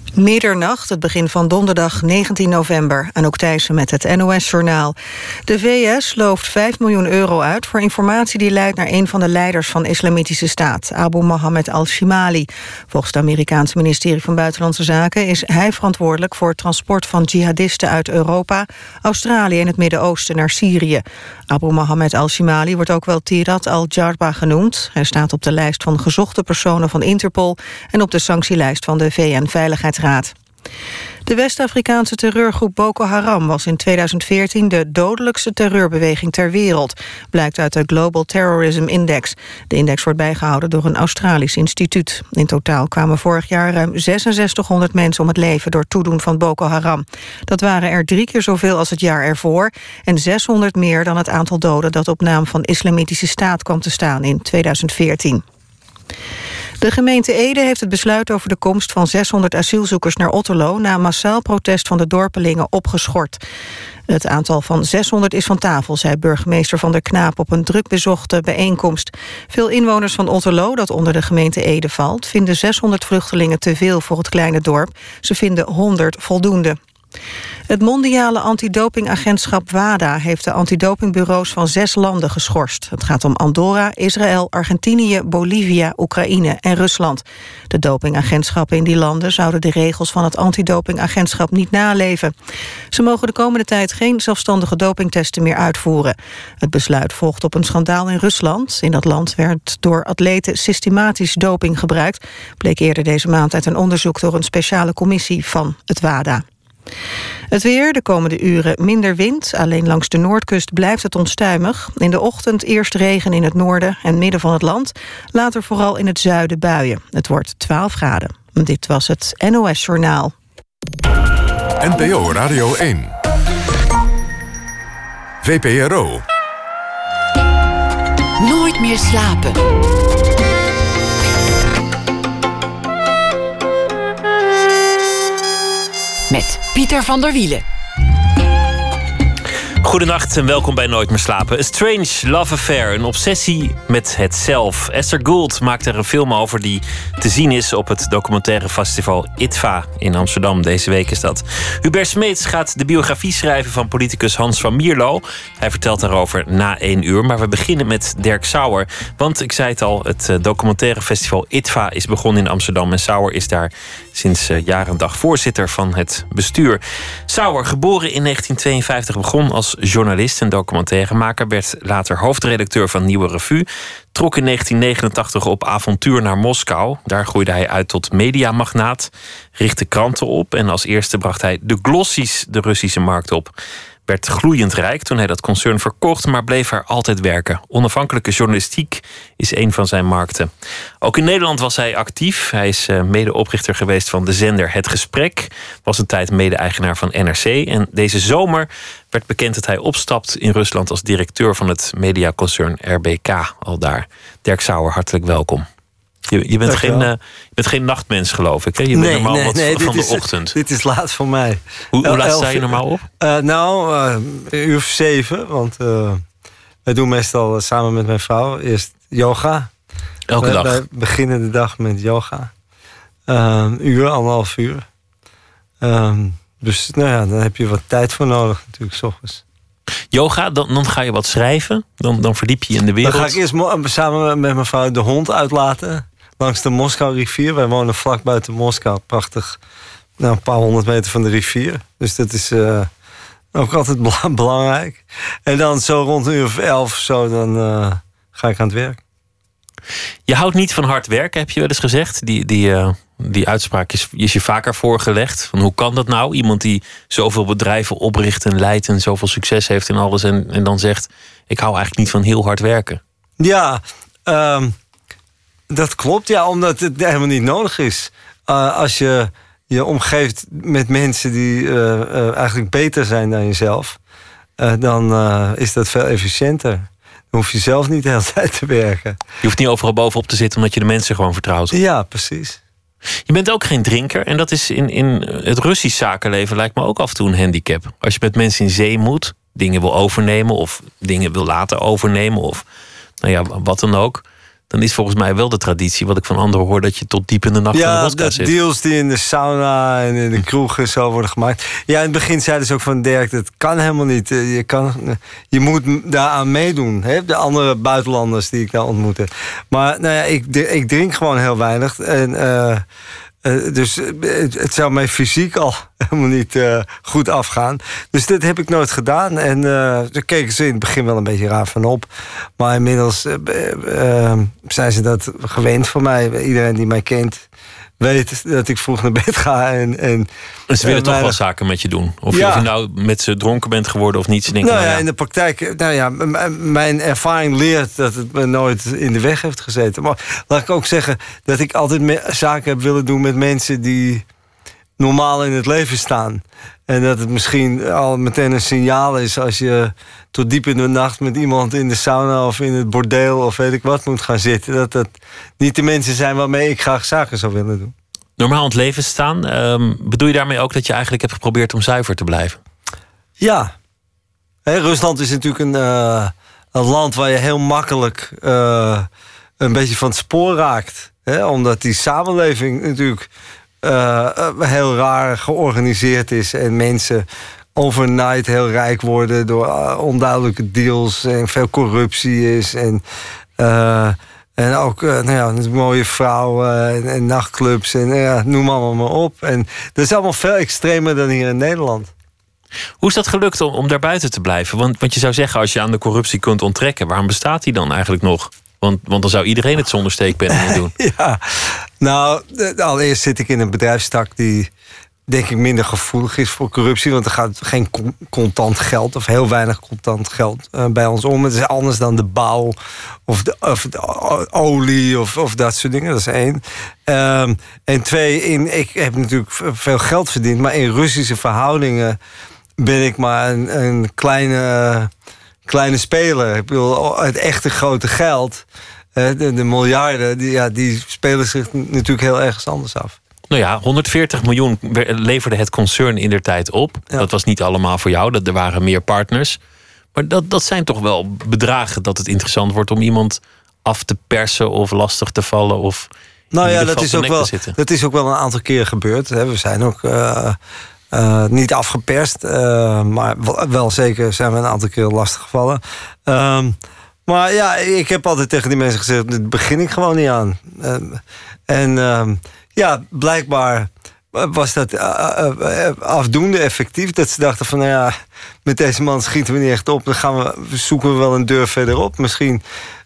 Middernacht, het begin van donderdag 19 november. Anouk Thijssen met het NOS-journaal. De VS looft €5 miljoen uit voor informatie die leidt naar een van de leiders van Islamitische Staat, Abu Mohammed al-Shimali. Volgens het Amerikaanse ministerie van Buitenlandse Zaken is hij verantwoordelijk voor het transport van jihadisten uit Europa, Australië en het Midden-Oosten naar Syrië. Abu Mohammed al-Shimali wordt ook wel Tirat al-Jarba genoemd. Hij staat op de lijst van gezochte personen van Interpol en op de sanctielijst van de VN-veiligheidsraad. De West-Afrikaanse terreurgroep Boko Haram was in 2014 de dodelijkste terreurbeweging ter wereld, blijkt uit de Global Terrorism Index. De index wordt bijgehouden door een Australisch instituut. In totaal kwamen vorig jaar ruim 6600 mensen om het leven door toedoen van Boko Haram. Dat waren er 3 keer zoveel als het jaar ervoor en 600 meer dan het aantal doden dat op naam van Islamitische Staat kwam te staan in 2014. De gemeente Ede heeft het besluit over de komst van 600 asielzoekers naar Otterlo na massaal protest van de dorpelingen opgeschort. Het aantal van 600 is van tafel, zei burgemeester Van der Knaap op een druk bezochte bijeenkomst. Veel inwoners van Otterlo, dat onder de gemeente Ede valt, vinden 600 vluchtelingen te veel voor het kleine dorp. Ze vinden 100 voldoende. Het mondiale antidopingagentschap WADA heeft de antidopingbureaus van 6 landen geschorst. Het gaat om Andorra, Israël, Argentinië, Bolivia, Oekraïne en Rusland. De dopingagentschappen in die landen zouden de regels van het antidopingagentschap niet naleven. Ze mogen de komende tijd geen zelfstandige dopingtesten meer uitvoeren. Het besluit volgt op een schandaal in Rusland. In dat land werd door atleten systematisch doping gebruikt, bleek eerder deze maand uit een onderzoek door een speciale commissie van het WADA. Het weer, de komende uren minder wind. Alleen langs de noordkust blijft het onstuimig. In de ochtend eerst regen in het noorden en midden van het land. Later vooral in het zuiden buien. Het wordt 12 graden. Dit was het NOS Journaal. NPO Radio 1. VPRO. Nooit meer slapen. Met Pieter van der Wielen. Goedenacht en welkom bij Nooit meer slapen. A Strange Love Affair, een obsessie met het zelf. Esther Gould maakt er een film over die te zien is op het documentaire festival IDFA in Amsterdam. Deze week is dat. Hubert Smeets gaat de biografie schrijven van politicus Hans van Mierlo. Hij vertelt daarover na 1 uur. Maar we beginnen met Derk Sauer. Want ik zei het al, het documentaire festival IDFA is begonnen in Amsterdam. En Sauer is daar sinds jaar en dag voorzitter van het bestuur. Sauer, geboren in 1952, begon als journalist en documentairemaker, werd later hoofdredacteur van Nieuwe Revue, trok in 1989 op avontuur naar Moskou. Daar groeide hij uit tot mediamagnaat, richtte kranten op en als eerste bracht hij de glossies de Russische markt op. Werd gloeiend rijk toen hij dat concern verkocht, maar bleef er altijd werken. Onafhankelijke journalistiek is een van zijn markten. Ook in Nederland was hij actief. Hij is medeoprichter geweest van de zender Het Gesprek. Was een tijd mede-eigenaar van NRC. En deze zomer werd bekend dat hij opstapt in Rusland als directeur van het mediaconcern RBK. Al daar. Dirk Sauer, hartelijk welkom. Je bent geen nachtmens, geloof ik. Hè? Je bent normaal wat van de ochtend. Dit is laat voor mij. Hoe laat sta je normaal op? 7:00. Want wij doen meestal samen met mijn vrouw eerst yoga. Elke dag? Wij beginnen de dag met yoga. 1,5 uur. Dus dan heb je wat tijd voor nodig natuurlijk, 's ochtends. Yoga, dan ga je wat schrijven. Dan verdiep je in de wereld. Dan ga ik eerst samen met mijn vrouw de hond uitlaten. Langs de Moskou-rivier. Wij wonen vlak buiten Moskou. Prachtig. Een paar 100 meter van de rivier. Dus dat is ook altijd belangrijk. En dan zo rond 11:00 of zo, dan ga ik aan het werk. Je houdt niet van hard werken, heb je wel eens gezegd. Die uitspraak is je vaker voorgelegd. Van hoe kan dat nou? Iemand die zoveel bedrijven opricht en leidt en zoveel succes heeft en alles. En dan zegt, ik hou eigenlijk niet van heel hard werken. Ja, dat klopt. Ja, omdat het helemaal niet nodig is. Als je je omgeeft met mensen die eigenlijk beter zijn dan jezelf, dan is dat veel efficiënter. Dan hoef je zelf niet de hele tijd te werken. Je hoeft niet overal bovenop te zitten omdat je de mensen gewoon vertrouwt. Ja, precies. Je bent ook geen drinker. En dat is in het Russisch zakenleven lijkt me ook af en toe een handicap. Als je met mensen in zee moet, dingen wil overnemen of dingen wil laten overnemen of wat dan ook, dan is volgens mij wel de traditie, wat ik van anderen hoor, dat je tot diep in de nacht in de wodka zit. Ja, deals die in de sauna en in de kroeg en zo worden gemaakt. Ja, in het begin zeiden ze ook van Dirk, dat kan helemaal niet. Je moet daaraan meedoen. Hè? De andere buitenlanders die ik daar ontmoette. Maar nou ja, ik drink gewoon heel weinig. En dus het zou mij fysiek al helemaal niet goed afgaan. Dus dit heb ik nooit gedaan. En daar keken ze in het begin wel een beetje raar van op. Maar inmiddels zijn ze dat gewend voor mij. Iedereen die mij kent weet dat ik vroeg naar bed ga. En ze willen toch wel zaken met je doen? Of je nou met ze dronken bent geworden of niet. Ze denken, in de praktijk, mijn ervaring leert dat het me nooit in de weg heeft gezeten. Maar laat ik ook zeggen dat ik altijd zaken heb willen doen met mensen die normaal in het leven staan. En dat het misschien al meteen een signaal is als je tot diep in de nacht met iemand in de sauna of in het bordeel of weet ik wat moet gaan zitten. Dat dat niet de mensen zijn waarmee ik graag zaken zou willen doen. Normaal in het leven staan, bedoel je daarmee ook dat je eigenlijk hebt geprobeerd om zuiver te blijven? Ja. Rusland is natuurlijk een land waar je heel makkelijk een beetje van het spoor raakt. Omdat die samenleving natuurlijk heel raar georganiseerd is en mensen overnight heel rijk worden door onduidelijke deals en veel corruptie is en ook mooie vrouwen en nachtclubs en noem allemaal maar op. En dat is allemaal veel extremer dan hier in Nederland. Hoe is dat gelukt om daar buiten te blijven? Want je zou zeggen, als je aan de corruptie kunt onttrekken, waarom bestaat die dan eigenlijk nog? Want dan zou iedereen het zonder steekpenningen doen. Ja, nou, allereerst zit ik in een bedrijfstak die denk ik minder gevoelig is voor corruptie. Want er gaat geen contant geld of heel weinig contant geld bij ons om. Het is anders dan de bouw of de olie of dat soort dingen. Dat is 1. En 2, ik heb natuurlijk veel geld verdiend. Maar in Russische verhoudingen ben ik maar een kleine speler. Ik bedoel, het echte grote geld, de miljarden, die spelen zich natuurlijk heel ergens anders af. Nou ja, 140 miljoen leverde het concern indertijd op. Ja. Dat was niet allemaal voor jou, er waren meer partners. Maar dat zijn toch wel bedragen dat het interessant wordt om iemand af te persen of lastig te vallen of dat is ook wel een aantal keer gebeurd. We zijn ook niet afgeperst, maar wel zeker zijn we een aantal keer lastig gevallen. Maar ja, ik heb altijd tegen die mensen gezegd, dit begin ik gewoon niet aan. Ja, blijkbaar was dat afdoende effectief. Dat ze dachten van, met deze man schieten we niet echt op. Dan zoeken we wel een deur verderop. Misschien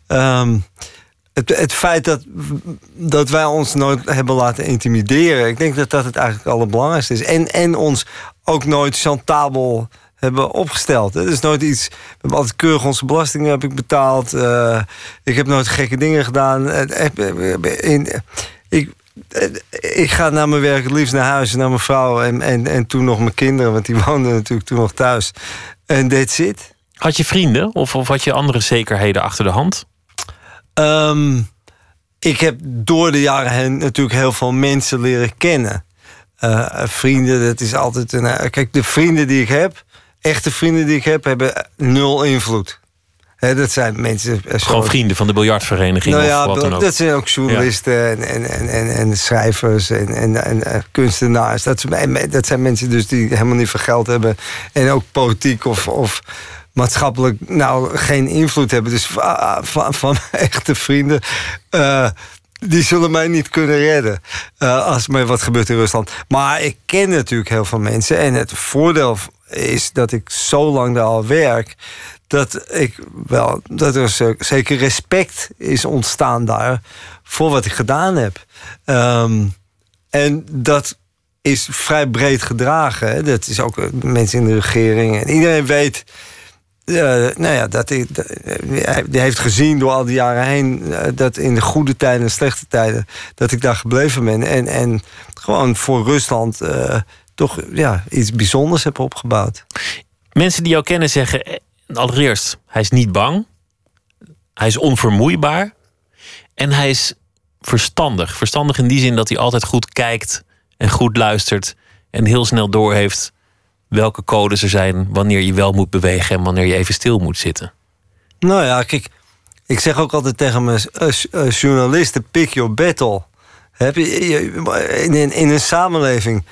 het feit dat wij ons nooit hebben laten intimideren. Ik denk dat het eigenlijk het allerbelangrijkste is. En ons ook nooit chantabel hebben opgesteld. Het is nooit iets. We hebben altijd keurig onze belastingen heb ik betaald. Ik heb nooit gekke dingen gedaan. Ik ga na mijn werk het liefst naar huis, naar mijn vrouw en toen nog mijn kinderen, want die woonden natuurlijk toen nog thuis. En that's it. Had je vrienden of had je andere zekerheden achter de hand? Ik heb door de jaren heen natuurlijk heel veel mensen leren kennen. Vrienden, dat is altijd kijk, de vrienden die ik heb, echte vrienden die ik heb, hebben 0 invloed. Dat zijn mensen. Gewoon vrienden van de biljartvereniging of wat dan ook. Dat zijn ook journalisten en schrijvers en kunstenaars. Dat zijn mensen dus die helemaal niet veel geld hebben. En ook politiek of maatschappelijk geen invloed hebben. Dus van echte vrienden. Die zullen mij niet kunnen redden als er wat gebeurt in Rusland. Maar ik ken natuurlijk heel veel mensen. En het voordeel is dat ik zo lang daar al werk, dat er zeker respect is ontstaan daar voor wat ik gedaan heb. En dat is vrij breed gedragen. Hè. Dat is ook mensen in de regering. En iedereen weet dat die heeft gezien door al die jaren heen dat in de goede tijden en slechte tijden dat ik daar gebleven ben. En gewoon voor Rusland toch iets bijzonders heb opgebouwd. Mensen die jou kennen zeggen, allereerst, hij is niet bang. Hij is onvermoeibaar. En hij is verstandig. Verstandig in die zin dat hij altijd goed kijkt en goed luistert en heel snel doorheeft welke codes er zijn, wanneer je wel moet bewegen en wanneer je even stil moet zitten. Nou ja, kijk, Ik zeg ook altijd tegen mijn journalisten, pick your battle. Heb je in een samenleving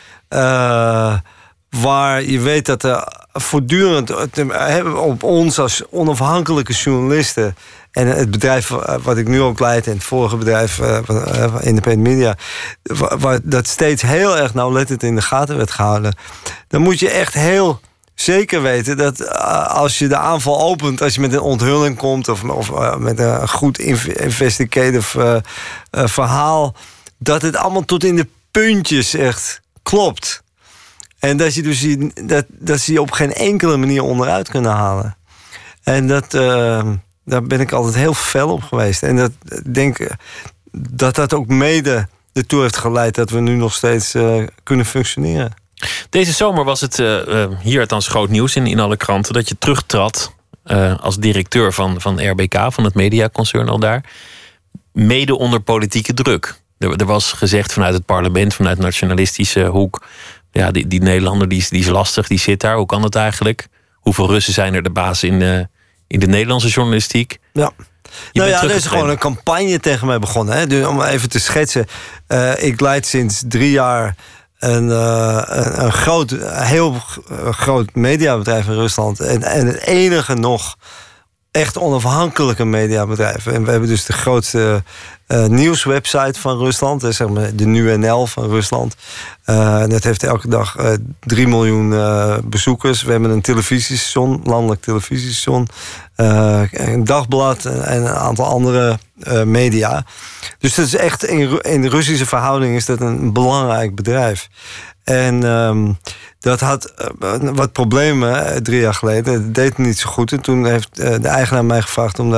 waar je weet dat er voortdurend op ons als onafhankelijke journalisten en het bedrijf wat ik nu ook leid en het vorige bedrijf Independent Media, waar dat steeds heel erg nauwlettend in de gaten werd gehouden, dan moet je echt heel zeker weten dat als je de aanval opent, als je met een onthulling komt of met een goed investigative verhaal, dat het allemaal tot in de puntjes echt klopt. En dat je dus dat ze je op geen enkele manier onderuit kunnen halen. En daar ben ik altijd heel fel op geweest. En dat denk dat ook mede ertoe heeft geleid dat we nu nog steeds kunnen functioneren. Deze zomer was het hier althans groot nieuws in alle kranten dat je terugtrad als directeur van RBK, van het mediaconcern al daar, mede onder politieke druk. Er was gezegd vanuit het parlement, vanuit nationalistische hoek, ja, die Nederlander die is lastig, die zit daar. Hoe kan dat eigenlijk? Hoeveel Russen zijn er de baas in de Nederlandse journalistiek? Ja. Er is gewoon een campagne tegen mij begonnen. Hè? Dus om even te schetsen. Ik leid sinds 3 jaar een heel groot mediabedrijf in Rusland. En het enige nog echt onafhankelijke mediabedrijf. En we hebben dus de grootste nieuwswebsite van Rusland. Zeg maar de NuNL van Rusland. Dat heeft elke dag 3 miljoen bezoekers. We hebben een televisiestation, landelijk televisiestation. Een dagblad en een aantal andere media. Dus dat is echt in de Russische verhouding is dat een belangrijk bedrijf. En dat had wat problemen 3 jaar geleden. Het deed niet zo goed. En toen heeft de eigenaar mij gevraagd om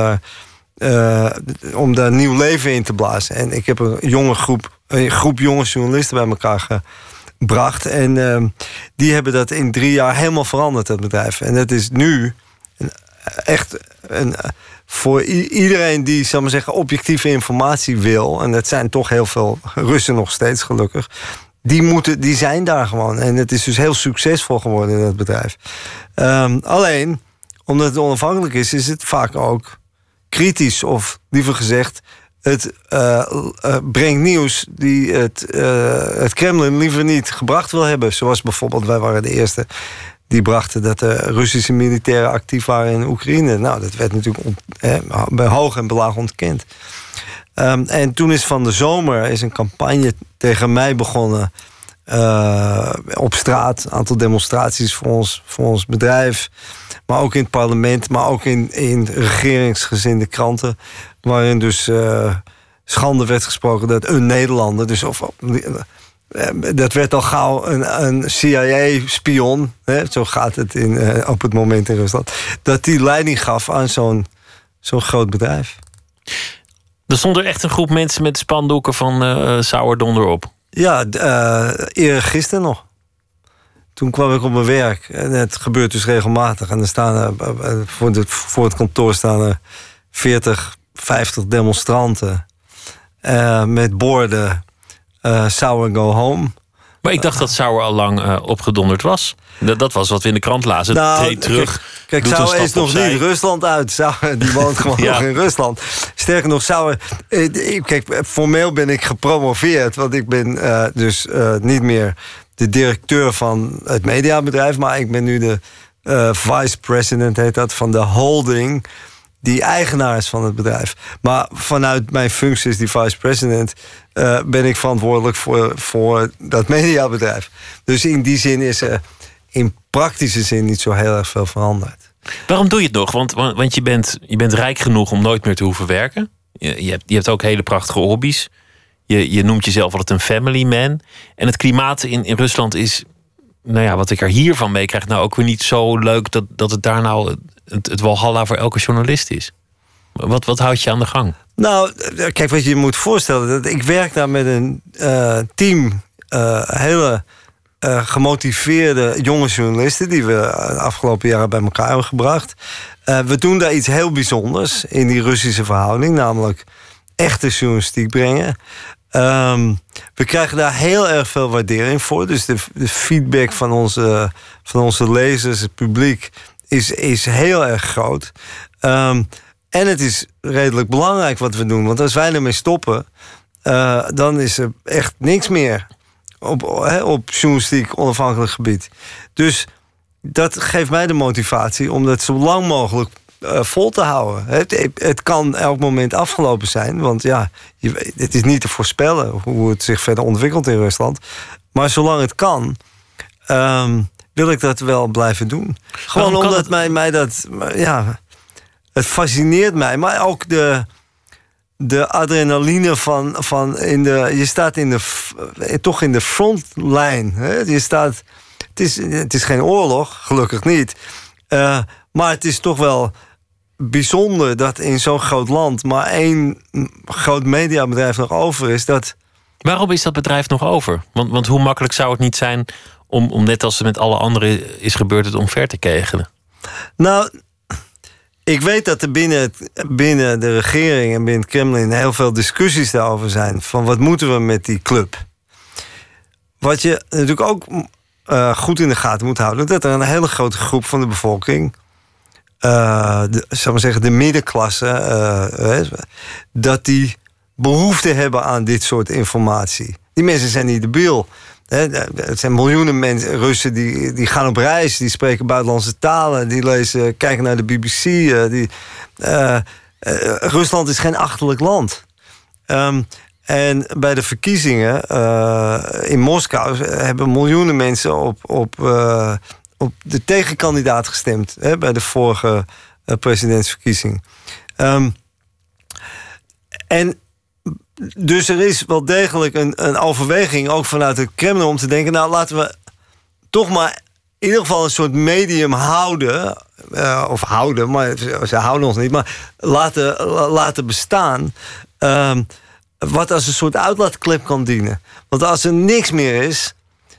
daar nieuw leven in te blazen. En ik heb een groep jonge journalisten bij elkaar gebracht. En die hebben dat in 3 jaar helemaal veranderd, dat bedrijf. En dat is nu echt voor iedereen die, zal maar zeggen, objectieve informatie wil. En dat zijn toch heel veel Russen nog steeds, gelukkig. Die zijn daar gewoon. En het is dus heel succesvol geworden in dat bedrijf. Alleen, omdat het onafhankelijk is het vaak ook kritisch. Of liever gezegd, het brengt nieuws die het Kremlin liever niet gebracht wil hebben. Zoals bijvoorbeeld, wij waren de eerste die brachten dat de Russische militairen actief waren in Oekraïne. Nou, dat werd natuurlijk bij hoog en belaag ontkend. En toen is van de zomer een campagne tegen mij begonnen. Op straat, een aantal demonstraties voor ons bedrijf. Maar ook in het parlement, maar ook in regeringsgezinde kranten. Waarin dus schande werd gesproken dat een Nederlander, dus dat werd al gauw een CIA-spion, zo gaat het op het moment in Rusland, dat die leiding gaf aan zo'n groot bedrijf. Er stond er echt een groep mensen met spandoeken van Sauerdonder op. Ja, eergisteren nog. Toen kwam ik op mijn werk. En het gebeurt dus regelmatig. En er staan voor het kantoor staan er 40, 50 demonstranten. Met borden Sauer go home. Maar ik dacht dat Sauer al lang opgedonderd was. Dat was wat we in de krant lazen. Treed terug. Kijk, Sauer is nog niet Rusland uit. Sauer, die woont gewoon nog in Rusland. Sterker nog, Sauer... Kijk, formeel ben ik gepromoveerd. Want ik ben dus niet meer de directeur van het mediabedrijf. Maar ik ben nu de vice-president, heet dat, van de holding die eigenaar is van het bedrijf. Maar vanuit mijn functie als die vice-president ben ik verantwoordelijk voor dat mediabedrijf. Dus in die zin is er in praktische zin niet zo heel erg veel veranderd. Waarom doe je het nog? Want je bent rijk genoeg om nooit meer te hoeven werken. Je hebt ook hele prachtige hobby's. Je noemt jezelf altijd een family man. En het klimaat in Rusland is, nou ja, wat ik er hiervan meekrijg, nou ook weer niet zo leuk dat het daar nou het walhalla voor elke journalist is. Wat houdt je aan de gang? Nou, kijk, wat je moet voorstellen, dat ik werk daar met een team hele gemotiveerde jonge journalisten die we de afgelopen jaren bij elkaar hebben gebracht. We doen daar iets heel bijzonders in die Russische verhouding, namelijk echte journalistiek brengen. We krijgen daar heel erg veel waardering voor. Dus de feedback van onze lezers, het publiek, is heel erg groot. En het is redelijk belangrijk wat we doen. Want als wij ermee stoppen, dan is er echt niks meer op journalistiek onafhankelijk gebied. Dus dat geeft mij de motivatie om dat zo lang mogelijk vol te houden. Het kan elk moment afgelopen zijn. Want ja, het is niet te voorspellen hoe het zich verder ontwikkelt in Rusland. Maar zolang het kan, wil ik dat wel blijven doen. Gewoon omdat mij dat... Ja, het fascineert mij. Maar ook de adrenaline van je staat toch in de frontlijn. Je staat... Het is geen oorlog, gelukkig niet. Maar het is toch wel bijzonder dat in zo'n groot land maar 1 groot mediabedrijf nog over is. Waarom is dat bedrijf nog over? Want hoe makkelijk zou het niet zijn om net als het met alle anderen is gebeurd, het omver te kegelen? Nou, ik weet dat er binnen de regering en binnen het Kremlin heel veel discussies daarover zijn. Van wat moeten we met die club? Wat je natuurlijk ook goed in de gaten moet houden, dat er een hele grote groep van de bevolking, de middenklasse, dat die behoefte hebben aan dit soort informatie. Die mensen zijn niet debiel. Het zijn miljoenen mensen, Russen, die gaan op reis, die spreken buitenlandse talen, die kijken naar de BBC. Rusland is geen achterlijk land. En bij de verkiezingen in Moskou hebben miljoenen mensen op de tegenkandidaat gestemd. Bij de vorige presidentsverkiezing. En dus er is wel degelijk een overweging, ook vanuit het Kremlin, om te denken, nou laten we toch maar in ieder geval een soort medium houden. Maar ze houden ons niet, maar laten bestaan. Wat als een soort uitlaatklep kan dienen. Want als er niks meer is,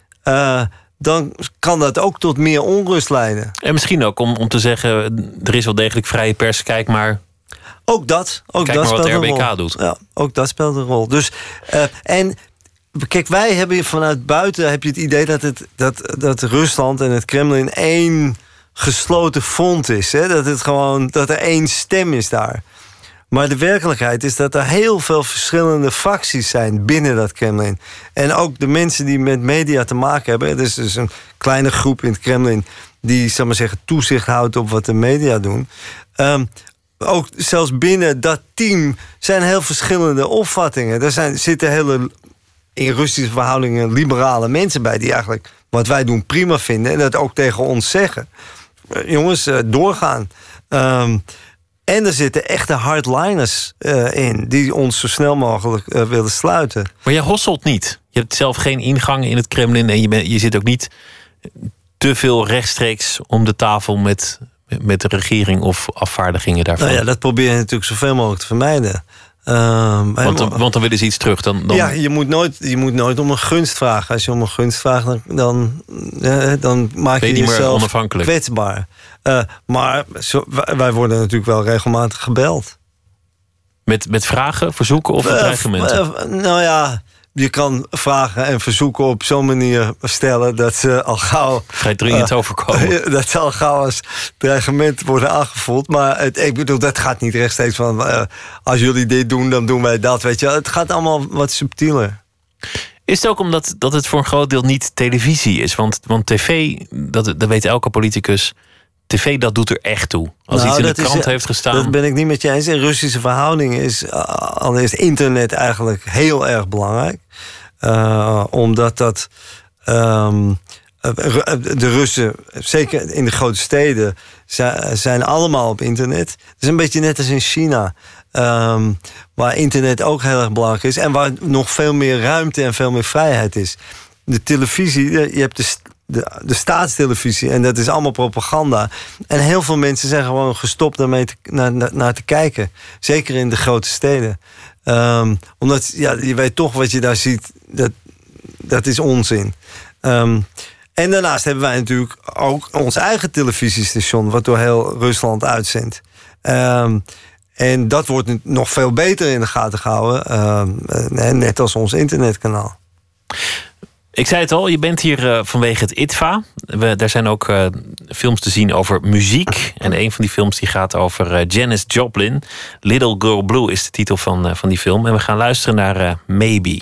dan kan dat ook tot meer onrust leiden. En misschien ook om te zeggen, er is wel degelijk vrije pers, kijk maar. Ook dat maar speelt wat de een RBK rol. doet. Ja, ook dat speelt een rol. Dus, en kijk, wij hebben vanuit buiten heb je het idee dat Rusland en het Kremlin 1 gesloten front is. Dat er 1 stem is daar. Maar de werkelijkheid is dat er heel veel verschillende fracties zijn binnen dat Kremlin. En ook de mensen die met media te maken hebben. Er is dus een kleine groep in het Kremlin die, zal maar zeggen, toezicht houdt op wat de media doen. Ook zelfs binnen dat team zijn heel verschillende opvattingen. Er zitten hele, in Russische verhoudingen, liberale mensen bij die eigenlijk wat wij doen prima vinden en dat ook tegen ons zeggen. Jongens, doorgaan. En er zitten echte hardliners in die ons zo snel mogelijk willen sluiten. Maar jij hosselt niet. Je hebt zelf geen ingang in het Kremlin en je zit ook niet te veel rechtstreeks om de tafel met de regering of afvaardigingen daarvan. Nou ja, dat probeer je natuurlijk zoveel mogelijk te vermijden. Want dan willen ze iets terug. Dan... Ja, je moet nooit om een gunst vragen. Als je om een gunst vraagt, dan maak je jezelf kwetsbaar. Maar wij worden natuurlijk wel regelmatig gebeld. Met vragen, verzoeken of dreigementen? Nou ja, je kan vragen en verzoeken op zo'n manier stellen dat ze al gauw vrij dringend overkomen. Dat ze al gauw als dreigement worden aangevoeld. Maar ik bedoel, dat gaat niet rechtstreeks van als jullie dit doen, dan doen wij dat. Weet je, het gaat allemaal wat subtieler. Is het ook omdat dat het voor een groot deel niet televisie is? Want tv, dat weet elke politicus, tv, dat doet er echt toe. Als iets in de krant heeft gestaan. Dat ben ik niet met je eens. In Russische verhoudingen is allereerst internet eigenlijk heel erg belangrijk. Omdat dat de Russen, zeker in de grote steden, zijn allemaal op internet. Het is een beetje net als in China. Waar internet ook heel erg belangrijk is. En waar nog veel meer ruimte en veel meer vrijheid is. De televisie, je hebt de staatstelevisie en dat is allemaal propaganda. En heel veel mensen zijn gewoon gestopt daarmee naar te kijken. Zeker in de grote steden. Omdat je weet toch wat je daar ziet, dat is onzin. En daarnaast hebben wij natuurlijk ook ons eigen televisiestation, wat door heel Rusland uitzendt. En dat wordt nog veel beter in de gaten gehouden. Net als ons internetkanaal. Ik zei het al, je bent hier vanwege het ITVA. Daar zijn ook films te zien over muziek. En een van die films die gaat over Janis Joplin. Little Girl Blue is de titel van die film. En we gaan luisteren naar Maybe.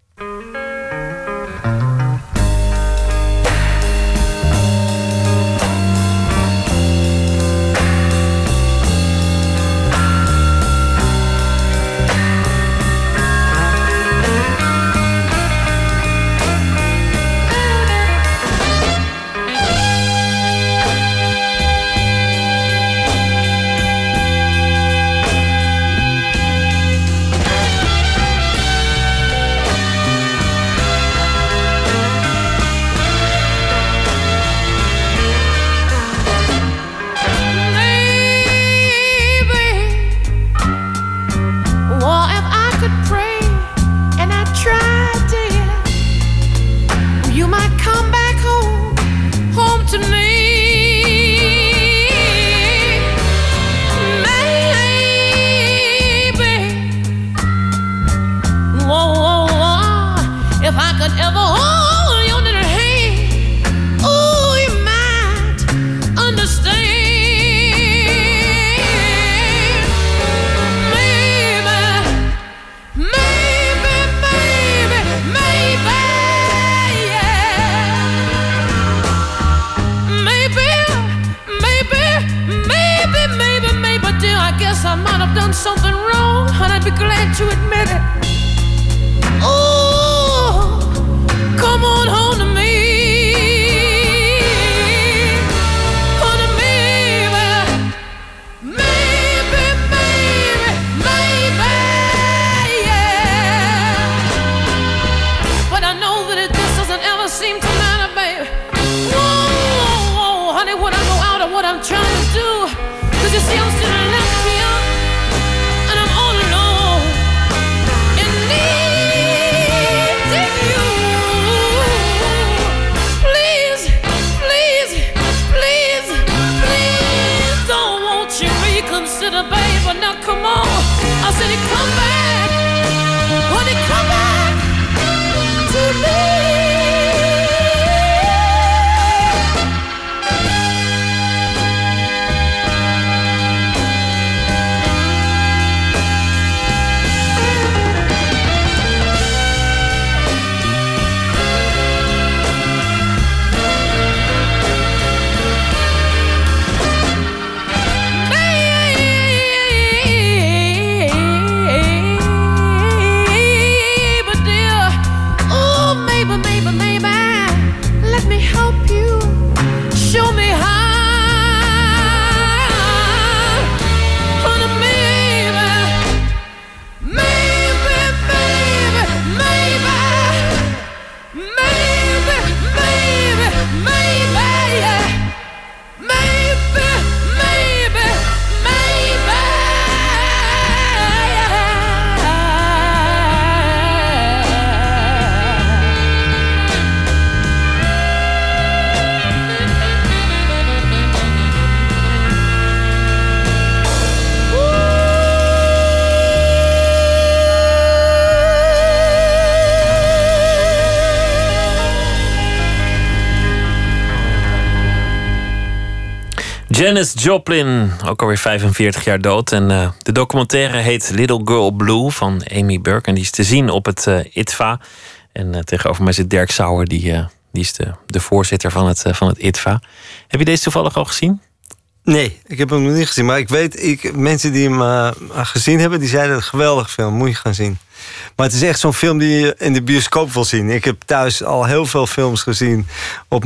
Janis Joplin, ook alweer 45 jaar dood. En de documentaire heet Little Girl Blue van Amy Burke. En die is te zien op het ITVA. En tegenover mij zit Dirk Sauer, die is de voorzitter van het ITVA. Heb je deze toevallig al gezien? Nee, ik heb hem nog niet gezien. Maar ik weet, mensen die hem gezien hebben, die zeiden: een geweldig film, moet je gaan zien. Maar het is echt zo'n film die je in de bioscoop wil zien. Ik heb thuis al heel veel films gezien op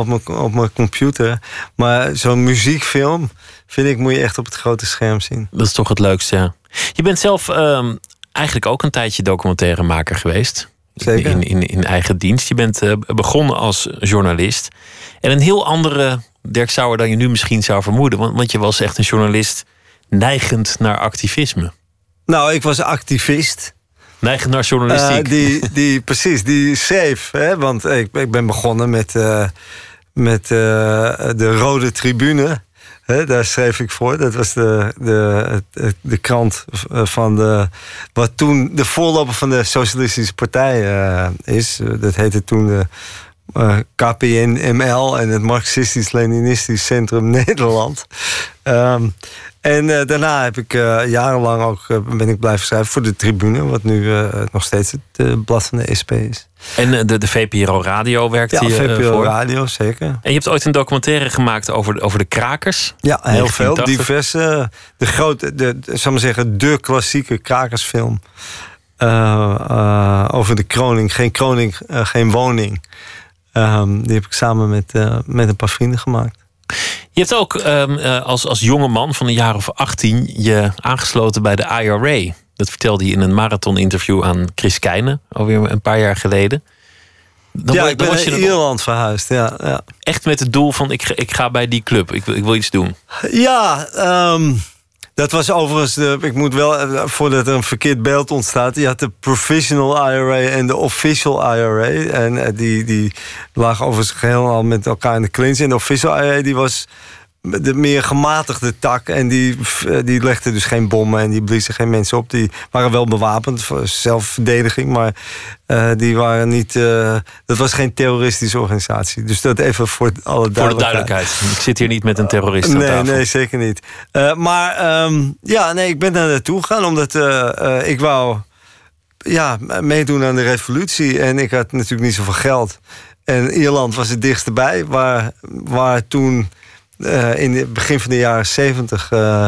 mijn computer. Maar zo'n muziekfilm, vind ik, moet je echt op het grote scherm zien. Dat is toch het leukste, ja. Je bent zelf eigenlijk ook een tijdje documentairemaker geweest. Zeker. In eigen dienst. Je bent begonnen als journalist. En een heel andere Dirk Sauer dan je nu misschien zou vermoeden. Want je was echt een journalist neigend naar activisme. Nou, ik was activist. Neigend naar journalistiek. Die schreef. Hè? Want ik ben begonnen met de Rode Tribune. Daar schreef ik voor. Dat was de krant van wat toen de voorloper van de Socialistische Partij is. Dat heette toen de KPN-ML en het Marxistisch-Leninistisch Centrum Nederland. En daarna heb ik jarenlang ook ben ik blijven schrijven voor de Tribune, wat nu nog steeds het blad van de SP is. En de VPRO Radio werkte je VPRO voor? Radio, zeker. En je hebt ooit een documentaire gemaakt over de krakers. Ja, heel veel. 1980. Diverse. Zal maar zeggen, de klassieke krakersfilm. Over de kroning. Geen kroning, geen woning. Die heb ik samen met een paar vrienden gemaakt. Je hebt ook als jonge man van een jaar of 18 je aangesloten bij de IRA. Dat vertelde je in een marathoninterview aan Chris Keijne, alweer een paar jaar geleden. Ik ben naar Ierland verhuisd. Ja. Echt met het doel van ik ga bij die club, ik wil iets doen. Ja, dat was overigens, ik moet wel, voordat er een verkeerd beeld ontstaat, je had de Provisional IRA en de Official IRA. En die lagen overigens geheel al met elkaar in de clinch. En de Official IRA die was de meer gematigde tak. En die legde dus geen bommen en die bliezen geen mensen op. Die waren wel bewapend voor zelfverdediging, maar die waren niet. Dat was geen terroristische organisatie. Dus dat even voor alle duidelijkheid. Voor de duidelijkheid. Ik zit hier niet met een terrorist aan tafel. Nee, zeker niet. Ik ben daar naartoe gegaan omdat ik wou meedoen aan de revolutie. En ik had natuurlijk niet zoveel geld. En Ierland was het dichtst bij, waar toen in het begin van de jaren 70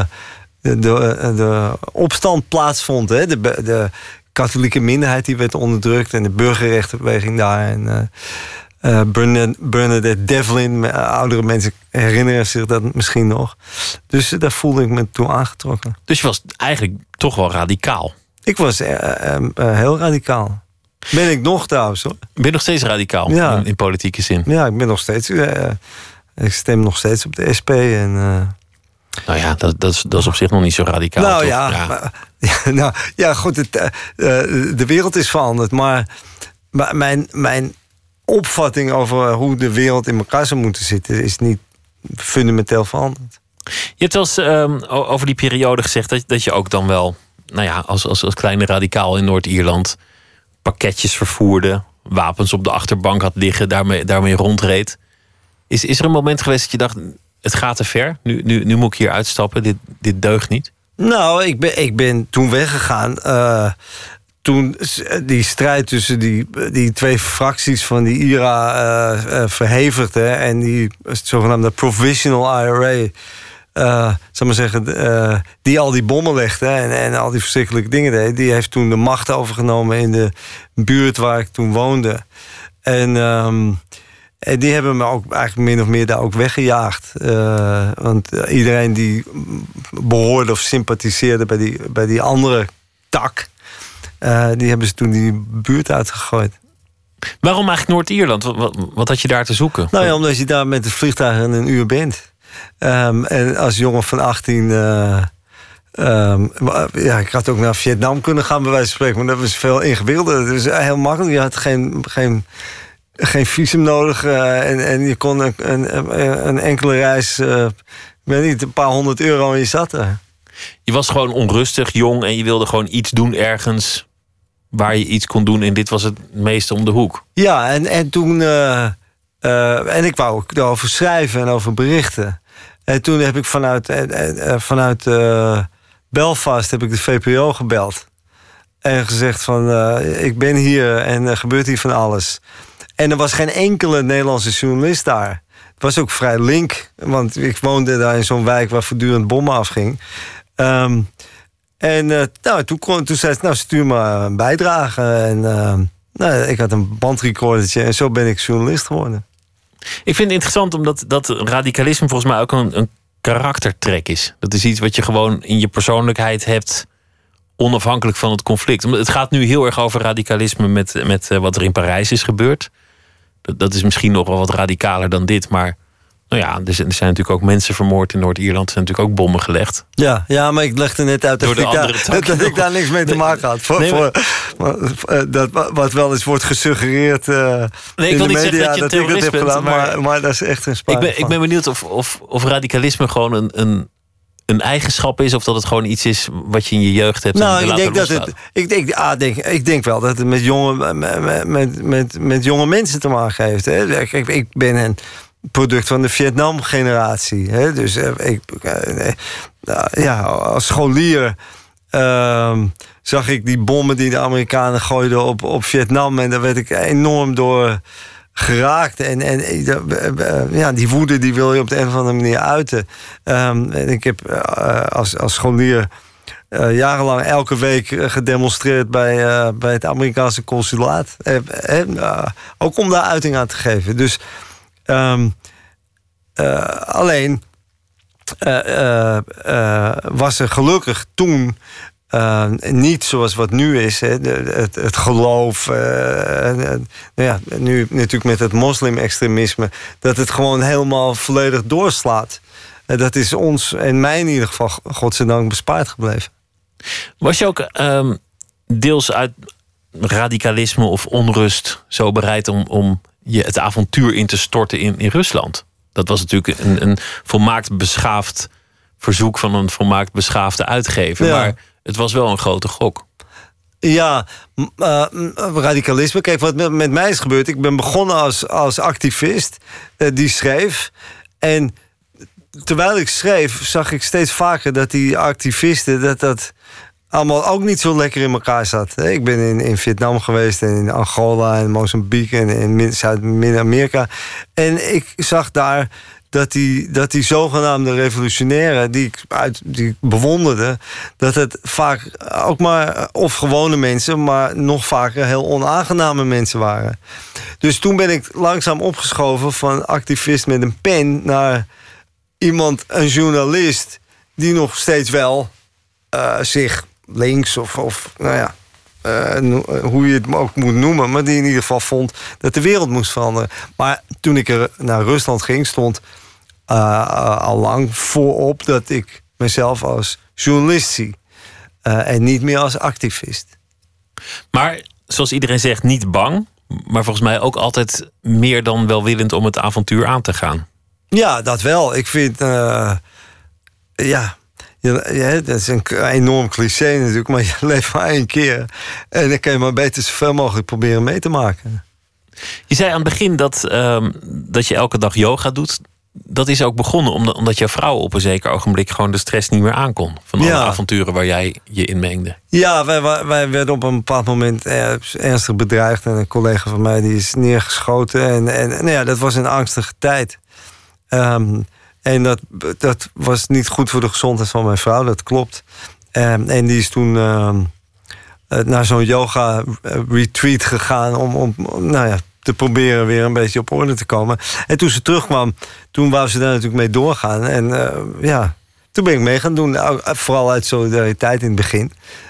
de opstand plaatsvond. Hè? De katholieke minderheid die werd onderdrukt en de burgerrechtenbeweging daar. En Bernadette Devlin, oudere mensen herinneren zich dat misschien nog. Dus daar voelde ik me toe aangetrokken. Dus je was eigenlijk toch wel radicaal? Ik was heel radicaal. Ben ik nog trouwens, hoor. Ben je nog steeds radicaal in politieke zin? Ja, ik ben nog steeds. Ik stem nog steeds op de SP. En, nou ja, dat is op zich nog niet zo radicaal. Nou toch? Ja, goed. De wereld is veranderd. Maar mijn opvatting over hoe de wereld in elkaar zou moeten zitten is niet fundamenteel veranderd. Je hebt wel eens over die periode gezegd dat je ook dan wel, als kleine radicaal in Noord-Ierland pakketjes vervoerde, wapens op de achterbank had liggen, daarmee rondreed. Is er een moment geweest dat je dacht, het gaat te ver? Nu moet ik hier uitstappen, dit deugt niet? Nou, ik ben toen weggegaan. Toen die strijd tussen die twee fracties van die IRA verhevigde en die zogenaamde Provisional IRA, zal maar zeggen, die al die bommen legde en al die verschrikkelijke dingen deed, die heeft toen de macht overgenomen in de buurt waar ik toen woonde. En die hebben me ook eigenlijk min of meer daar ook weggejaagd. Want iedereen die behoorde of sympathiseerde bij die andere tak, die hebben ze toen die buurt uitgegooid. Waarom eigenlijk Noord-Ierland? Wat had je daar te zoeken? Nou ja, omdat je daar met het vliegtuig in een uur bent. En als jongen van 18... ik had ook naar Vietnam kunnen gaan, bij wijze van spreken. Maar dat was veel ingewikkelder. Het was heel makkelijk. Je had geen visum nodig. En je kon een enkele reis... ik weet niet, een paar €100 en je zat er. Je was gewoon onrustig, jong en je wilde gewoon iets doen ergens waar je iets kon doen. En dit was het meeste om de hoek. Ja, en toen... en ik wou ook erover schrijven en over berichten. En toen heb ik vanuit Belfast heb ik de VPRO gebeld. En gezegd van, ik ben hier en er gebeurt hier van alles. En er was geen enkele Nederlandse journalist daar. Het was ook vrij link, want ik woonde daar in zo'n wijk waar voortdurend bommen afging. Toen zei ze, stuur maar een bijdrage. En ik had een bandrecordertje en zo ben ik journalist geworden. Ik vind het interessant omdat dat radicalisme volgens mij ook een karaktertrek is. Dat is iets wat je gewoon in je persoonlijkheid hebt, onafhankelijk van het conflict. Het gaat nu heel erg over radicalisme met wat er in Parijs is gebeurd. Dat is misschien nog wel wat radicaler dan dit, maar Nou ja, er zijn natuurlijk ook mensen vermoord in Noord-Ierland. Er zijn natuurlijk ook bommen gelegd. Ja, maar ik legde net uit dat ik daar niks mee te maken had. Wat wel eens wordt gesuggereerd in de media dat ik het heb gedaan. Maar dat is echt een sprake van. Ik ben benieuwd of radicalisme gewoon een eigenschap is, of dat het gewoon iets is wat je in je jeugd hebt. Nou, ik denk wel dat het met jonge mensen te maken heeft. Hè. Ik ben een product van de Vietnam-generatie. Hè. Dus als scholier zag ik die bommen die de Amerikanen gooiden op Vietnam, en daar werd ik enorm door geraakt. En die woede die wil je op de een of andere manier uiten. En ik heb als scholier jarenlang elke week gedemonstreerd bij het Amerikaanse consulaat. Ook om daar uiting aan te geven. Dus alleen was er gelukkig toen niet zoals wat nu is, hè, het geloof. Nu natuurlijk met het moslim-extremisme, dat het gewoon helemaal volledig doorslaat. Dat is ons en mij in ieder geval, godzijdank, bespaard gebleven. Was je ook deels uit radicalisme of onrust zo bereid om je het avontuur in te storten in Rusland? Dat was natuurlijk een volmaakt beschaafd verzoek van een volmaakt beschaafde uitgever. Ja. Maar het was wel een grote gok. Ja, radicalisme. Kijk, wat met mij is gebeurd. Ik ben begonnen als activist die schreef. En terwijl ik schreef, zag ik steeds vaker dat die activisten dat allemaal ook niet zo lekker in elkaar zat. Ik ben in Vietnam geweest en in Angola en Mozambique en in Zuid-Midden-Amerika. En ik zag daar dat die zogenaamde revolutionairen die ik bewonderde, dat het vaak ook maar of gewone mensen, maar nog vaker heel onaangename mensen waren. Dus toen ben ik langzaam opgeschoven van activist met een pen naar een journalist die nog steeds wel zich links of nou ja, hoe je het ook moet noemen, maar die in ieder geval vond dat de wereld moest veranderen. Maar toen ik er naar Rusland ging, stond al lang voorop dat ik mezelf als journalist zie en niet meer als activist. Maar zoals iedereen zegt, niet bang, maar volgens mij ook altijd meer dan welwillend om het avontuur aan te gaan. Ja, dat wel. Ik vind dat is een enorm cliché natuurlijk, maar je leeft maar 1 keer. En dan kan je maar beter zoveel mogelijk proberen mee te maken. Je zei aan het begin dat je elke dag yoga doet. Dat is ook begonnen omdat jouw vrouw op een zeker ogenblik gewoon de stress niet meer aankon. Van alle avonturen waar jij je in mengde. Ja, wij werden op een bepaald moment ernstig bedreigd. En een collega van mij die is neergeschoten. En dat was een angstige tijd. En dat was niet goed voor de gezondheid van mijn vrouw, dat klopt. En die is toen naar zo'n yoga-retreat gegaan om te proberen weer een beetje op orde te komen. En toen ze terugkwam, toen wou ze daar natuurlijk mee doorgaan. En toen ben ik mee gaan doen, vooral uit solidariteit in het begin.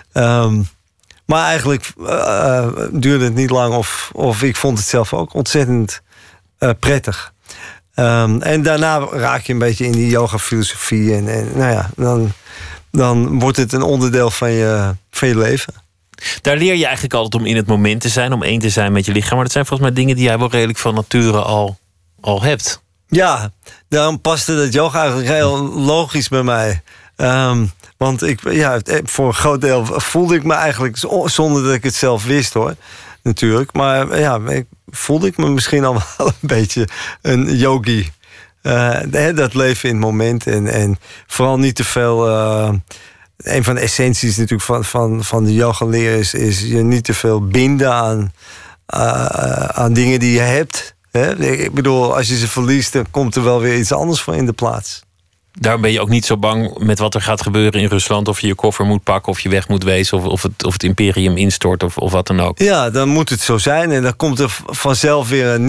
Maar eigenlijk duurde het niet lang of ik vond het zelf ook ontzettend prettig. En daarna raak je een beetje in die yoga-filosofie. En dan wordt het een onderdeel van je leven. Daar leer je eigenlijk altijd om in het moment te zijn, om één te zijn met je lichaam. Maar dat zijn volgens mij dingen die jij wel redelijk van nature al hebt. Ja, daarom paste dat yoga eigenlijk heel logisch bij mij. Want voor een groot deel voelde ik me eigenlijk, zonder dat ik het zelf wist hoor, natuurlijk. Maar voelde ik me misschien al wel een beetje een yogi. Dat leven in het moment en vooral niet te veel. Een van de essenties natuurlijk van de yoga leren is je niet te veel binden aan dingen die je hebt. Ik bedoel, als je ze verliest, dan komt er wel weer iets anders voor in de plaats. Daarom ben je ook niet zo bang met wat er gaat gebeuren in Rusland, of je je koffer moet pakken, of je weg moet wezen, of het imperium instort, of wat dan ook. Ja, dan moet het zo zijn en dan komt er vanzelf weer een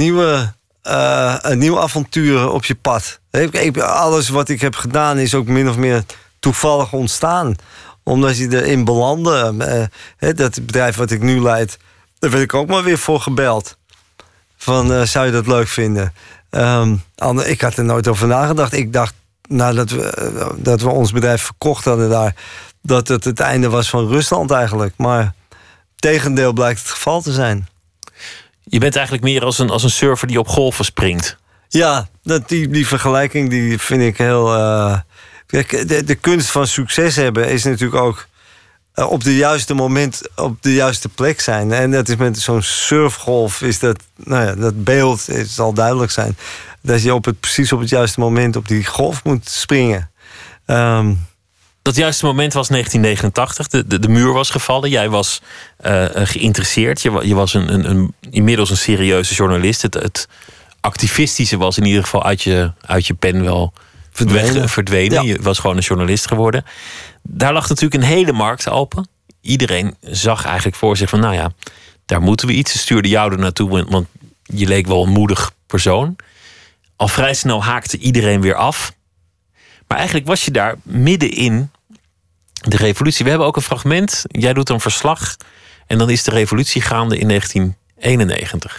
nieuw avontuur op je pad. Alles wat ik heb gedaan is ook min of meer toevallig ontstaan. Omdat je erin belandde. Dat bedrijf wat ik nu leid, daar werd ik ook maar weer voor gebeld. Van, zou je dat leuk vinden? Ik had er nooit over nagedacht. Ik dacht, dat we ons bedrijf verkocht hadden daar, dat het het einde was van Rusland eigenlijk. Maar tegendeel blijkt het geval te zijn. Je bent eigenlijk meer als een surfer die op golven springt. Ja, die vergelijking die vind ik heel... de kunst van succes hebben is natuurlijk ook op de juiste moment op de juiste plek zijn. En dat is met zo'n surfgolf, is dat, dat beeld zal duidelijk zijn. Dat je precies op het juiste moment op die golf moet springen. Dat juiste moment was 1989. De muur was gevallen. Jij was geïnteresseerd. Je was inmiddels een serieuze journalist. Het activistische was in ieder geval uit je pen wel verdwenen. Ja. Je was gewoon een journalist geworden. Daar lag natuurlijk een hele markt open. Iedereen zag eigenlijk voor zich van, daar moeten we iets. Ze stuurden jou er naartoe, want je leek wel een moedig persoon. Al vrij snel haakte iedereen weer af. Maar eigenlijk was je daar midden in de revolutie. We hebben ook een fragment. Jij doet een verslag. En dan is de revolutie gaande in 1991.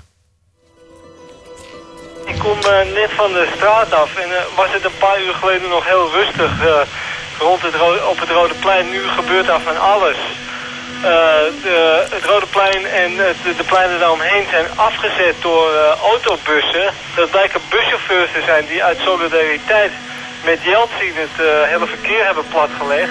Ik kom net van de straat af. En was het een paar uur geleden nog heel rustig op het Rode Plein. Nu gebeurt daar van alles. Het Rode Plein en de pleinen daaromheen zijn afgezet door autobussen. Dat blijken buschauffeurs te zijn die uit solidariteit met Yeltsin het hele verkeer hebben platgelegd.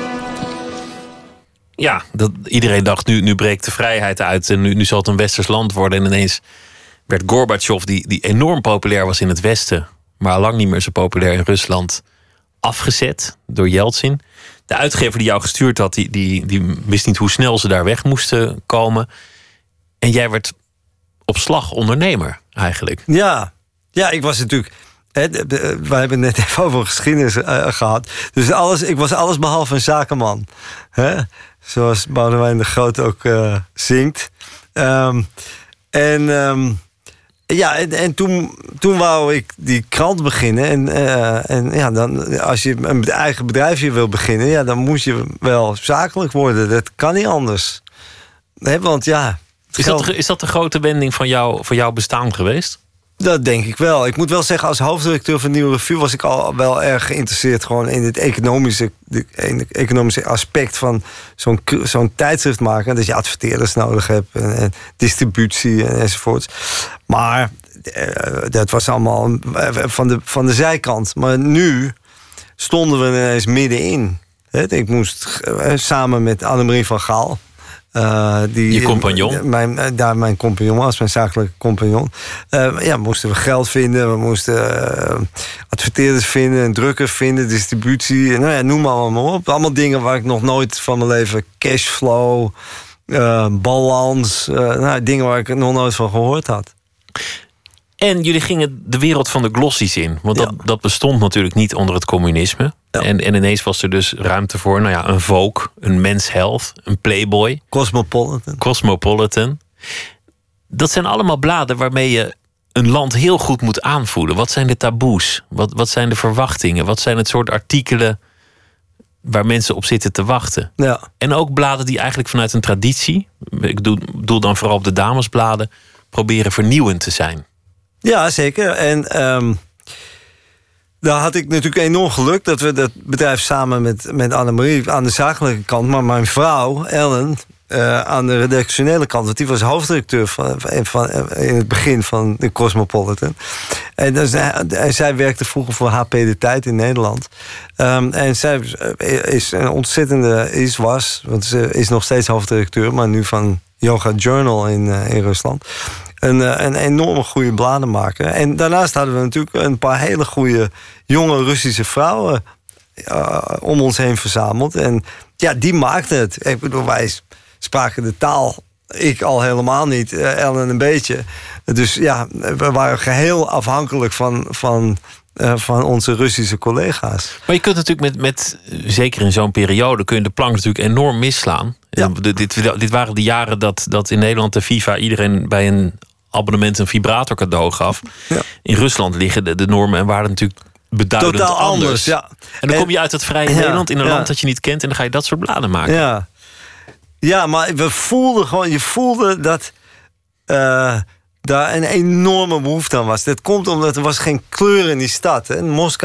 Ja, iedereen dacht nu breekt de vrijheid uit en nu zal het een westers land worden. En ineens werd Gorbachev, die enorm populair was in het Westen, maar al lang niet meer zo populair in Rusland, afgezet door Yeltsin. De uitgever die jou gestuurd had, die wist niet hoe snel ze daar weg moesten komen. En jij werd op slag ondernemer eigenlijk. Ja, ik was natuurlijk... We hebben het net even over geschiedenis gehad. Dus ik was alles behalve een zakenman. Zoals Boudewijn de Groot ook zingt. En toen wou ik die krant beginnen. Dan, als je een eigen bedrijfje wil beginnen, dan moet je wel zakelijk worden. Dat kan niet anders. Want Is dat de grote wending van jouw bestaan geweest? Dat denk ik wel. Ik moet wel zeggen, als hoofdredacteur van Nieuwe Revue was ik al wel erg geïnteresseerd gewoon in het economische aspect van zo'n tijdschrift maken. Dat je adverteerders nodig hebt en distributie enzovoorts. Maar dat was allemaal van de zijkant. Maar nu stonden we ineens middenin. Ik moest samen met Annemarie van Gaal, je compagnon? Mijn compagnon was, mijn zakelijke compagnon. Moesten we geld vinden, we moesten adverteerders vinden, een drukker vinden, distributie. Noem maar allemaal op. Allemaal dingen waar ik nog nooit van mijn leven, cashflow, balans, dingen waar ik nog nooit van gehoord had. En jullie gingen de wereld van de glossies in. Want dat bestond natuurlijk niet onder het communisme. Ja. En ineens was er dus ruimte voor een Vogue, een Men's Health, een Playboy. Cosmopolitan. Dat zijn allemaal bladen waarmee je een land heel goed moet aanvoelen. Wat zijn de taboes? Wat zijn de verwachtingen? Wat zijn het soort artikelen waar mensen op zitten te wachten? Ja. En ook bladen die eigenlijk vanuit een traditie, ik doe dan vooral op de damesbladen, proberen vernieuwend te zijn. Ja, zeker. En daar had ik natuurlijk enorm geluk dat we dat bedrijf samen met Annemarie aan de zakelijke kant, maar mijn vrouw, Ellen, aan de redactionele kant, want die was hoofdredacteur van in het begin van de Cosmopolitan. En zij werkte vroeger voor HP De Tijd in Nederland. En zij is een ontzettende, want ze is nog steeds hoofdredacteur, maar nu van Yoga Journal in Rusland. Een enorme goede bladenmaker. En daarnaast hadden we natuurlijk een paar hele goede jonge Russische vrouwen om ons heen verzameld. En die maakten het. Ik bedoel, wij spraken de taal, ik al helemaal niet, Ellen een beetje. Dus we waren geheel afhankelijk van onze Russische collega's. Maar je kunt natuurlijk met zeker in zo'n periode, kun je de plank natuurlijk enorm misslaan. Ja. Dit waren de jaren dat in Nederland de FIFA iedereen bij een abonnement een vibrator cadeau gaf. Ja. In Rusland liggen de normen en waarden natuurlijk beduidend totaal anders. Ja. En dan kom je uit het vrije Nederland in een land dat je niet kent en dan ga je dat soort bladen maken. Ja, maar je voelde dat daar een enorme behoefte aan was. Dat komt omdat er was geen kleur in die stad. Hè.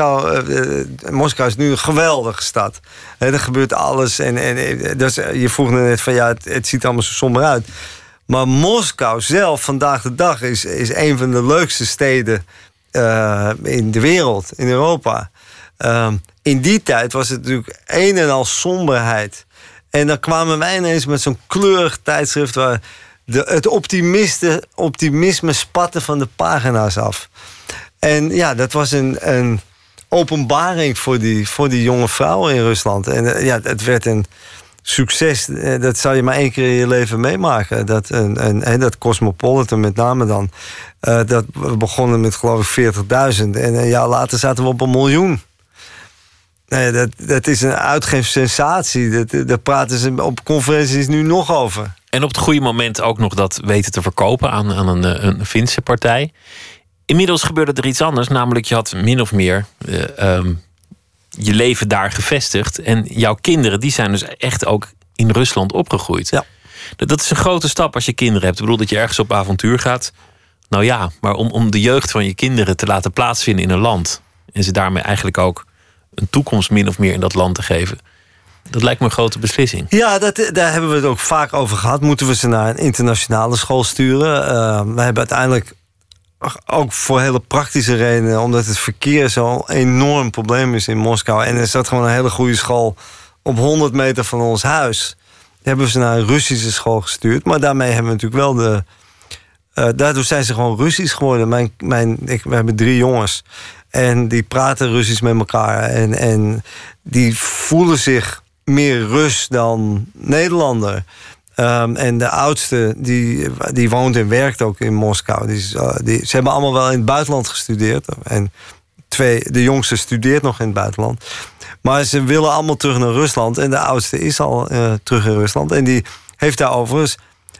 Moskou is nu een geweldige stad. Er gebeurt alles. Dus je vroeg net van het ziet allemaal zo somber uit. Maar Moskou zelf, vandaag de dag, is een van de leukste steden in de wereld, in Europa. In die tijd was het natuurlijk een en al somberheid. En dan kwamen wij ineens met zo'n kleurig tijdschrift waar het optimisme spatte van de pagina's af. En ja, dat was een openbaring voor die jonge vrouwen in Rusland. En het werd een succes. Dat zal je maar 1 keer in je leven meemaken. Dat Cosmopolitan met name dan. Dat we begonnen met geloof ik 40.000. En een jaar later zaten we op 1 miljoen. Nee, dat is een uitgeefsensatie. Daar praten ze op conferenties nu nog over. En op het goede moment ook nog dat weten te verkopen aan een Finse partij. Inmiddels gebeurde er iets anders. Namelijk, je had min of meer je leven daar gevestigd. En jouw kinderen, die zijn dus echt ook in Rusland opgegroeid. Ja. Dat is een grote stap als je kinderen hebt. Ik bedoel dat je ergens op avontuur gaat. Nou ja, maar om de jeugd van je kinderen te laten plaatsvinden in een land. En ze daarmee eigenlijk ook een toekomst min of meer in dat land te geven. Dat lijkt me een grote beslissing. Ja, daar hebben we het ook vaak over gehad. Moeten we ze naar een internationale school sturen? We hebben uiteindelijk ook voor hele praktische redenen, omdat het verkeer zo'n enorm probleem is in Moskou. En er zat gewoon een hele goede school op 100 meter van ons huis. Hebben we ze naar een Russische school gestuurd. Maar daarmee hebben we natuurlijk wel daardoor zijn ze gewoon Russisch geworden. We hebben 3 jongens. En die praten Russisch met elkaar. En die voelen zich meer Rus dan Nederlander. En de oudste, die woont en werkt ook in Moskou. Ze hebben allemaal wel in het buitenland gestudeerd. En de jongste studeert nog in het buitenland. Maar ze willen allemaal terug naar Rusland. En de oudste is al terug in Rusland. En die heeft daar overigens,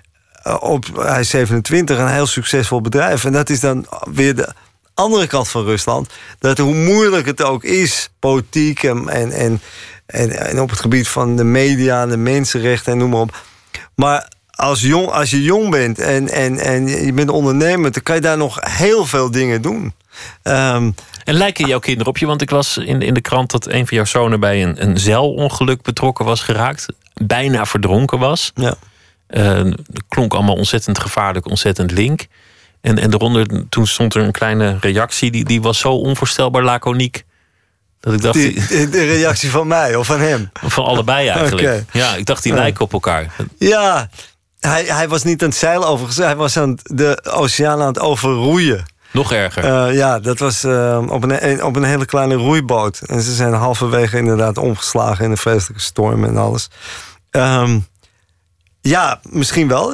hij is 27, een heel succesvol bedrijf. En dat is dan weer de andere kant van Rusland. Dat hoe moeilijk het ook is, politiek en op het gebied van de media, de mensenrechten en noem maar op. Maar als je jong bent en je bent ondernemer, dan kan je daar nog heel veel dingen doen. En lijken jouw kinderen op je? Want ik las in de krant dat een van jouw zonen bij een zeilongeluk betrokken was geraakt. Bijna verdronken was. Ja. Klonk allemaal ontzettend gevaarlijk, ontzettend link. En daaronder, toen stond er een kleine reactie. Die was zo onvoorstelbaar laconiek. Dat ik dacht, de reactie van mij of van hem? Van allebei eigenlijk. Okay. Ja, ik dacht, die lijken op elkaar. Ja, hij was niet aan het zeilen overigens. Hij was aan de oceaan aan het overroeien. Nog erger. Ja, dat was op een hele kleine roeiboot. En ze zijn halverwege inderdaad omgeslagen in een vreselijke storm en alles. Ja, misschien wel.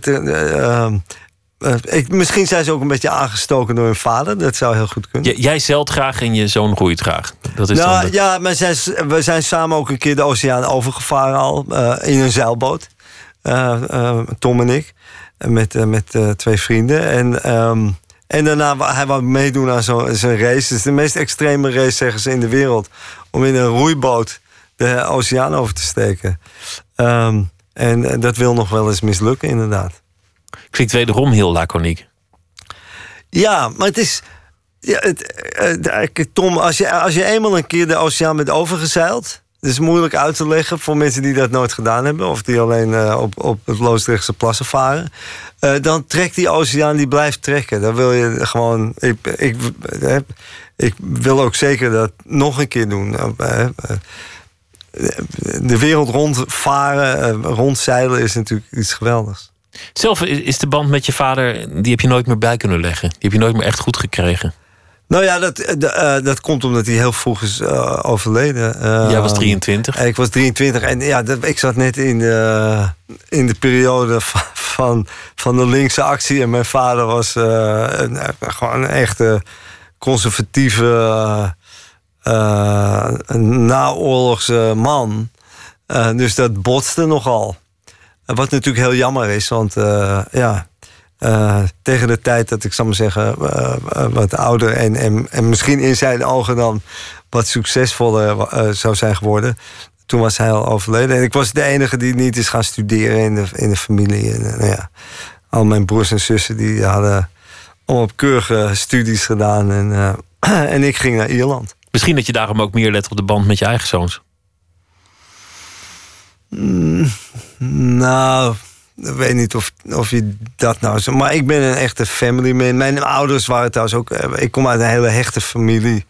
Misschien zijn ze ook een beetje aangestoken door hun vader. Dat zou heel goed kunnen. Jij zeilt graag en je zoon roeit graag. Dat is ja, maar we zijn samen ook een keer de oceaan overgevaren al. In een zeilboot. Tom en ik. Met 2 vrienden. En daarna hij wou meedoen aan zo'n race. Het is de meest extreme race, zeggen ze, in de wereld. Om in een roeiboot de oceaan over te steken. En dat wil nog wel eens mislukken, inderdaad. Klinkt wederom heel laconiek. Ja, maar het is... Tom, als je eenmaal een keer de oceaan bent overgezeild... dat is moeilijk uit te leggen voor mensen die dat nooit gedaan hebben... of die alleen op het Loosdrechtse plassen varen... dan trekt die oceaan, die blijft trekken. Dan wil je gewoon... Ik wil ook zeker dat nog een keer doen. De wereld rondvaren, rondzeilen is natuurlijk iets geweldigs. Zelf is de band met je vader, die heb je nooit meer bij kunnen leggen. Die heb je nooit meer echt goed gekregen. Nou ja, dat komt omdat hij heel vroeg is overleden. Jij was 23? Ik was 23 en ja, ik zat net in de periode van de linkse actie. En mijn vader was gewoon een echte conservatieve, naoorlogse man. Dus dat botste nogal. Wat natuurlijk heel jammer is, want tegen de tijd dat ik, zal maar zeggen, wat ouder en misschien in zijn ogen dan wat succesvoller zou zijn geworden. Toen was hij al overleden. En ik was de enige die niet is gaan studeren in de familie. En, al mijn broers en zussen die hadden op keurige studies gedaan. En ik ging naar Ierland. Misschien dat je daarom ook meer let op de band met je eigen zoons. Nou, ik weet niet of je dat nou zo... Maar ik ben een echte family man. Mijn ouders waren trouwens ook... Ik kom uit een hele hechte familie.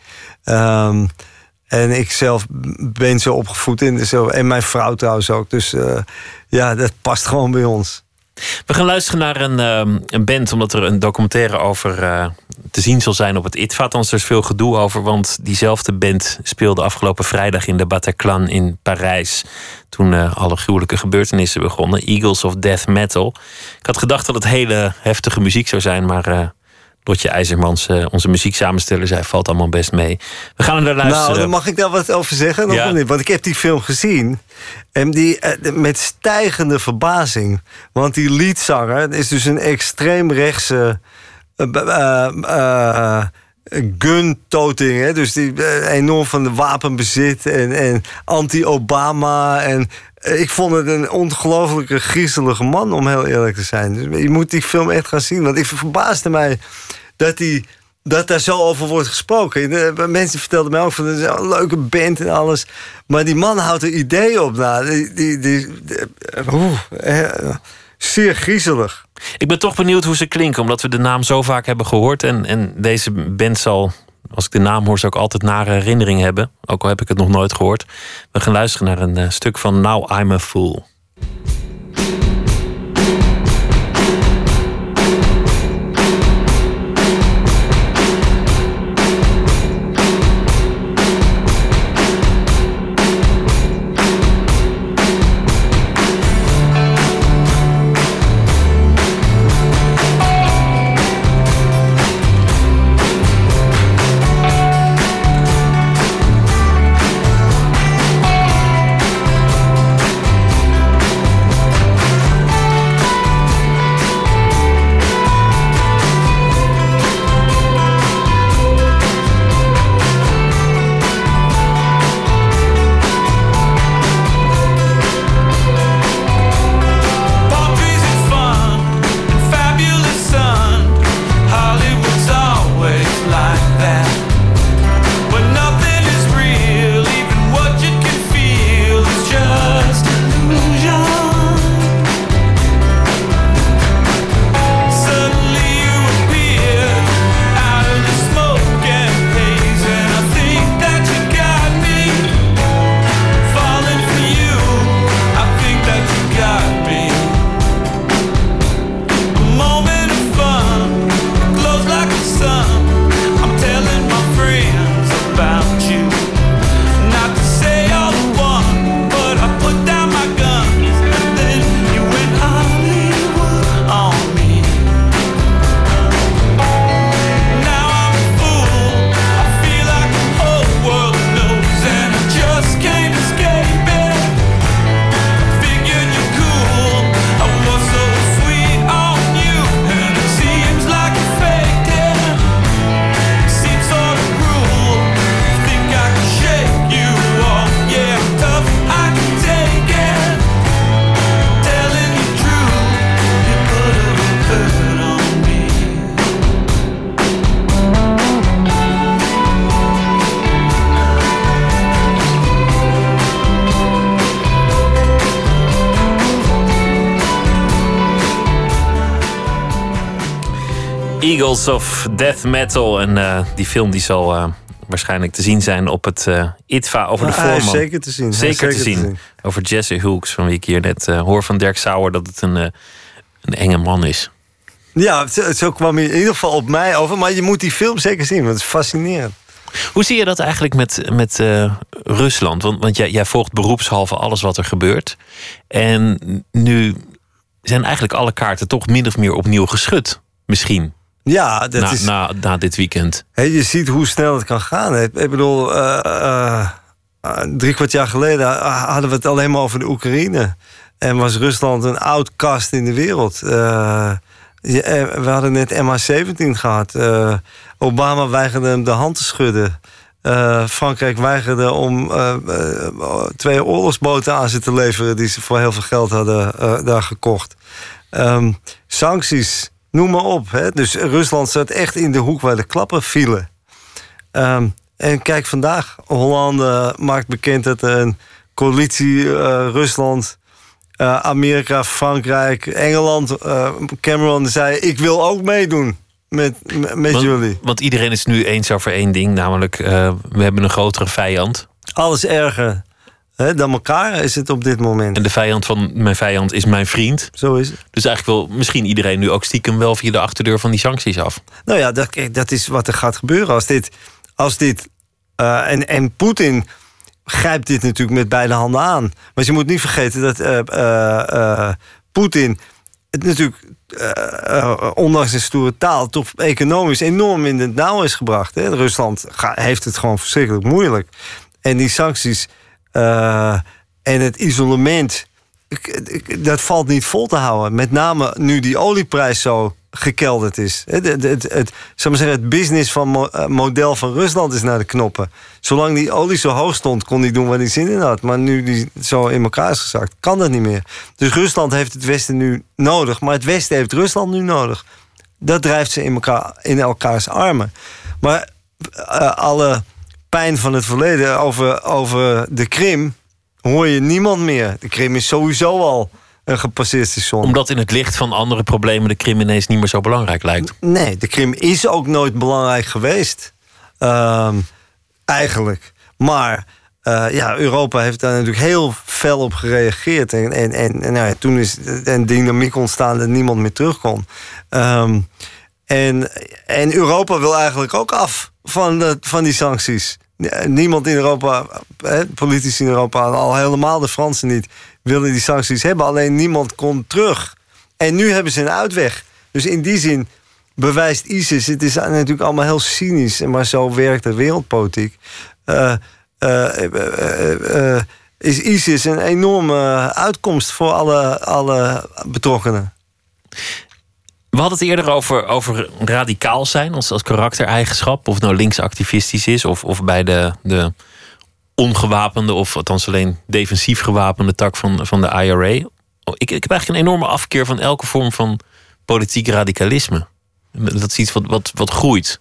En ik zelf ben zo opgevoed. En mijn vrouw trouwens ook. Dus dat past gewoon bij ons. We gaan luisteren naar een band, omdat er een documentaire over te zien zal zijn op het ITVA. Althans, er is veel gedoe over, want diezelfde band speelde afgelopen vrijdag in de Bataclan in Parijs. Toen alle gruwelijke gebeurtenissen begonnen. Eagles of Death Metal. Ik had gedacht dat het hele heftige muziek zou zijn, maar Lotje IJzermans, onze muzieksamensteller, zei valt allemaal best mee. We gaan er naar luisteren. Nou, mag ik daar wat over zeggen? Nog niet? Want ik heb die film gezien. En die met stijgende verbazing. Want die leadzanger is dus een extreem rechtse gun-toting. Dus die enorm van de wapenbezit en anti-Obama. En ik vond het een ongelooflijke griezelige man, om heel eerlijk te zijn. Dus je moet die film echt gaan zien. Want ik verbaasde mij dat daar zo over wordt gesproken. Mensen vertelden mij ook van, het is een leuke band en alles. Maar die man houdt er ideeën op na. Zeer griezelig. Ik ben toch benieuwd hoe ze klinken, omdat we de naam zo vaak hebben gehoord. En deze band zal, als ik de naam hoor, zou ik altijd nare herinneringen hebben. Ook al heb ik het nog nooit gehoord. We gaan luisteren naar een stuk van Now I'm a Fool. Eagles of Death Metal. En die film die zal waarschijnlijk te zien zijn op het ITVA over de voorman. Zeker te zien. Zeker te zien. Over Jesse Hulks, van wie ik hier net hoor van Dirk Sauer dat het een enge man is. Ja, zo kwam hij in ieder geval op mij over. Maar je moet die film zeker zien, want het is fascinerend. Hoe zie je dat eigenlijk met Rusland? Want jij volgt beroepshalve alles wat er gebeurt. En nu zijn eigenlijk alle kaarten toch min of meer opnieuw geschud. Misschien. Ja, dat is... Na dit weekend. Je ziet hoe snel het kan gaan. Ik bedoel, 3/4 jaar geleden hadden we het alleen maar over de Oekraïne. En was Rusland een outcast in de wereld. We hadden net MH17 gehad. Obama weigerde hem de hand te schudden. Frankrijk weigerde om 2 oorlogsboten aan ze te leveren die ze voor heel veel geld hadden daar gekocht. Sancties, noem maar op. Hè? Dus Rusland zat echt in de hoek waar de klappen vielen. En kijk vandaag, Hollande maakt bekend dat er een coalitie Rusland, Amerika, Frankrijk, Engeland, Cameron zei: ik wil ook meedoen met jullie. Want iedereen is nu eens over één ding, namelijk we hebben een grotere vijand. Alles erger dan elkaar is het op dit moment. En de vijand van mijn vijand is mijn vriend. Zo is het. Dus eigenlijk wil misschien iedereen nu ook stiekem wel via de achterdeur van die sancties af. Nou ja, dat is wat er gaat gebeuren als dit en Poetin grijpt dit natuurlijk met beide handen aan. Maar je moet niet vergeten dat Poetin het natuurlijk ondanks zijn stoere taal toch economisch enorm in het nauw is gebracht. Hè? Rusland heeft het gewoon verschrikkelijk moeilijk. En die sancties en het isolement, dat valt niet vol te houden. Met name nu die olieprijs zo gekelderd is. Het business van model van Rusland is naar de knoppen. Zolang die olie zo hoog stond, kon hij doen waar hij zin in had. Maar nu die zo in elkaar is gezakt, kan dat niet meer. Dus Rusland heeft het Westen nu nodig. Maar het Westen heeft Rusland nu nodig. Dat drijft ze in elkaars armen. Maar alle pijn van het verleden over de Krim hoor je niemand meer. De Krim is sowieso al een gepasseerd station. Omdat in het licht van andere problemen de Krim ineens niet meer zo belangrijk lijkt. Nee, de Krim is ook nooit belangrijk geweest. Eigenlijk. Maar Europa heeft daar natuurlijk heel fel op gereageerd. En toen is een dynamiek ontstaan dat niemand meer terug kon. En Europa wil eigenlijk ook af van die sancties. Niemand in Europa, politici in Europa, al helemaal de Fransen niet, willen die sancties hebben. Alleen niemand kon terug. En nu hebben ze een uitweg. Dus in die zin bewijst ISIS, het is natuurlijk allemaal heel cynisch, maar zo werkt de wereldpolitiek. Is ISIS een enorme uitkomst voor alle betrokkenen. We hadden het eerder over radicaal zijn als karaktereigenschap. Of het nou linksactivistisch is of bij de ongewapende, of althans alleen defensief gewapende tak van de IRA. Ik heb eigenlijk een enorme afkeer van elke vorm van politiek radicalisme. Dat is iets wat groeit.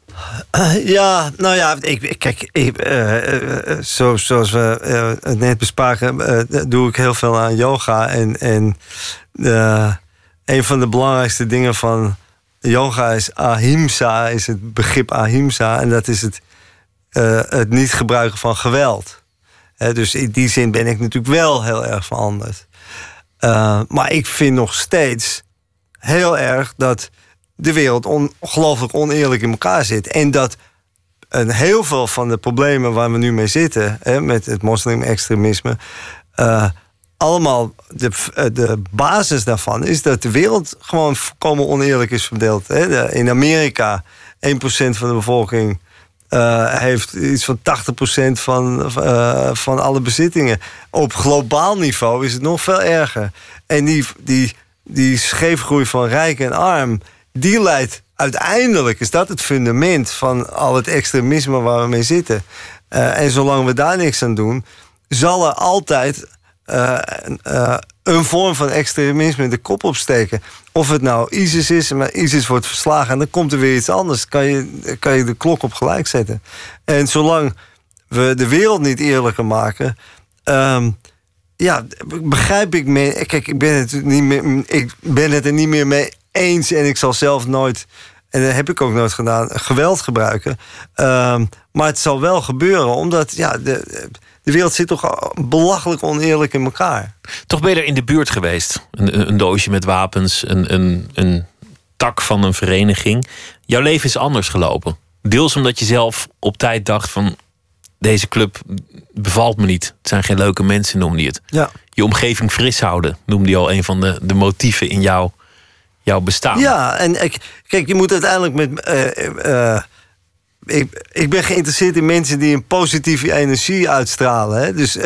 Zoals we het net bespraken, doe ik heel veel aan yoga. En een van de belangrijkste dingen van yoga is ahimsa, is het begrip ahimsa. En dat is het niet gebruiken van geweld. Dus in die zin ben ik natuurlijk wel heel erg veranderd. Maar ik vind nog steeds heel erg dat de wereld ongelooflijk oneerlijk in elkaar zit. En dat heel veel van de problemen waar we nu mee zitten, met het moslim-extremisme, allemaal de basis daarvan is dat de wereld gewoon volkomen oneerlijk is verdeeld. In Amerika 1% van de bevolking heeft iets van 80% van alle bezittingen. Op globaal niveau is het nog veel erger. En die scheefgroei van rijk en arm, die leidt uiteindelijk, is dat het fundament van al het extremisme waar we mee zitten. En zolang we daar niks aan doen, zal er altijd een vorm van extremisme de kop opsteken. Of het nou ISIS is, maar ISIS wordt verslagen en dan komt er weer iets anders. Kan je de klok op gelijk zetten. En zolang we de wereld niet eerlijker maken, begrijp ik me. Kijk, ik ben het er niet meer mee eens en ik zal zelf nooit, en dat heb ik ook nooit gedaan, geweld gebruiken. Maar het zal wel gebeuren, omdat de wereld zit toch belachelijk oneerlijk in elkaar. Toch ben je er in de buurt geweest. Een doosje met wapens, een tak van een vereniging. Jouw leven is anders gelopen. Deels omdat je zelf op tijd dacht van, deze club bevalt me niet. Het zijn geen leuke mensen, noemde je het. Ja. Je omgeving fris houden, noemde je al een van de motieven in jouw bestaan. Ja, en kijk, je moet uiteindelijk met ik ben geïnteresseerd in mensen die een positieve energie uitstralen. Hè? Dus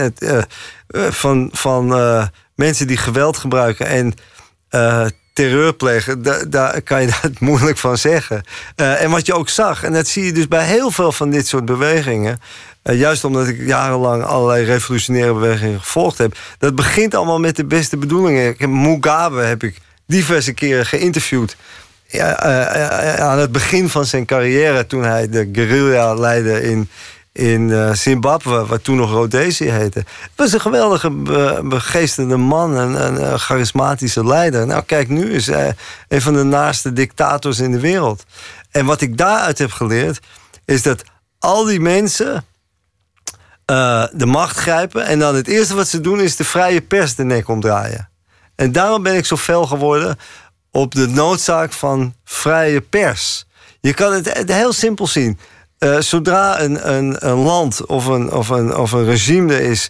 van mensen die geweld gebruiken en terreur plegen, daar kan je dat moeilijk van zeggen. En wat je ook zag, en dat zie je dus bij heel veel van dit soort bewegingen, juist omdat ik jarenlang allerlei revolutionaire bewegingen gevolgd heb, dat begint allemaal met de beste bedoelingen. Mugabe heb ik diverse keren geïnterviewd. Aan het begin van zijn carrière, toen hij de guerrilla leidde in Zimbabwe, wat toen nog Rhodesië heette. Het was een geweldige, begeesterde man, een charismatische leider. Nou, kijk, nu is hij een van de naaste dictators in de wereld. En wat ik daaruit heb geleerd, is dat al die mensen de macht grijpen en dan het eerste wat ze doen is de vrije pers de nek omdraaien. En daarom ben ik zo fel geworden op de noodzaak van vrije pers. Je kan het heel simpel zien. Zodra een land of een regime er is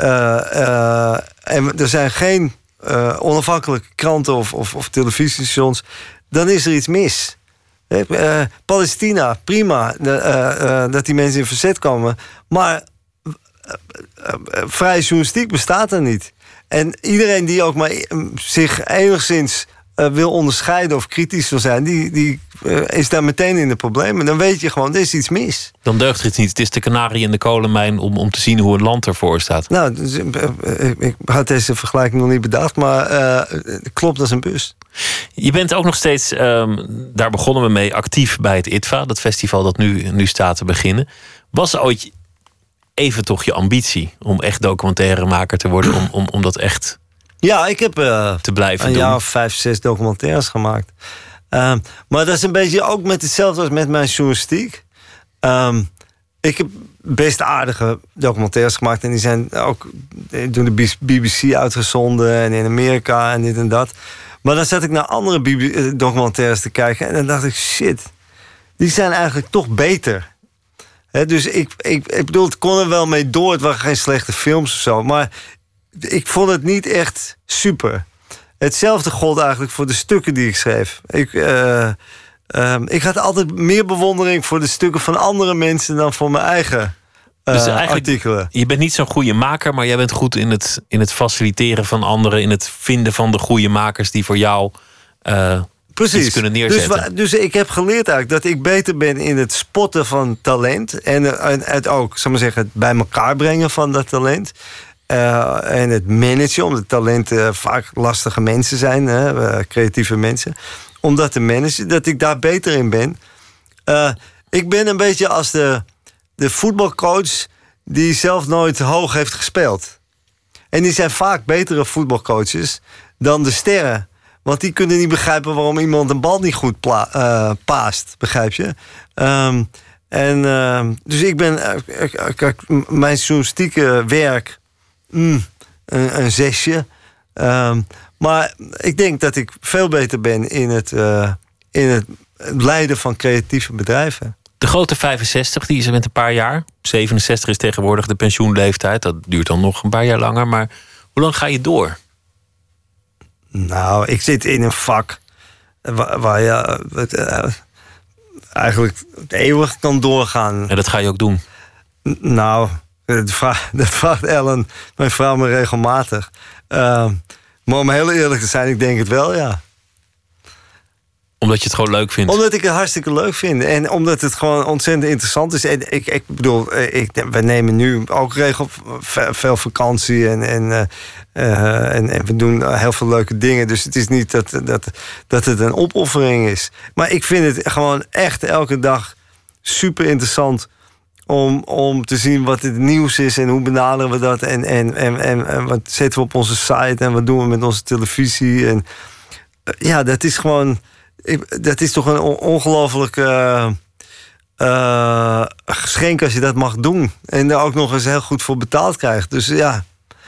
en er zijn geen onafhankelijke kranten of televisiestations, dan is er iets mis. Palestina, prima dat die mensen in verzet komen, maar vrije journalistiek bestaat er niet. En iedereen die ook maar zich enigszins wil onderscheiden of kritisch wil zijn, die is daar meteen in de problemen. Dan weet je gewoon, er is iets mis. Dan deugt er iets niet. Het is de kanarie in de kolenmijn om te zien hoe een land ervoor staat. Nou, dus, ik had deze vergelijking nog niet bedacht, maar klopt als een bus. Je bent ook nog steeds, daar begonnen we mee, actief bij het IDFA, dat festival dat nu staat te beginnen. Was ooit even toch je ambitie om echt documentairemaker te worden, om dat echt ik heb te blijven een doen? jaar of 5, 6 documentaires gemaakt. Maar dat is een beetje ook met hetzelfde als met mijn journalistiek. Ik heb best aardige documentaires gemaakt. En die zijn ook door de BBC uitgezonden. En in Amerika en dit en dat. Maar dan zat ik naar andere documentaires te kijken. En dan dacht ik, shit, die zijn eigenlijk toch beter. Dus ik bedoel, het kon er wel mee door. Het waren geen slechte films of zo. Maar ik vond het niet echt super. Hetzelfde gold eigenlijk voor de stukken die ik schreef. Ik had altijd meer bewondering voor de stukken van andere mensen dan voor mijn eigen artikelen. Je bent niet zo'n goede maker, maar jij bent goed in het faciliteren van anderen, in het vinden van de goede makers die voor jou iets kunnen neerzetten. Dus ik heb geleerd eigenlijk dat ik beter ben in het spotten van talent en het ook, zal maar zeggen, het bij elkaar brengen van dat talent. En het managen, omdat talenten vaak lastige mensen zijn, creatieve mensen. Om dat te managen, dat ik daar beter in ben. Ik ben een beetje als de voetbalcoach die zelf nooit hoog heeft gespeeld. En die zijn vaak betere voetbalcoaches dan de sterren. Want die kunnen niet begrijpen waarom iemand een bal niet goed paast, begrijp je? Dus ik ben, mijn journalistieke werk, een 6. Maar ik denk dat ik veel beter ben in het leiden van creatieve bedrijven. De grote 65, die is er met een paar jaar. 67 is tegenwoordig de pensioenleeftijd. Dat duurt dan nog een paar jaar langer. Maar hoe lang ga je door? Nou, ik zit in een vak waar je eigenlijk eeuwig kan doorgaan. En dat ga je ook doen? Nou, dat vraagt Ellen, mijn vrouw, me regelmatig. Maar om heel eerlijk te zijn, ik denk het wel, ja. Omdat je het gewoon leuk vindt? Omdat ik het hartstikke leuk vind. En omdat het gewoon ontzettend interessant is. En ik bedoel, we nemen nu ook veel vakantie. En we doen heel veel leuke dingen. Dus het is niet dat het een opoffering is. Maar ik vind het gewoon echt elke dag super interessant om te zien wat het nieuws is en hoe benaderen we dat. En wat zetten we op onze site en wat doen we met onze televisie. En ja, dat is gewoon... Dat is toch een ongelooflijk geschenk als je dat mag doen. En daar ook nog eens heel goed voor betaald krijgt. Dus ja,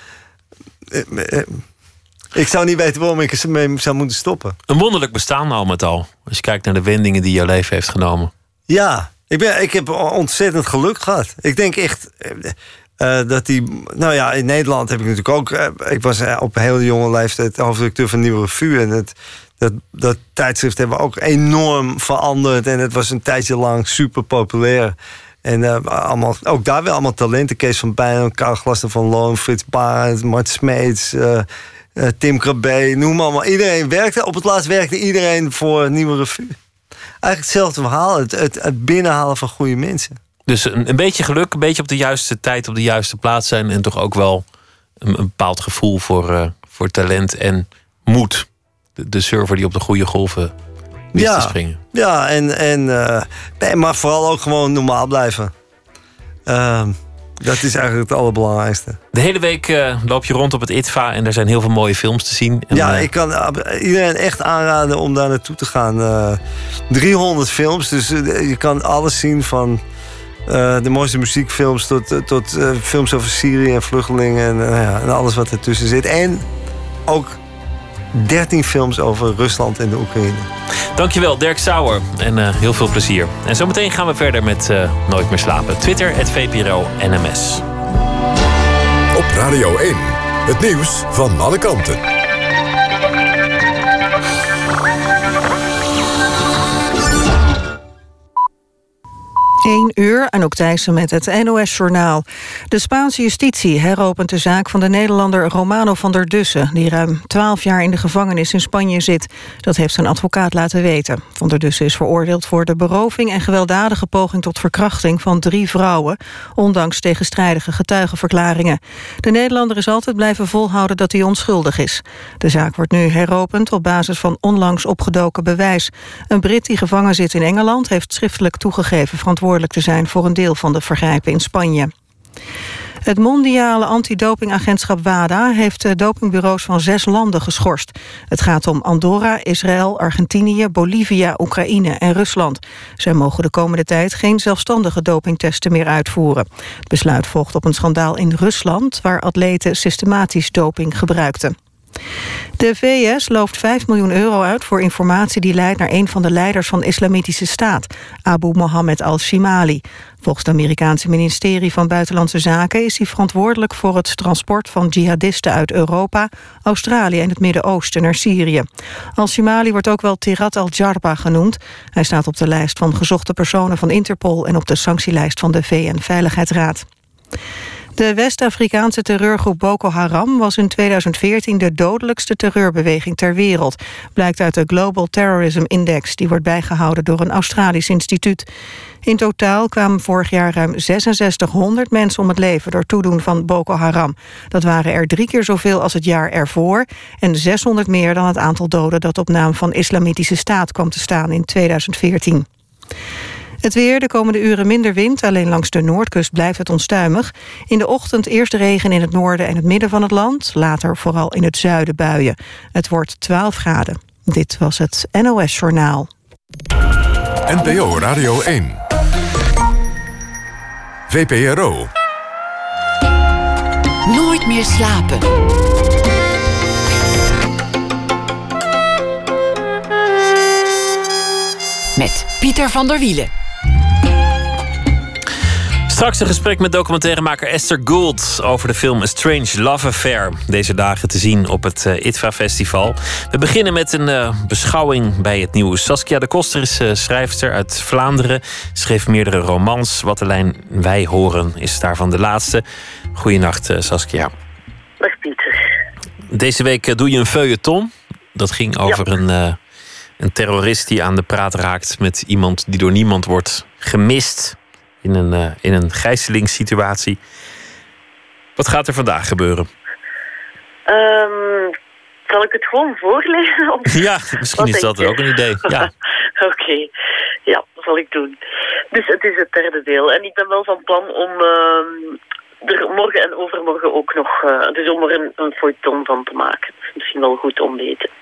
ik zou niet weten waarom ik ermee zou moeten stoppen. Een wonderlijk bestaan al met al. Als je kijkt naar de wendingen die je leven heeft genomen. Ja, ik heb ontzettend geluk gehad. Ik denk echt dat die... Nou ja, in Nederland heb ik natuurlijk ook... ik was op een hele jonge leeftijd hoofdredacteur van Nieuwe Revue. En dat tijdschrift hebben we ook enorm veranderd. En het was een tijdje lang super populair. En ook daar weer allemaal talenten. Kees van Bijl, Karel Glaster van Loon, Frits Barend, Mart Smeets, Tim Krabbe, noem maar allemaal. Iedereen werkte. Op het laatst werkte iedereen voor Nieuwe Revue. Eigenlijk hetzelfde verhaal. Het binnenhalen van goede mensen. Dus een beetje geluk, een beetje op de juiste tijd, op de juiste plaats zijn. En toch ook wel een bepaald gevoel voor talent en moed. de surfer die op de goede golven wist te springen. Ja, nee, maar vooral ook gewoon normaal blijven. Dat is eigenlijk het allerbelangrijkste. De hele week loop je rond op het ITVA en er zijn heel veel mooie films te zien. En, ik kan iedereen echt aanraden om daar naartoe te gaan. 300 films, dus je kan alles zien van de mooiste muziekfilms tot films over Syrië en vluchtelingen en alles wat ertussen zit. En ook 13 films over Rusland en de Oekraïne. Dankjewel, Dirk Sauer. En heel veel plezier. En zometeen gaan we verder met Nooit meer slapen. Twitter, @VPRO-NMS. Op Radio 1, het nieuws van alle kanten. 1 uur, Anouk Thijssen met het NOS-journaal. De Spaanse justitie heropent de zaak van de Nederlander Romano van der Dussen, die ruim 12 jaar in de gevangenis in Spanje zit. Dat heeft zijn advocaat laten weten. Van der Dussen is veroordeeld voor de beroving en gewelddadige poging tot verkrachting van 3 vrouwen, ondanks tegenstrijdige getuigenverklaringen. De Nederlander is altijd blijven volhouden dat hij onschuldig is. De zaak wordt nu heropend op basis van onlangs opgedoken bewijs. Een Brit die gevangen zit in Engeland heeft schriftelijk toegegeven verantwoordelijk te zijn voor een deel van de vergrijpen in Spanje. Het mondiale antidopingagentschap WADA heeft de dopingbureaus van 6 landen geschorst. Het gaat om Andorra, Israël, Argentinië, Bolivia, Oekraïne en Rusland. Zij mogen de komende tijd geen zelfstandige dopingtesten meer uitvoeren. Het besluit volgt op een schandaal in Rusland, waar atleten systematisch doping gebruikten. De VS looft 5 miljoen euro uit voor informatie die leidt naar een van de leiders van Islamitische Staat, Abu Mohammed al-Shimali. Volgens het Amerikaanse ministerie van Buitenlandse Zaken is hij verantwoordelijk voor het transport van jihadisten uit Europa, Australië en het Midden-Oosten naar Syrië. Al-Shimali wordt ook wel Tirat al-Jarba genoemd. Hij staat op de lijst van gezochte personen van Interpol en op de sanctielijst van de VN-veiligheidsraad. De West-Afrikaanse terreurgroep Boko Haram was in 2014 de dodelijkste terreurbeweging ter wereld, blijkt uit de Global Terrorism Index, die wordt bijgehouden door een Australisch instituut. In totaal kwamen vorig jaar ruim 6600 mensen om het leven door toedoen van Boko Haram. Dat waren er 3 keer zoveel als het jaar ervoor en 600 meer dan het aantal doden dat op naam van Islamitische Staat kwam te staan in 2014. Het weer, de komende uren minder wind, alleen langs de noordkust blijft het onstuimig. In de ochtend eerst regen in het noorden en het midden van het land, later vooral in het zuiden buien. Het wordt 12 graden. Dit was het NOS-journaal. NPO Radio 1. VPRO. Nooit meer slapen. Met Pieter van der Wielen. Straks een gesprek met documentairemaker Esther Gould over de film A Strange Love Affair. Deze dagen te zien op het ITVA-festival. We beginnen met een beschouwing bij het nieuws. Saskia de Koster is schrijfster uit Vlaanderen. Schreef meerdere romans. Wat de lijn Wij horen is daarvan de laatste. Goeienacht, Saskia. Dag Pieter. Deze week doe je een feuilleton. Dat ging over een terrorist die aan de praat raakt met iemand die door niemand wordt gemist in een gijzelingssituatie. Wat gaat er vandaag gebeuren? Zal ik het gewoon voorlezen? Ja, misschien is dat ook een idee. Ja. Oké. Ja, dat zal ik doen. Dus het is het 3e deel. En ik ben wel van plan om er morgen en overmorgen ook nog dus om er een feuilleton van te maken. Dat is misschien wel goed om te weten.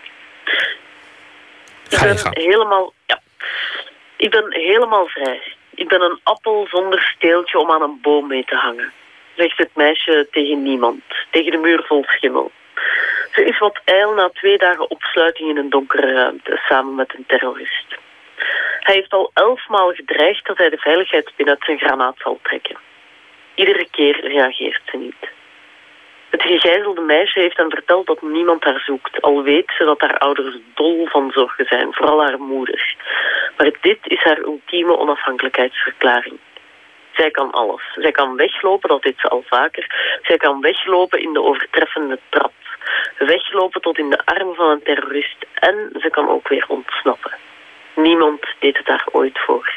Ik ben helemaal vrij. Ik ben een appel zonder steeltje om aan een boom mee te hangen. Zegt het meisje tegen niemand, tegen de muur vol schimmel. Ze is wat ijl na 2 dagen opsluiting in een donkere ruimte, samen met een terrorist. Hij heeft al 11 maal gedreigd dat hij de veiligheidspin uit zijn granaat zal trekken. Iedere keer reageert ze niet. Het gegijzelde meisje heeft hem verteld dat niemand haar zoekt, al weet ze dat haar ouders dol van zorgen zijn, vooral haar moeder. Maar dit is haar ultieme onafhankelijkheidsverklaring. Zij kan alles. Zij kan weglopen, dat deed ze al vaker. Zij kan weglopen in de overtreffende trap. Weglopen tot in de arm van een terrorist. En ze kan ook weer ontsnappen. Niemand deed het haar ooit voor.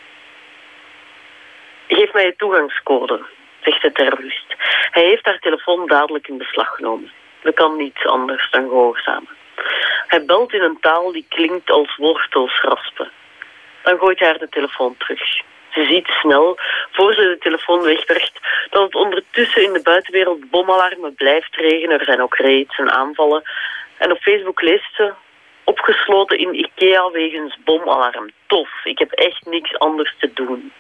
Geef mij je toegangscode, zegt de terrorist. Hij heeft haar telefoon dadelijk in beslag genomen. We kan niets anders dan gehoorzamen. Hij belt in een taal die klinkt als wortels raspen. Dan gooit hij haar de telefoon terug. Ze ziet snel, voor ze de telefoon wegwerkt, dat het ondertussen in de buitenwereld bomalarmen blijft regenen. Er zijn ook raids en aanvallen. En op Facebook leest ze: opgesloten in IKEA wegens bomalarm. Tof, ik heb echt niks anders te doen.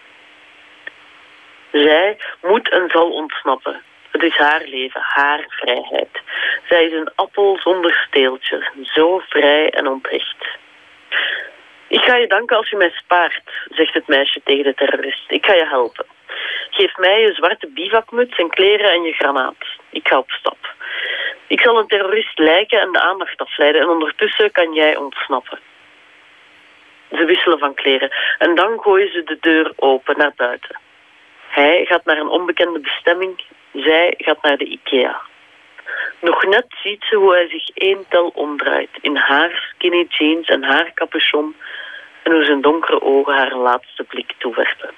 Zij moet en zal ontsnappen. Het is haar leven, haar vrijheid. Zij is een appel zonder steeltje, zo vrij en onthecht. Ik ga je danken als je mij spaart, zegt het meisje tegen de terrorist. Ik ga je helpen. Geef mij je zwarte bivakmuts en kleren en je granaat. Ik ga op stap. Ik zal een terrorist lijken en de aandacht afleiden en ondertussen kan jij ontsnappen. Ze wisselen van kleren en dan gooien ze de deur open naar buiten. Hij gaat naar een onbekende bestemming, zij gaat naar de IKEA. Nog net ziet ze hoe hij zich één tel omdraait in haar skinny jeans en haar capuchon en hoe zijn donkere ogen haar een laatste blik toewerpen.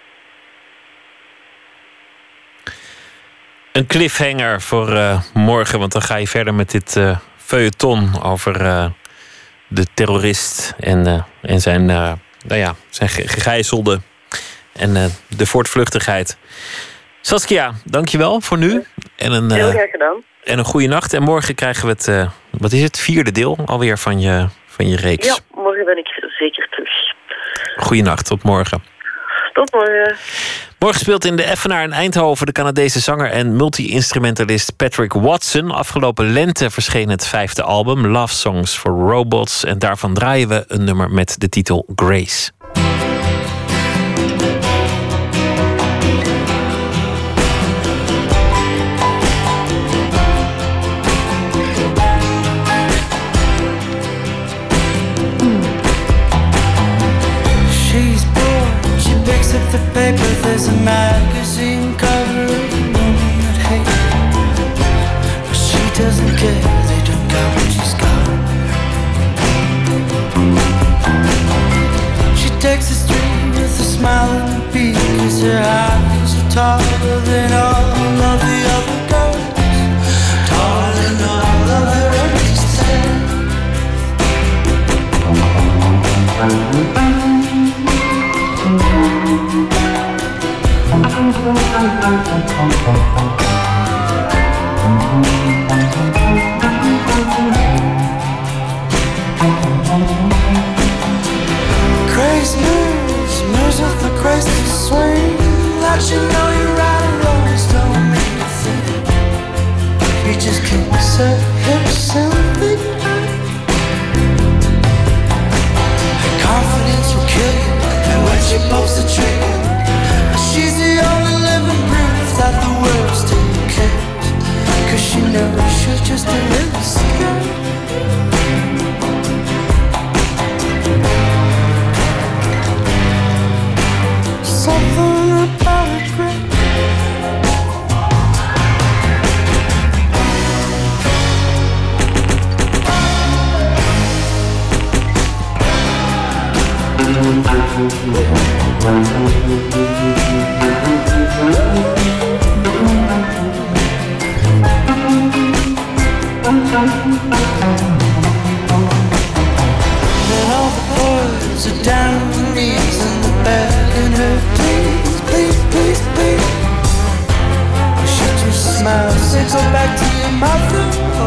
Een cliffhanger voor morgen, want dan ga je verder met dit feuilleton over de terrorist en zijn, zijn gegijzelde en de voortvluchtigheid. Saskia, dankjewel voor nu. En Heel graag gedaan. En een goede nacht. En morgen krijgen we het 4e deel alweer van je reeks. Ja, morgen ben ik zeker terug. Goeienacht, tot morgen. Tot morgen. Morgen speelt in de Effenaar in Eindhoven de Canadese zanger en multi-instrumentalist Patrick Watson. Afgelopen lente verscheen het 5e album Love Songs for Robots. En daarvan draaien we een nummer met de titel Grace. The paper, there's a magazine cover of a woman that hates, but she doesn't care, they don't got what she's got. She takes the street with a smile and a beat, 'cause her eyes are taller than all of the other girls, taller than all of her empty stairs. Grace moves with the graceful swing. Let you know you're right or wrong, don't mean a thing. You just kicks her hips and feet. Her confidence will kill you, and when she pulls the trigger, she's the only living proof that the world still cares. 'Cause she knows she's just a little scared. Something about a grace. And all the boys are down on their knees and they're begging her, please, please, please, please. She just smiles, says go back to your mother.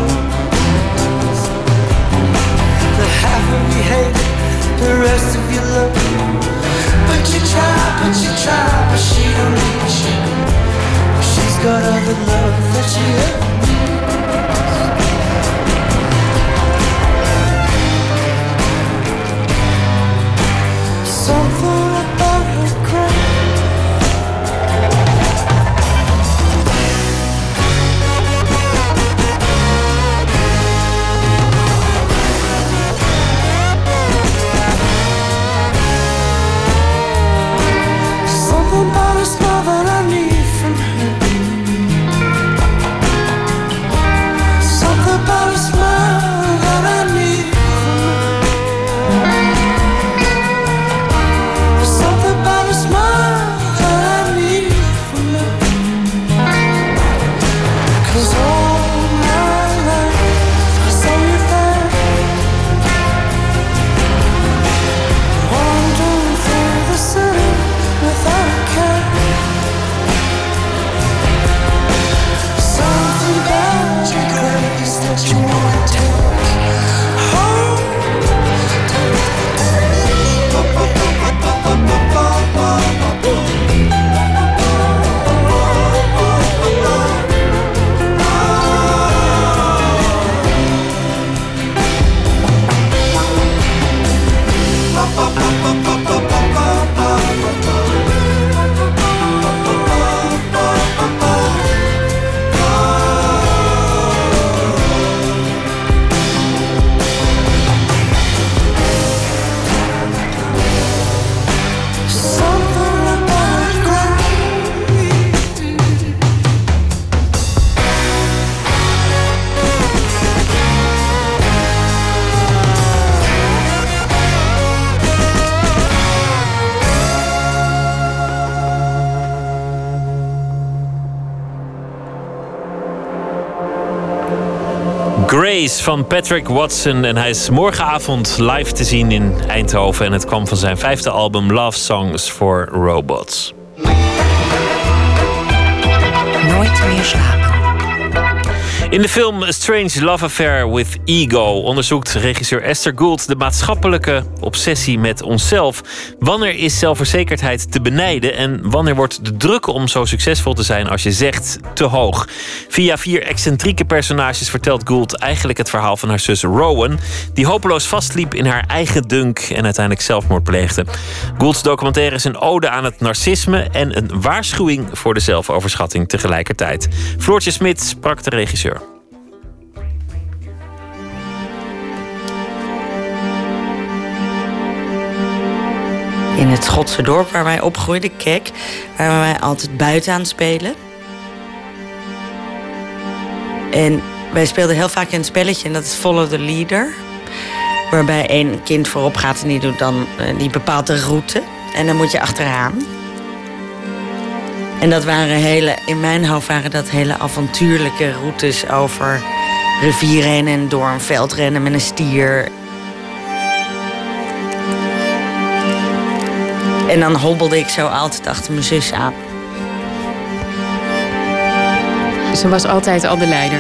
The half of you hate, the rest of you love. But you try, but she don't need you. She's got all the love that she ever needs. Something about her grace. Something about a smile that I need from her. Days van Patrick Watson. En hij is morgenavond live te zien in Eindhoven. En het kwam van zijn 5e album Love Songs for Robots. Nooit meer slapen. In de film A Strange Love Affair with Ego onderzoekt regisseur Esther Gould de maatschappelijke obsessie met onszelf. Wanneer is zelfverzekerdheid te benijden en wanneer wordt de druk om zo succesvol te zijn als je zegt te hoog? Via 4 excentrieke personages vertelt Gould eigenlijk het verhaal van haar zus Rowan, die hopeloos vastliep in haar eigen dunk en uiteindelijk zelfmoord pleegde. Goulds documentaire is een ode aan het narcisme en een waarschuwing voor de zelfoverschatting tegelijkertijd. Floortje Smit sprak de regisseur. In het Schotse dorp waar wij opgroeiden, Kek, waren wij altijd buiten aan het spelen. En wij speelden heel vaak een spelletje en dat is Follow the Leader. Waarbij één kind voorop gaat en die bepaalt de route. En dan moet je achteraan. En dat waren in mijn hoofd waren dat hele avontuurlijke routes over rivieren heen en door een veld rennen met een stier. En dan hobbelde ik zo altijd achter mijn zus aan. Ze was altijd al de leider?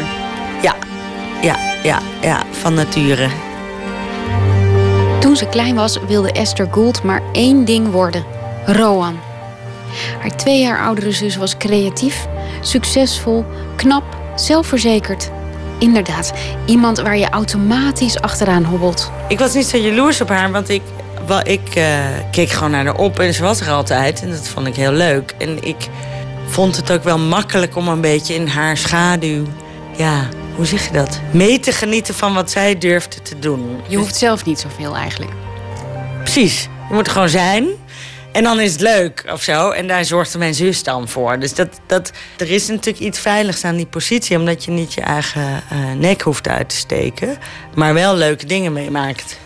Ja, van nature. Toen ze klein was, wilde Esther Gould maar 1 ding worden. Rowan. Haar 2 jaar oudere zus was creatief, succesvol, knap, zelfverzekerd. Inderdaad, iemand waar je automatisch achteraan hobbelt. Ik was niet zo jaloers op haar, want ik keek gewoon naar haar op en ze was er altijd. En dat vond ik heel leuk. En ik vond het ook wel makkelijk om een beetje in haar schaduw, hoe zeg je dat? Mee te genieten van wat zij durfde te doen. Je hoeft zelf niet zoveel eigenlijk. Precies. Je moet er gewoon zijn. En dan is het leuk of zo. En daar zorgde mijn zus dan voor. Dus er is natuurlijk iets veiligs aan die positie, omdat je niet je eigen nek hoeft uit te steken. Maar wel leuke dingen meemaakt.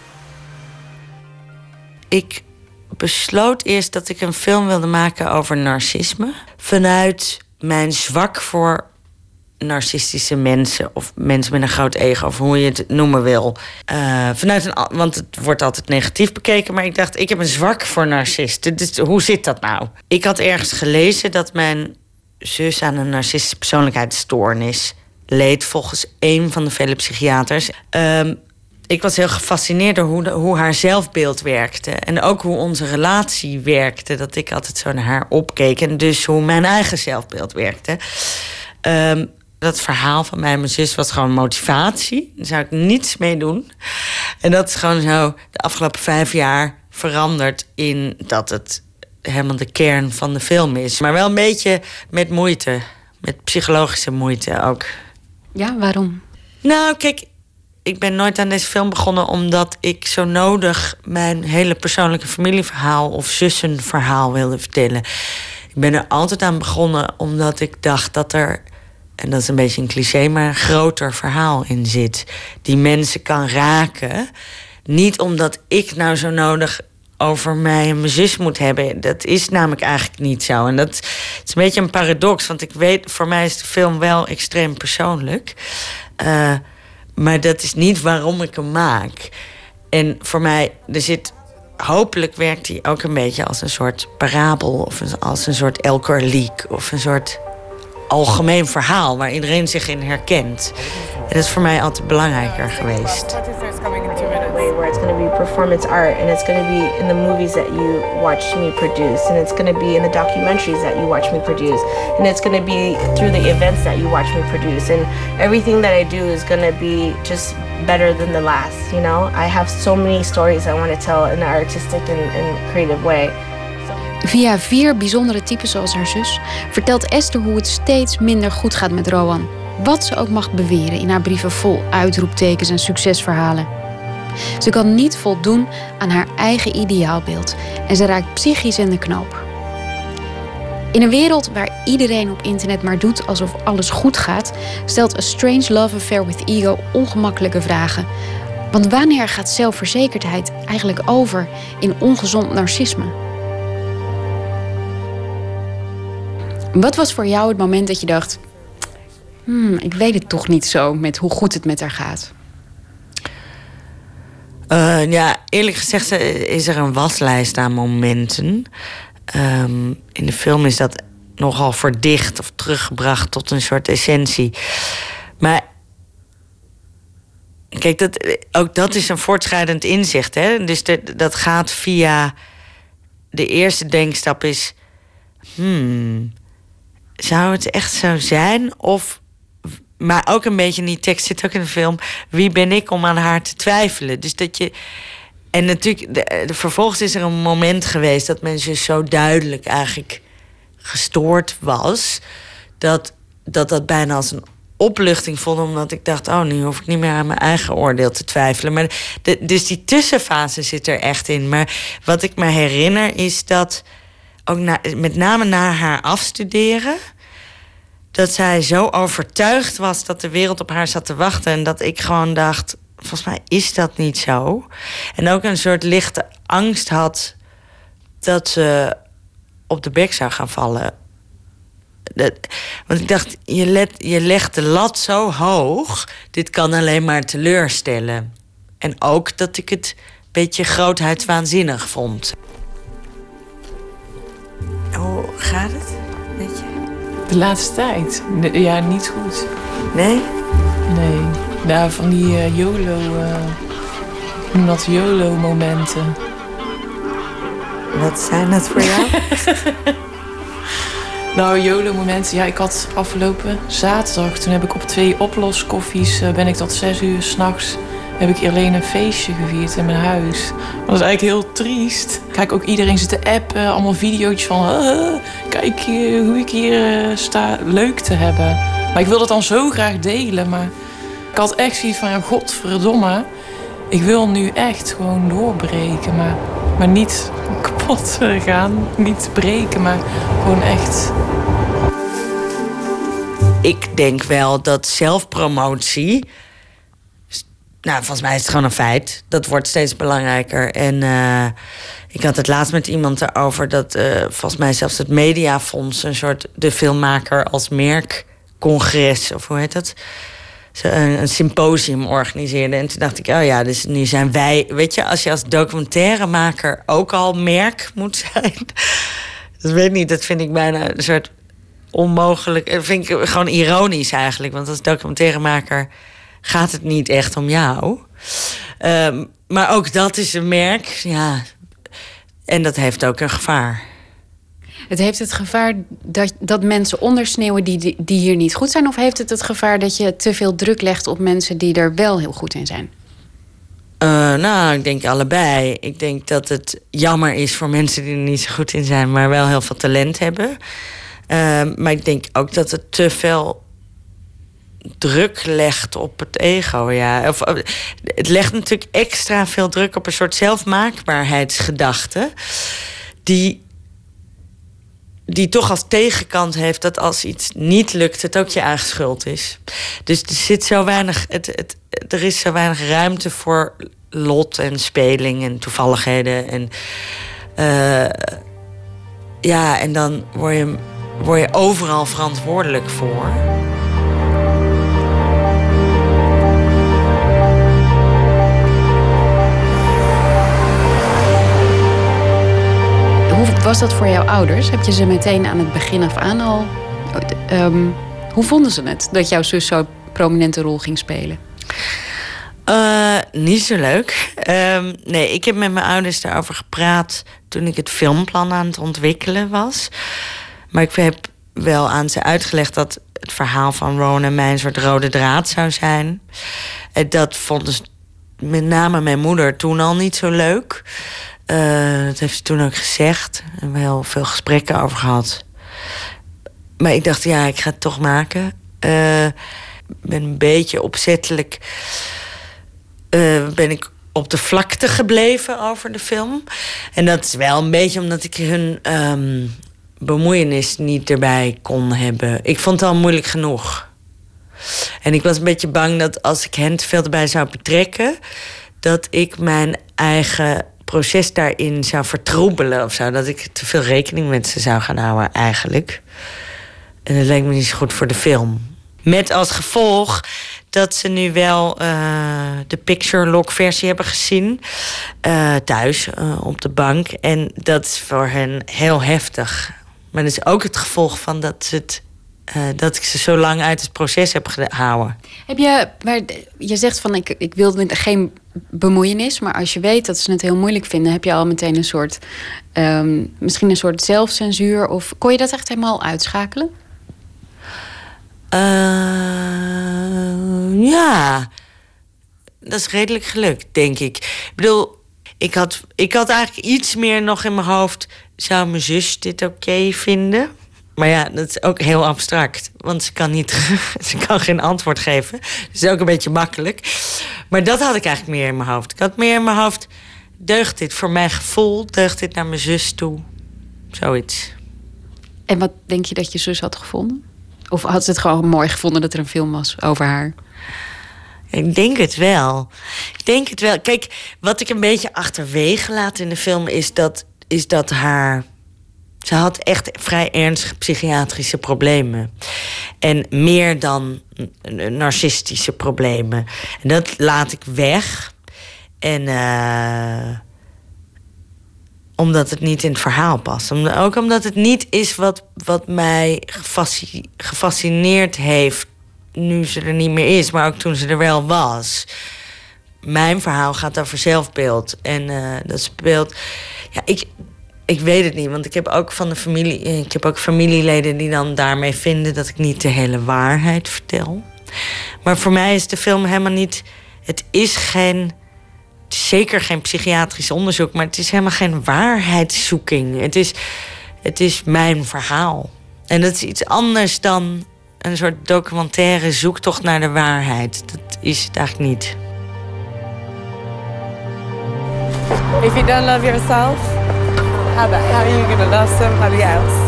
Ik besloot eerst dat ik een film wilde maken over narcisme. Vanuit mijn zwak voor narcistische mensen. Of mensen met een groot ego, of hoe je het noemen wil. Want het wordt altijd negatief bekeken. Maar ik dacht, ik heb een zwak voor narcisten. Dus hoe zit dat nou? Ik had ergens gelezen dat mijn zus aan een narcistische persoonlijkheidsstoornis leed, volgens een van de vele psychiaters. Ik was heel gefascineerd door hoe haar zelfbeeld werkte. En ook hoe onze relatie werkte. Dat ik altijd zo naar haar opkeek. En dus hoe mijn eigen zelfbeeld werkte. Dat verhaal van mij en mijn zus was gewoon motivatie. Daar zou ik niets mee doen. En dat is gewoon zo de afgelopen 5 jaar veranderd in dat het helemaal de kern van de film is. Maar wel een beetje met moeite. Met psychologische moeite ook. Ja, waarom? Nou, kijk, ik ben nooit aan deze film begonnen omdat ik zo nodig mijn hele persoonlijke familieverhaal of zussenverhaal wilde vertellen. Ik ben er altijd aan begonnen omdat ik dacht dat er, en dat is een beetje een cliché, maar een groter verhaal in zit. Die mensen kan raken. Niet omdat ik nou zo nodig over mij en mijn zus moet hebben. Dat is namelijk eigenlijk niet zo. En dat is een beetje een paradox. Want ik weet, voor mij is de film wel extreem persoonlijk. Maar dat is niet waarom ik hem maak. En voor mij, hopelijk werkt hij ook een beetje als een soort parabel. Of als een soort Elker Leak. Of een soort algemeen verhaal waar iedereen zich in herkent. En dat is voor mij altijd belangrijker geweest. Where it's going to be performance art, and it's going to be in the movies that you watch me produce, and it's going to be in the documentaries that you watch me produce, and it's going to be through the events that you watch me produce, and everything that I do is going to be just better than the last, you know? I have so many stories I want to tell in an artistic and creative way. Via 4 bijzondere types zoals haar zus vertelt Esther hoe het steeds minder goed gaat met Rowan. Wat ze ook mag beweren in haar brieven vol uitroeptekens en succesverhalen. Ze kan niet voldoen aan haar eigen ideaalbeeld en ze raakt psychisch in de knoop. In een wereld waar iedereen op internet maar doet alsof alles goed gaat, stelt A Strange Love Affair with Ego ongemakkelijke vragen. Want wanneer gaat zelfverzekerdheid eigenlijk over in ongezond narcisme? Wat was voor jou het moment dat je dacht, ik weet het toch niet zo met hoe goed het met haar gaat? Ja, eerlijk gezegd is er een waslijst aan momenten. In de film is dat nogal verdicht of teruggebracht tot een soort essentie. Maar kijk, ook dat is een voortschrijdend inzicht. Hè? Dus dat gaat via... De eerste denkstap is... zou het echt zo zijn? Maar ook een beetje in die tekst zit ook in de film... wie ben ik om aan haar te twijfelen? Dus dat je... En natuurlijk, vervolgens is er een moment geweest... dat mensen zo duidelijk eigenlijk gestoord was... dat bijna als een opluchting vond... omdat ik dacht, nu hoef ik niet meer aan mijn eigen oordeel te twijfelen. Maar dus die tussenfase zit er echt in. Maar wat ik me herinner is dat... ook met name na haar afstuderen... dat zij zo overtuigd was dat de wereld op haar zat te wachten... en dat ik gewoon dacht, volgens mij is dat niet zo. En ook een soort lichte angst had... dat ze op de bek zou gaan vallen. Want ik dacht, je legt de lat zo hoog... dit kan alleen maar teleurstellen. En ook dat ik het een beetje grootheidswaanzinnig vond. Hoe gaat het? Weet je? De laatste tijd? Ja, niet goed. Nee? Nee. Nou, van die YOLO-momenten. Wat zijn dat voor jou? Nou, YOLO-momenten. Ja, ik had afgelopen zaterdag... toen heb ik op 2 oploskoffies... ben ik tot 6 uur 's nachts... heb ik alleen een feestje gevierd in mijn huis. Maar dat is eigenlijk heel triest. Kijk, ook iedereen zit te appen. Allemaal video's van... kijk hoe ik hier sta leuk te hebben. Maar ik wil dat dan zo graag delen. Maar ik had echt zoiets van... ja, godverdomme. Ik wil nu echt gewoon doorbreken. Maar niet kapot gaan. Niet breken, maar gewoon echt... Ik denk wel dat zelfpromotie... Nou, volgens mij is het gewoon een feit. Dat wordt steeds belangrijker. En ik had het laatst met iemand erover... dat volgens mij zelfs het Mediafonds... een soort de filmmaker als merkcongres... of hoe heet dat? Een symposium organiseerde. En toen dacht ik, dus nu zijn wij... Weet je, als je als documentairemaker ook al merk moet zijn... dat weet ik niet, dat vind ik bijna een soort onmogelijk... Dat vind ik gewoon ironisch eigenlijk. Want als documentairemaker... gaat het niet echt om jou. Maar ook dat is een merk. Ja. En dat heeft ook een gevaar. Het heeft het gevaar dat mensen ondersneeuwen die hier niet goed zijn? Of heeft het gevaar dat je te veel druk legt op mensen die er wel heel goed in zijn? Nou, ik denk allebei. Ik denk dat het jammer is voor mensen die er niet zo goed in zijn... maar wel heel veel talent hebben. Maar ik denk ook dat het te veel... druk legt op het ego, ja. Het legt natuurlijk extra veel druk op een soort zelfmaakbaarheidsgedachte... die toch als tegenkant heeft dat als iets niet lukt... het ook je eigen schuld is. Dus er zit zo weinig... er is zo weinig ruimte voor lot en speling en toevalligheden. En en dan word je overal verantwoordelijk voor... Hoe was dat voor jouw ouders? Heb je ze meteen aan het begin af aan al... hoe vonden ze het dat jouw zus zo'n prominente rol ging spelen? Niet zo leuk. Nee, ik heb met mijn ouders daarover gepraat... toen ik het filmplan aan het ontwikkelen was. Maar ik heb wel aan ze uitgelegd... dat het verhaal van Rowan en mij een soort rode draad zou zijn. Dat vonden ze, met name mijn moeder, toen al niet zo leuk... dat heeft ze toen ook gezegd. En we hebben heel veel gesprekken over gehad. Maar ik dacht, ik ga het toch maken. Ik ben een beetje opzettelijk... ben ik op de vlakte gebleven over de film. En dat is wel een beetje omdat ik hun bemoeienis niet erbij kon hebben. Ik vond het al moeilijk genoeg. En ik was een beetje bang dat als ik hen te veel erbij zou betrekken... dat ik mijn eigen... proces daarin zou vertroebelen of zo. Dat ik te veel rekening met ze zou gaan houden eigenlijk. En dat lijkt me niet zo goed voor de film. Met als gevolg dat ze nu wel de Picture Lock versie hebben gezien. Thuis, op de bank. En dat is voor hen heel heftig. Maar dat is ook het gevolg van dat ik ze zo lang uit het proces heb gehouden. Je zegt van ik wil geen bemoeienis, maar als je weet dat ze het heel moeilijk vinden, heb je al meteen een soort misschien een soort zelfcensuur, of kon je dat echt helemaal uitschakelen? Ja, dat is redelijk gelukt, denk ik. Ik bedoel, ik had eigenlijk iets meer nog in mijn hoofd. Zou mijn zus dit oké vinden? Maar ja, dat is ook heel abstract. Want ze kan geen antwoord geven. Dat is ook een beetje makkelijk. Maar dat had ik eigenlijk meer in mijn hoofd. Ik had meer in mijn hoofd, deugt dit voor mijn gevoel? Deugt dit naar mijn zus toe? Zoiets. En wat denk je dat je zus had gevonden? Of had ze het gewoon mooi gevonden dat er een film was over haar? Ik denk het wel. Kijk, wat ik een beetje achterwege laat in de film is dat haar... Ze had echt vrij ernstige psychiatrische problemen. En meer dan narcistische problemen. En dat laat ik weg. En omdat het niet in het verhaal past. Ook omdat het niet is wat mij gefascineerd heeft nu ze er niet meer is, maar ook toen ze er wel was. Mijn verhaal gaat over zelfbeeld. En dat speelt... Ja, ik weet het niet, want ik heb ook familieleden die dan daarmee vinden dat ik niet de hele waarheid vertel. Maar voor mij is de film helemaal niet... Het is zeker geen psychiatrisch onderzoek, maar het is helemaal geen waarheidszoeking. Het is mijn verhaal. En dat is iets anders dan een soort documentaire zoektocht naar de waarheid. Dat is het eigenlijk niet. If you don't love yourself, how are you gonna love somebody else?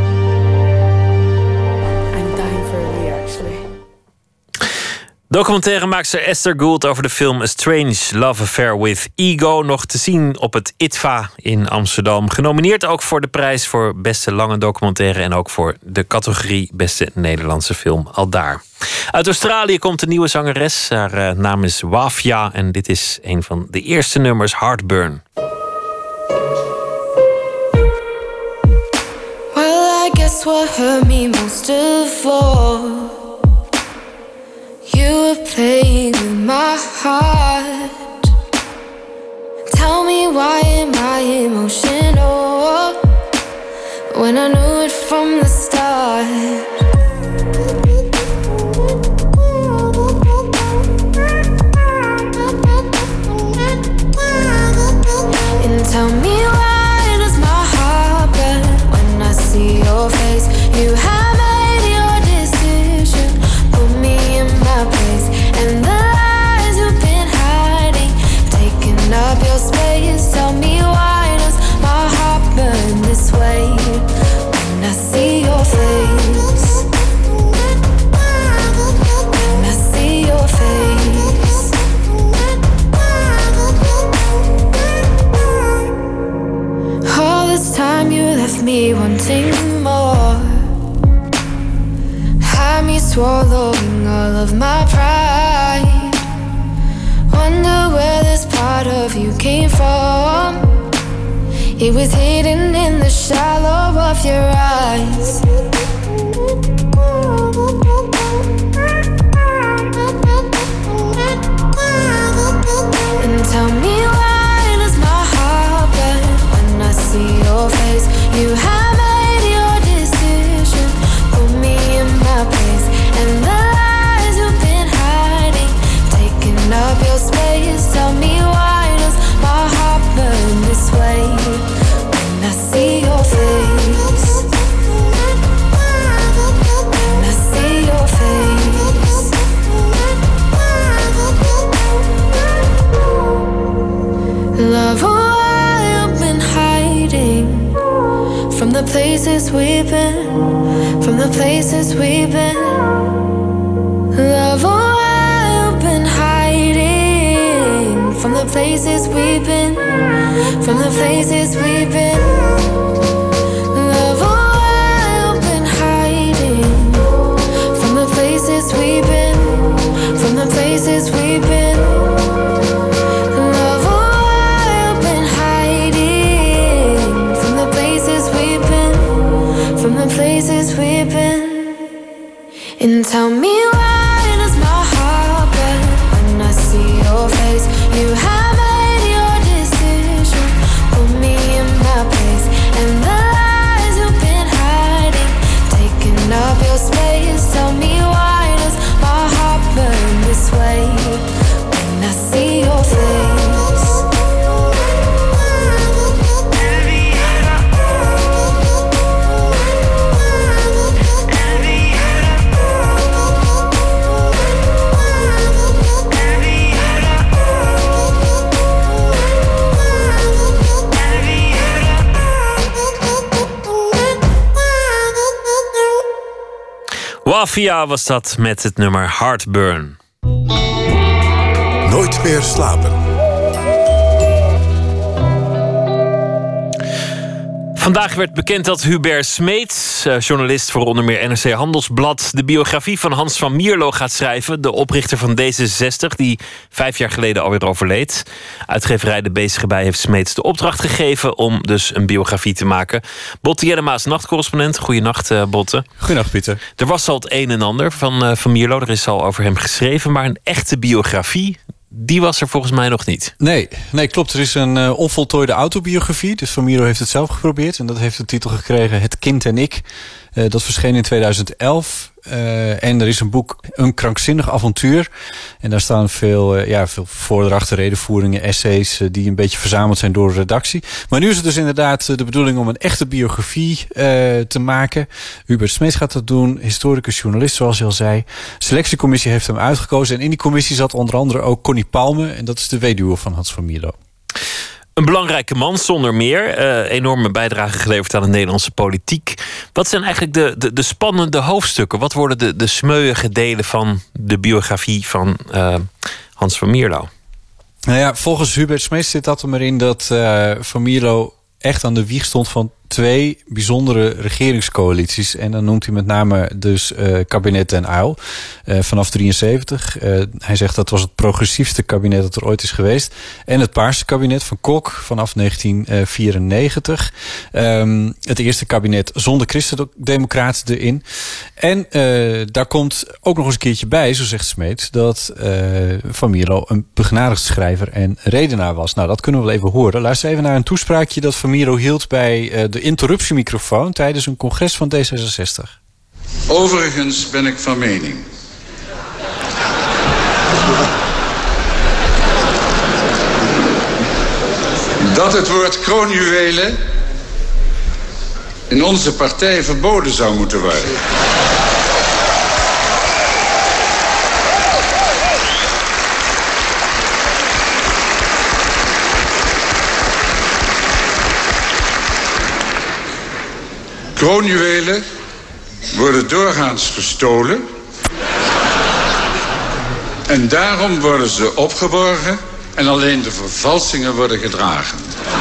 I'm dying for a wee, actually. Documentairemaakster Esther Gould over de film A Strange Love Affair with Ego. Nog te zien op het ITVA in Amsterdam. Genomineerd ook voor de prijs voor beste lange documentaire en ook voor de categorie beste Nederlandse film aldaar. Uit Australië komt een nieuwe zangeres. Haar naam is Wafia en dit is een van de eerste nummers, Heartburn. Well, I guess what hurt me most of all, you were playing with my heart. Tell me why am I emotional when I knew it from the start. And tell me why does my heart burn when I see your face. You have made your decision, put me in my place, and the lies you've been hiding, taking up your space. Tell me why does my heart burn this way when I see your face. When I see your face. All this time you left me wanting more, had me swallowing all of my pride. Wonder where this part of you came from. It was hidden in the shallow of your eyes. And tell me why does my heart burn when I see your face. You have made your decision, put me in my place, and the lies you've been hiding, taking up your space. Tell me why does my heart burn this way when I see your face. When I see your face. Love, why you've been hiding from the places we've been, from the places we've been. Love, why you've been hiding from the places we've been, from the places we've been. Love, why you've been hiding from the places as we've been. And tell me why does my heart burn when I see your face? You have made your decision, put me in my place, and the lies you've been hiding, taking up your space. Tell me why does my heart burn this way when I see your face? Wafia was dat met het nummer Heartburn. Nooit meer slapen. Vandaag werd bekend dat Hubert Smeets, journalist voor onder meer NRC Handelsblad, de biografie van Hans van Mierlo gaat schrijven. De oprichter van D66, die 5 jaar geleden alweer overleed. Uitgeverij De Bezige Bij heeft Smeets de opdracht gegeven om dus een biografie te maken. Botte Jellema's nachtcorrespondent. Goeienacht, Botte. Goeienacht, Pieter. Er was al het een en ander van Mierlo. Er is al over hem geschreven, maar een echte biografie, die was er volgens mij nog niet. Nee, klopt. Er is een onvoltooide autobiografie. Dus Van Mierlo heeft het zelf geprobeerd. En dat heeft de titel gekregen Het Kind en Ik. Dat verscheen in 2011. En er is een boek, Een krankzinnig avontuur. En daar staan veel voordrachten, redenvoeringen, essays die een beetje verzameld zijn door de redactie. Maar nu is het dus inderdaad de bedoeling om een echte biografie te maken. Hubert Smeets gaat dat doen, historicus, journalist zoals je al zei. Selectiecommissie heeft hem uitgekozen. En in die commissie zat onder andere ook Connie Palme. En dat is de weduwe van Hans van Mierlo. Een belangrijke man, zonder meer. Enorme bijdrage geleverd aan de Nederlandse politiek. Wat zijn eigenlijk de spannende hoofdstukken? Wat worden de smeuïge delen van de biografie van Hans van Mierlo? Nou ja, volgens Hubert Smeets zit dat er maar in dat Van Mierlo echt aan de wieg stond van 2 bijzondere regeringscoalities. En dan noemt hij met name dus kabinet Den Uyl vanaf 73. Hij zegt dat was het progressiefste kabinet dat er ooit is geweest. En het Paarse kabinet van Kok vanaf 1994. Het eerste kabinet zonder christendemocraten erin. En daar komt ook nog eens een keertje bij, zo zegt Smeets, dat Van Mierlo een begenadigd schrijver en redenaar was. Nou, dat kunnen we wel even horen. Luister even naar een toespraakje dat Van Mierlo hield bij de interruptiemicrofoon tijdens een congres van D66. Overigens ben ik van mening dat het woord kroonjuwelen in onze partij verboden zou moeten worden. Kroonjuwelen worden doorgaans gestolen. En daarom worden ze opgeborgen en alleen de vervalsingen worden gedragen.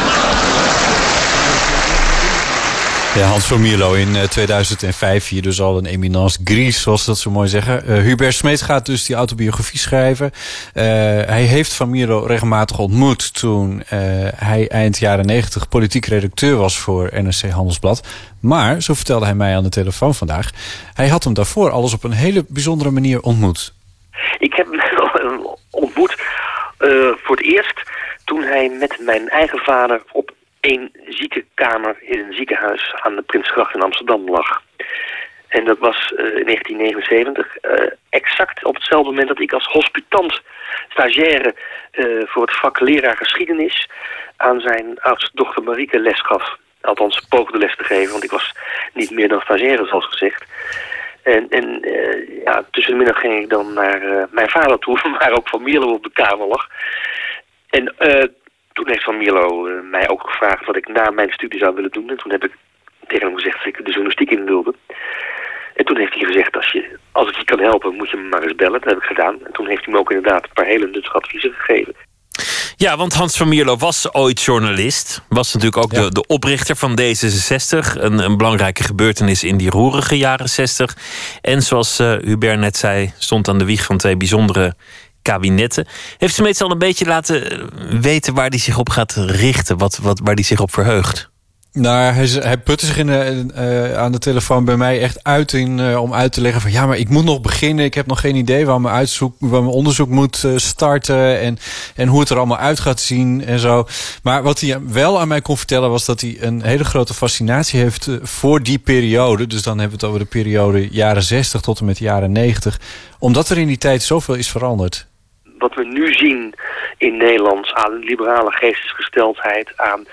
Ja, Hans van Mierlo in 2005 hier dus al een éminence grise, zoals ze dat zo mooi zeggen. Hubert Smeets gaat dus die autobiografie schrijven. Hij heeft Van Mierlo regelmatig ontmoet toen hij eind jaren 90 politiek redacteur was voor NRC Handelsblad. Maar, zo vertelde hij mij aan de telefoon vandaag, hij had hem daarvoor alles op een hele bijzondere manier ontmoet. Ik heb hem ontmoet voor het eerst toen hij met mijn eigen vader op een ziekenkamer in een ziekenhuis aan de Prinsgracht in Amsterdam lag. En dat was in 1979, exact op hetzelfde moment dat ik als hospitant stagiaire voor het vak leraar geschiedenis aan zijn oudste dochter Marieke les gaf. Althans, poogde les te geven, want ik was niet meer dan stagiaire, zoals gezegd. En tussen de middag ging ik dan naar mijn vader toe, waar ook Van Mierlo op de kamer lag. En toen heeft Van Mierlo mij ook gevraagd wat ik na mijn studie zou willen doen. En toen heb ik tegen hem gezegd dat ik de journalistiek in wilde. En toen heeft hij gezegd, als ik je kan helpen, moet je me maar eens bellen. Dat heb ik gedaan. En toen heeft hij me ook inderdaad een paar hele nuttige adviezen gegeven. Ja, want Hans van Mierlo was ooit journalist. Was natuurlijk ook de oprichter van D66. Een belangrijke gebeurtenis in die roerige jaren 60. En zoals Hubert net zei, stond aan de wieg van 2 bijzondere kabinetten. Heeft Smeets al een beetje laten weten waar hij zich op gaat richten? Waar hij zich op verheugt? Nou, hij putte zich aan de telefoon bij mij echt uit om uit te leggen van... ja, maar ik moet nog beginnen. Ik heb nog geen idee waar mijn onderzoek moet starten... En hoe het er allemaal uit gaat zien en zo. Maar wat hij wel aan mij kon vertellen... was dat hij een hele grote fascinatie heeft voor die periode. Dus dan hebben we het over de periode jaren 60 tot en met jaren 90. Omdat er in die tijd zoveel is veranderd. Wat we nu zien in Nederland aan liberale geestesgesteldheid... aan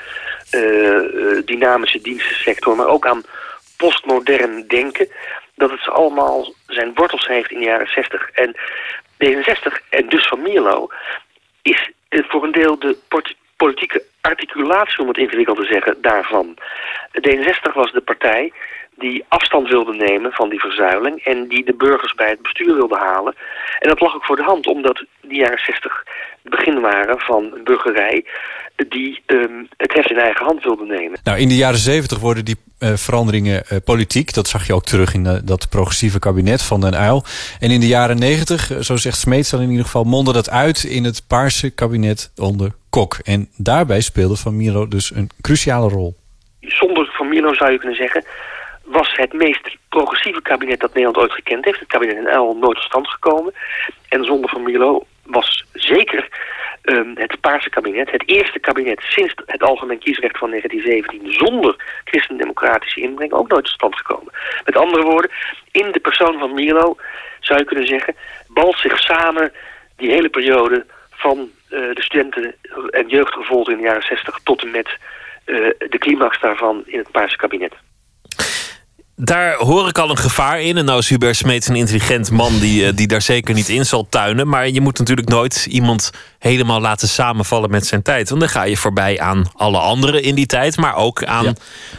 dynamische dienstensector, maar ook aan postmodern denken, dat het allemaal zijn wortels heeft in de jaren 60. En D66, en dus Van Mierlo, is voor een deel de politieke articulatie, om het ingewikkeld te zeggen, daarvan. D66 was de partij die afstand wilde nemen van die verzuiling en die de burgers bij het bestuur wilde halen. En dat lag ook voor de hand, omdat die jaren 60 het begin waren van een burgerij die het heft in eigen hand wilde nemen. Nou, in de jaren 70 worden die veranderingen politiek. Dat zag je ook terug in dat progressieve kabinet van Den Uyl. En in de jaren 90, zo zegt Smeets dan in ieder geval, mondde dat uit in het paarse kabinet onder Kok. En daarbij speelde Van Mierlo dus een cruciale rol. Zonder Van Mierlo zou je kunnen zeggen, was het meest progressieve kabinet dat Nederland ooit gekend heeft. Het kabinet Den Uyl nooit tot stand gekomen. En zonder Van Mierlo was zeker het paarse kabinet, het eerste kabinet sinds het algemeen kiesrecht van 1917... zonder christendemocratische inbreng ook nooit tot stand gekomen. Met andere woorden, in de persoon van Mierlo zou je kunnen zeggen, balt zich samen die hele periode van de studenten- en jeugdrevolte in de jaren 60 tot en met de climax daarvan in het paarse kabinet. Daar hoor ik al een gevaar in. En nou is Hubert Smeets een intelligent man die daar zeker niet in zal tuinen. Maar je moet natuurlijk nooit iemand helemaal laten samenvallen met zijn tijd. Want dan ga je voorbij aan alle anderen in die tijd. Maar ook aan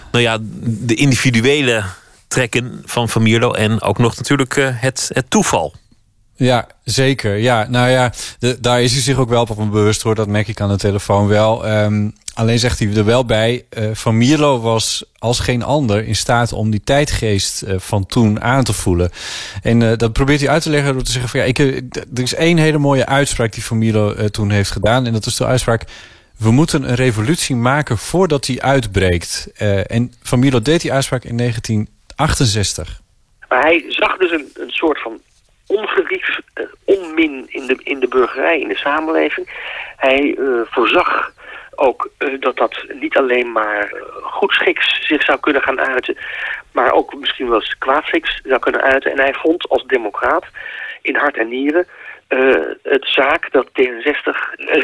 de individuele trekken van Van Mierlo. En ook nog natuurlijk het toeval. Ja, zeker. Ja, nou ja, daar is hij zich ook wel van bewust, hoor. Dat merk ik aan de telefoon wel. Alleen zegt hij er wel bij, Van Mierlo was als geen ander in staat om die tijdgeest van toen aan te voelen. En dat probeert hij uit te leggen door te zeggen van er is één hele mooie uitspraak die Van Mierlo toen heeft gedaan. En dat is de uitspraak: we moeten een revolutie maken voordat die uitbreekt. En Van Mierlo deed die uitspraak in 1968. Maar hij zag dus een soort van ongerief onmin in de burgerij, in de samenleving. Hij voorzag ook dat niet alleen maar goedschiks zich zou kunnen gaan uiten, maar ook misschien wel eens kwaadschiks zou kunnen uiten. En hij vond als democraat in hart en nieren het zaak dat D66 een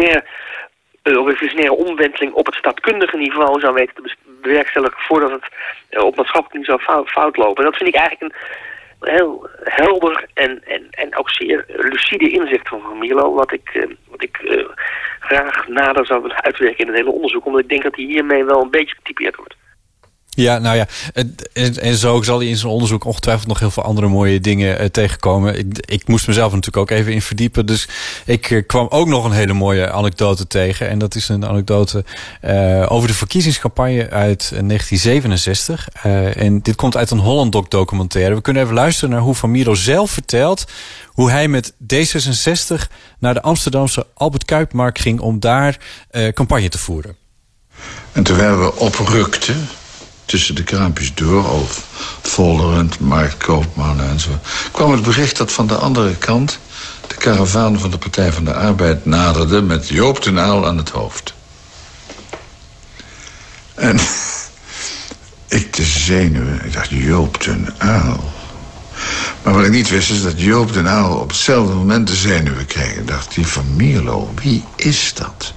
revolutionaire omwenteling op het staatkundige niveau zou weten te bewerkstelligen voordat het op maatschappelijk niveau zou fout lopen. En dat vind ik eigenlijk een heel helder en ook zeer lucide inzicht van Mierlo, wat ik graag nader zou willen uitwerken in een hele onderzoek, omdat ik denk dat hij hiermee wel een beetje getypeerd wordt. Ja, nou ja, en zo zal hij in zijn onderzoek ongetwijfeld nog heel veel andere mooie dingen tegenkomen. Ik moest mezelf natuurlijk ook even in verdiepen, dus ik kwam ook nog een hele mooie anekdote tegen. En dat is een anekdote over de verkiezingscampagne uit 1967. En dit komt uit een Hollanddoc documentaire. We kunnen even luisteren naar hoe Van Mierlo zelf vertelt hoe hij met D66 naar de Amsterdamse Albert Kuipmarkt ging om daar campagne te voeren. En terwijl we oprukten tussen de kraampjes door, of Volderend, Markt Koopman en zo, kwam het bericht dat van de andere kant de karavaan van de Partij van de Arbeid naderde met Joop den Uyl aan het hoofd. En ik de zenuwen, ik dacht Joop den Uyl. Maar wat ik niet wist is dat Joop den Uyl op hetzelfde moment de zenuwen kreeg. Ik dacht, die Van Mierlo, wie is dat?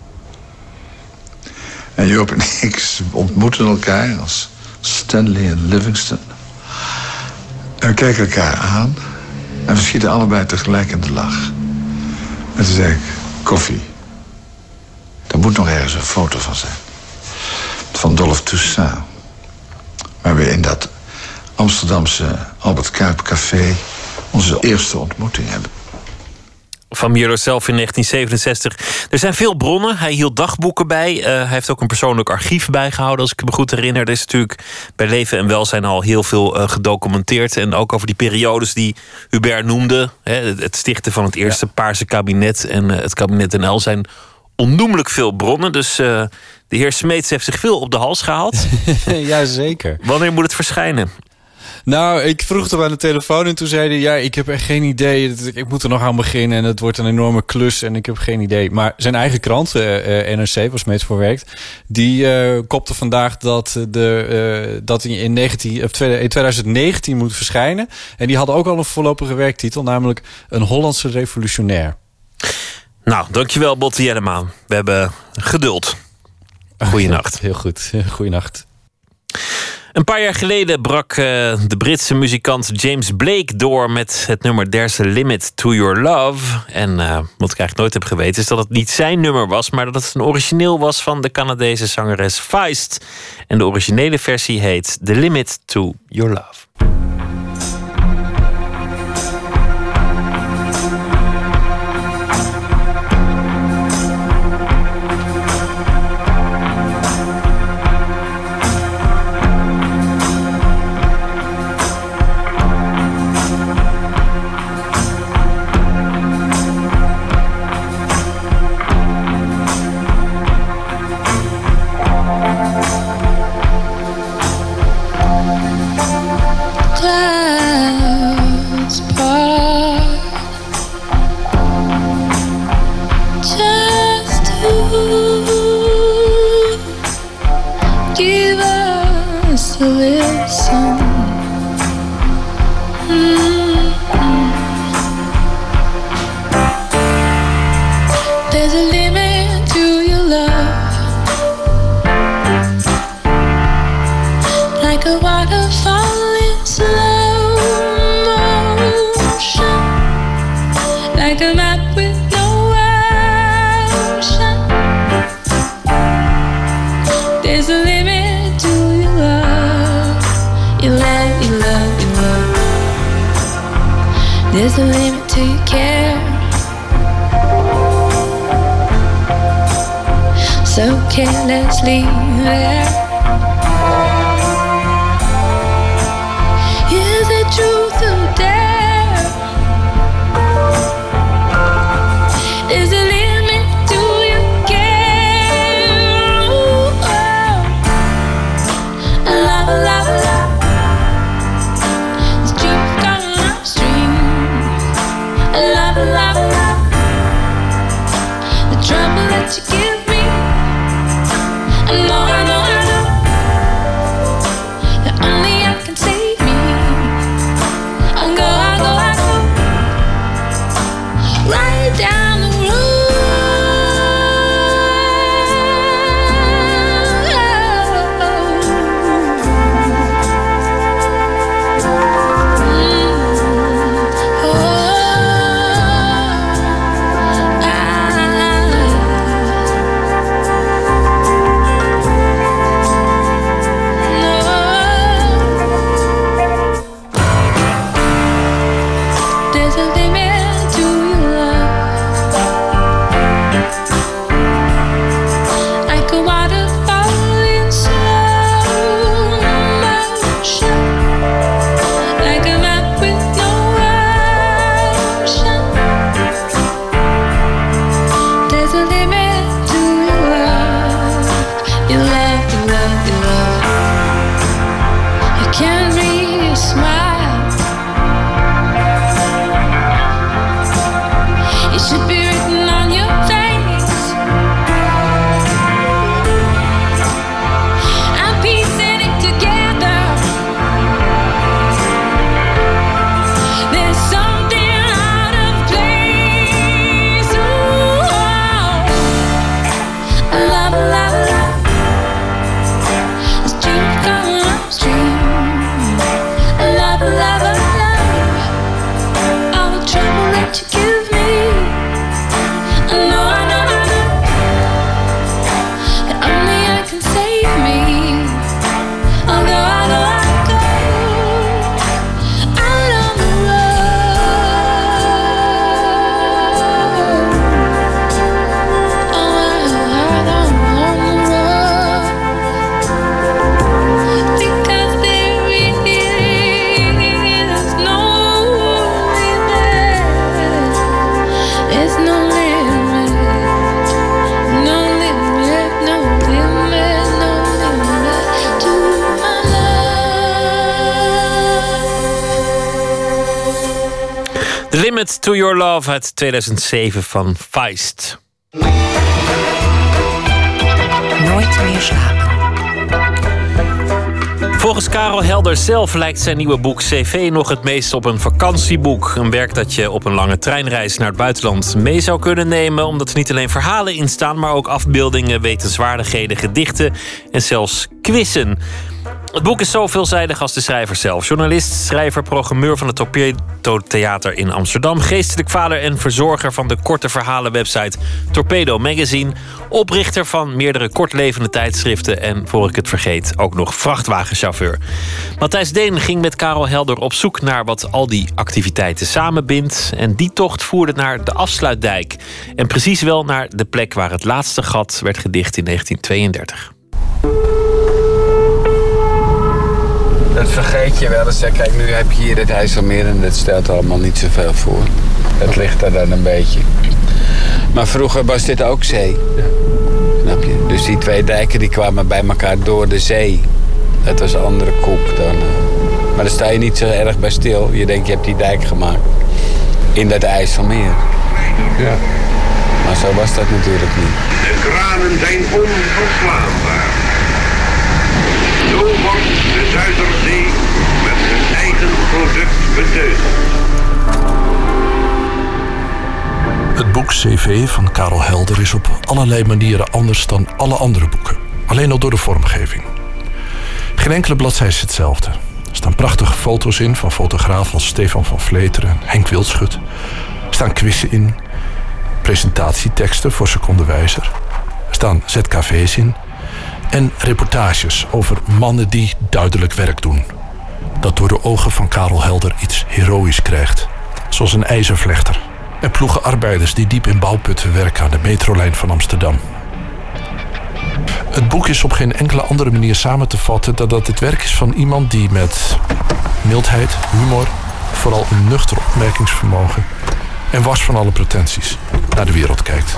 En Joop en ik ontmoeten elkaar als Stanley en Livingston. En we kijken elkaar aan en we schieten allebei tegelijk in de lach. En toen zei ik, koffie. Daar moet nog ergens een foto van zijn. Van Dolph Toussaint. Waar we in dat Amsterdamse Albert Kuip Café onze eerste ontmoeting hebben. Van Mierlo zelf in 1967. Er zijn veel bronnen. Hij hield dagboeken bij. Hij heeft ook een persoonlijk archief bijgehouden, als ik me goed herinner. Er is natuurlijk bij Leven en Welzijn al heel veel gedocumenteerd. En ook over die periodes die Hubert noemde. Het stichten van het eerste paarse kabinet en het kabinet Den Uyl zijn onnoemelijk veel bronnen. Dus De heer Smeets heeft zich veel op de hals gehaald. Jazeker. Wanneer moet het verschijnen? Nou, ik vroeg hem aan de telefoon en toen zei hij... ja, ik heb echt geen idee. Ik moet er nog aan beginnen en het wordt een enorme klus en ik heb geen idee. Maar zijn eigen krant, NRC, waar Smeets voor werkt... die kopte vandaag dat hij in 2019 moet verschijnen. En die hadden ook al een voorlopige werktitel, namelijk Een Hollandse Revolutionair. Nou, dankjewel Botte Jellema. We hebben geduld. Goeienacht. Heel goed, goeienacht. Een paar jaar geleden brak de Britse muzikant James Blake door met het nummer There's a Limit to Your Love. En wat ik eigenlijk nooit heb geweten is dat het niet zijn nummer was, maar dat het een origineel was van de Canadese zangeres Feist. En de originele versie heet The Limit to Your Love. There's a limit to your care. So carelessly there. Is it truth or dare? There's a limit to your care. Ooh, oh. Love, love, love. Love, love, love. The trouble that you give me, I know, I know, I know that only I can save me. The Limit to Your Love uit 2007 van Feist. Nooit meer slapen. Volgens Karel Helder zelf lijkt zijn nieuwe boek CV nog het meest op een vakantieboek. Een werk dat je op een lange treinreis naar het buitenland mee zou kunnen nemen, omdat er niet alleen verhalen in staan, maar ook afbeeldingen, wetenswaardigheden, gedichten en zelfs quizzen. Het boek is zo veelzijdig als de schrijver zelf. Journalist, schrijver, programmeur van het Torpedo Theater in Amsterdam. Geestelijk vader en verzorger van de korte verhalenwebsite Torpedo Magazine. Oprichter van meerdere kortlevende tijdschriften. En voor ik het vergeet, ook nog vrachtwagenchauffeur. Matthijs Deen ging met Karel Helder op zoek naar wat al die activiteiten samenbindt. En die tocht voerde naar de Afsluitdijk. En precies wel naar de plek waar het laatste gat werd gedicht in 1932. Dat vergeet je wel eens. Kijk, nu heb je hier het IJsselmeer en dat stelt allemaal niet zoveel voor. Het ligt er dan een beetje. Maar vroeger was dit ook zee. Ja. Snap je? Dus die twee dijken die kwamen bij elkaar door de zee. Dat was een andere koek dan. Maar daar sta je niet zo erg bij stil. Je denkt, je hebt die dijk gemaakt. In dat IJsselmeer. Ja. Maar zo was dat natuurlijk niet. De kranen zijn onverslaanbaar. Zo wordt de Zuiderzee met zijn eigen product beteugeld. Het boek CV van Karel Helder is op allerlei manieren anders dan alle andere boeken. Alleen al door de vormgeving. Geen enkele bladzijde is hetzelfde. Er staan prachtige foto's in van fotografen als Stefan van Vleteren en Henk Wildschut. Er staan quizzen in, presentatieteksten voor secondewijzer. Er staan ZKV's in. En reportages over mannen die duidelijk werk doen. Dat door de ogen van Karel Helder iets heroïs krijgt. Zoals een ijzervlechter. En ploegen arbeiders die diep in bouwputten werken aan de metrolijn van Amsterdam. Het boek is op geen enkele andere manier samen te vatten dan dat het werk is van iemand die met mildheid, humor, vooral een nuchter opmerkingsvermogen en wars van alle pretenties naar de wereld kijkt.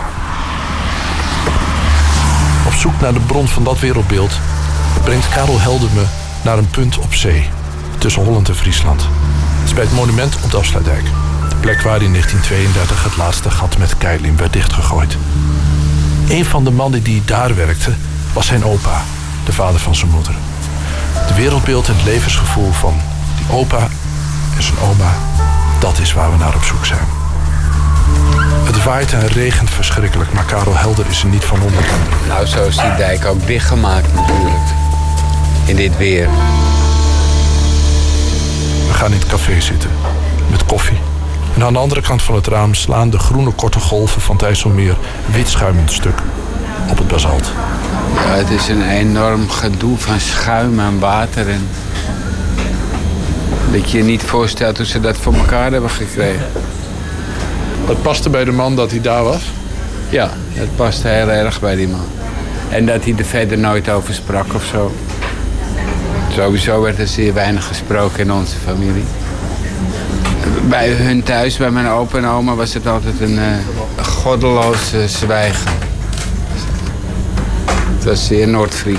Op zoek naar de bron van dat wereldbeeld brengt Karel Helder me naar een punt op zee, tussen Holland en Friesland. Het is bij het monument op de Afsluitdijk. De plek waar in 1932 het laatste gat met keilim werd dichtgegooid. Een van de mannen die daar werkte was zijn opa, de vader van zijn moeder. De wereldbeeld en het levensgevoel van die opa en zijn oma, dat is waar we naar op zoek zijn. Het waait en regent verschrikkelijk, maar Karel Helder is er niet van onder. Nou, zo is die dijk ook dichtgemaakt natuurlijk. In dit weer. We gaan in het café zitten, met koffie. En aan de andere kant van het raam slaan de groene korte golven van het IJsselmeer wit schuimend stuk op het basalt. Ja, het is een enorm gedoe van schuim en water. En dat je je niet voorstelt hoe ze dat voor elkaar hebben gekregen. Het paste bij de man dat hij daar was? Ja, het paste heel erg bij die man. En dat hij er verder nooit over sprak of zo. Sowieso werd er zeer weinig gesproken in onze familie. Bij hun thuis, bij mijn opa en oma, was het altijd een goddeloos zwijgen. Het was zeer Noord-Fries.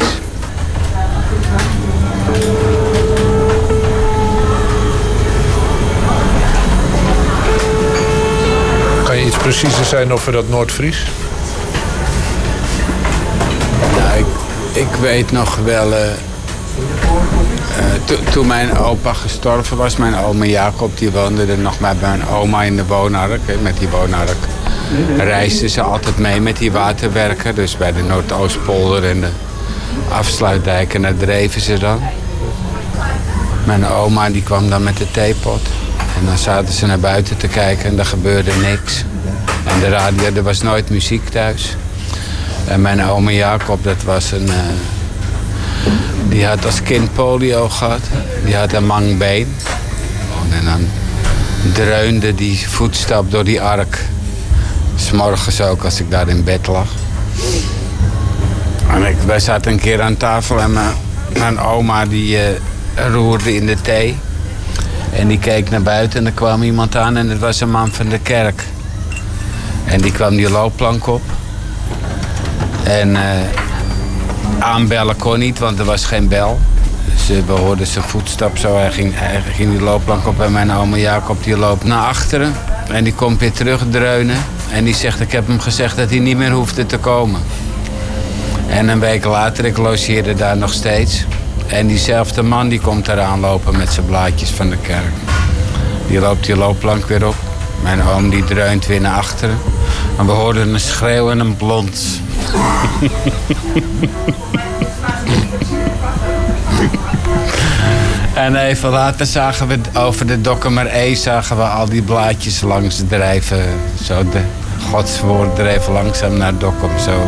Kan je iets preciezer zijn over dat Noord-Fries? Nou, ik weet nog wel... Toen mijn opa gestorven was, mijn oma Jacob, die woonde er nog met mijn oma in de woonark. Met die woonark reisden ze altijd mee met die waterwerken. Dus bij de Noordoostpolder en de Afsluitdijk, en daar dreven ze dan. Mijn oma die kwam dan met de theepot. En dan zaten ze naar buiten te kijken en er gebeurde niks. En de radio, er was nooit muziek thuis. En mijn oma Jacob, dat was een... Die had als kind polio gehad. Die had een mang been. En dan dreunde die voetstap door die ark. 's Morgens ook, als ik daar in bed lag. En wij zaten een keer aan tafel en mijn oma die roerde in de thee. En die keek naar buiten en er kwam iemand aan en het was een man van de kerk. En die kwam die loopplank op. En aanbellen kon niet, want er was geen bel. We hoorden zijn voetstap zo. Hij ging die loopplank op en mijn oma Jacob die loopt naar achteren. En die komt weer terugdreunen. En die zegt, ik heb hem gezegd dat hij niet meer hoefde te komen. En een week later, ik logeerde daar nog steeds. En diezelfde man die komt eraan lopen met zijn blaadjes van de kerk. Die loopt die loopplank weer op. Mijn oom die dreunt weer naar achteren. En we hoorden een schreeuw en een blons. En even later zagen we over de Dokkumer E zagen we al die blaadjes langs drijven. Zo de godswoord dreef langzaam naar Dokkum. Zo.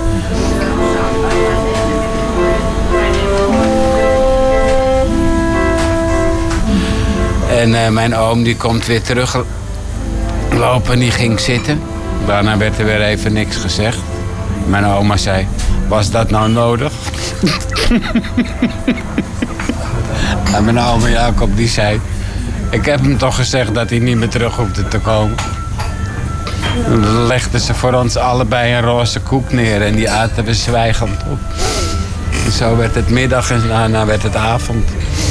En mijn oom die komt weer teruglopen en die ging zitten. Daarna werd er weer even niks gezegd. Mijn oma zei, was dat nou nodig? En mijn oma Jacob die zei, ik heb hem toch gezegd dat hij niet meer terug hoefde te komen. En dan legden ze voor ons allebei een roze koek neer en die aten we zwijgend op. En zo werd het middag en daarna werd het avond.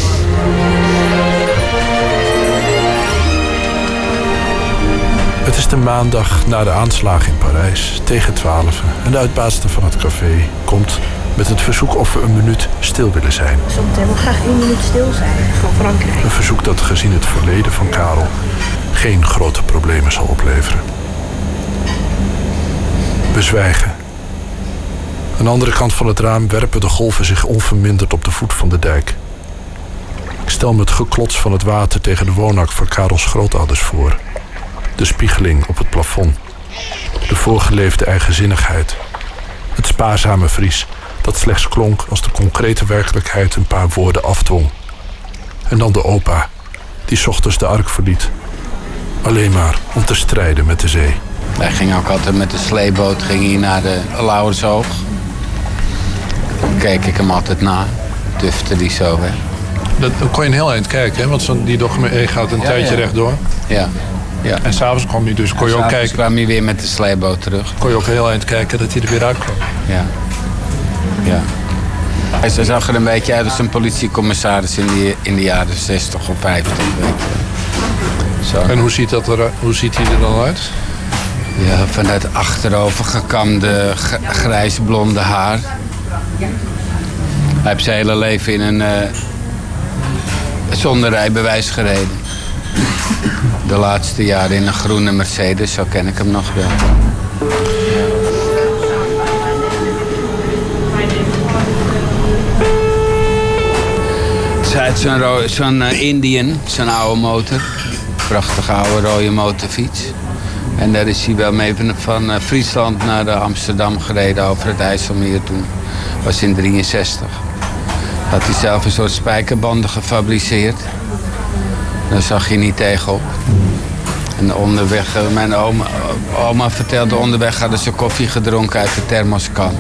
Het is de maandag na de aanslag in Parijs, tegen 12. En de uitbaatster van het café komt met het verzoek of we een minuut stil willen zijn. Zometeen wil graag 1 minuut stil zijn voor Frankrijk. Een verzoek dat gezien het verleden van Karel geen grote problemen zal opleveren. We zwijgen. Aan de andere kant van het raam werpen de golven zich onverminderd op de voet van de dijk. Ik stel me het geklots van het water tegen de woonhak van Karels grootouders voor. De spiegeling op het plafond. De voorgeleefde eigenzinnigheid. Het spaarzame Fries dat slechts klonk als de concrete werkelijkheid een paar woorden afdwong. En dan de opa die 's ochtends de ark verliet. Alleen maar om te strijden met de zee. Hij ging ook altijd met de sleeboot ging hij naar de Lauwersoog. Dan keek ik hem altijd na. Dufte die zo, hè. Dan kon je een heel eind kijken, hè? Want die Dokkumer gaat een tijdje rechtdoor. Ja. Ja. En s'avonds kwam hij dus, kon je ook kijken. Kwam hij weer met de sleeboot terug. Kon je ook heel eind kijken dat hij er weer uitkwam. Ja. Ja. Hij zag er een beetje uit als een politiecommissaris in de jaren 60 of 50. Weet je. Zo. En hoe ziet hij er dan uit? Ja, vanuit achterovergekamde grijsblonde haar. Hij heeft zijn hele leven in een zonder rijbewijs gereden. De laatste jaren in een groene Mercedes, zo ken ik hem nog wel. Het is zo'n Indian, zo'n oude motor. Prachtige oude rode motorfiets. En daar is hij wel mee van Friesland naar Amsterdam gereden over het IJsselmeer toen. Dat was in 1963. Had hij zelf een soort spijkerbanden gefabriceerd. Daar zag je niet tegenop. En onderweg, mijn oma vertelde, onderweg hadden ze koffie gedronken uit de thermoskan.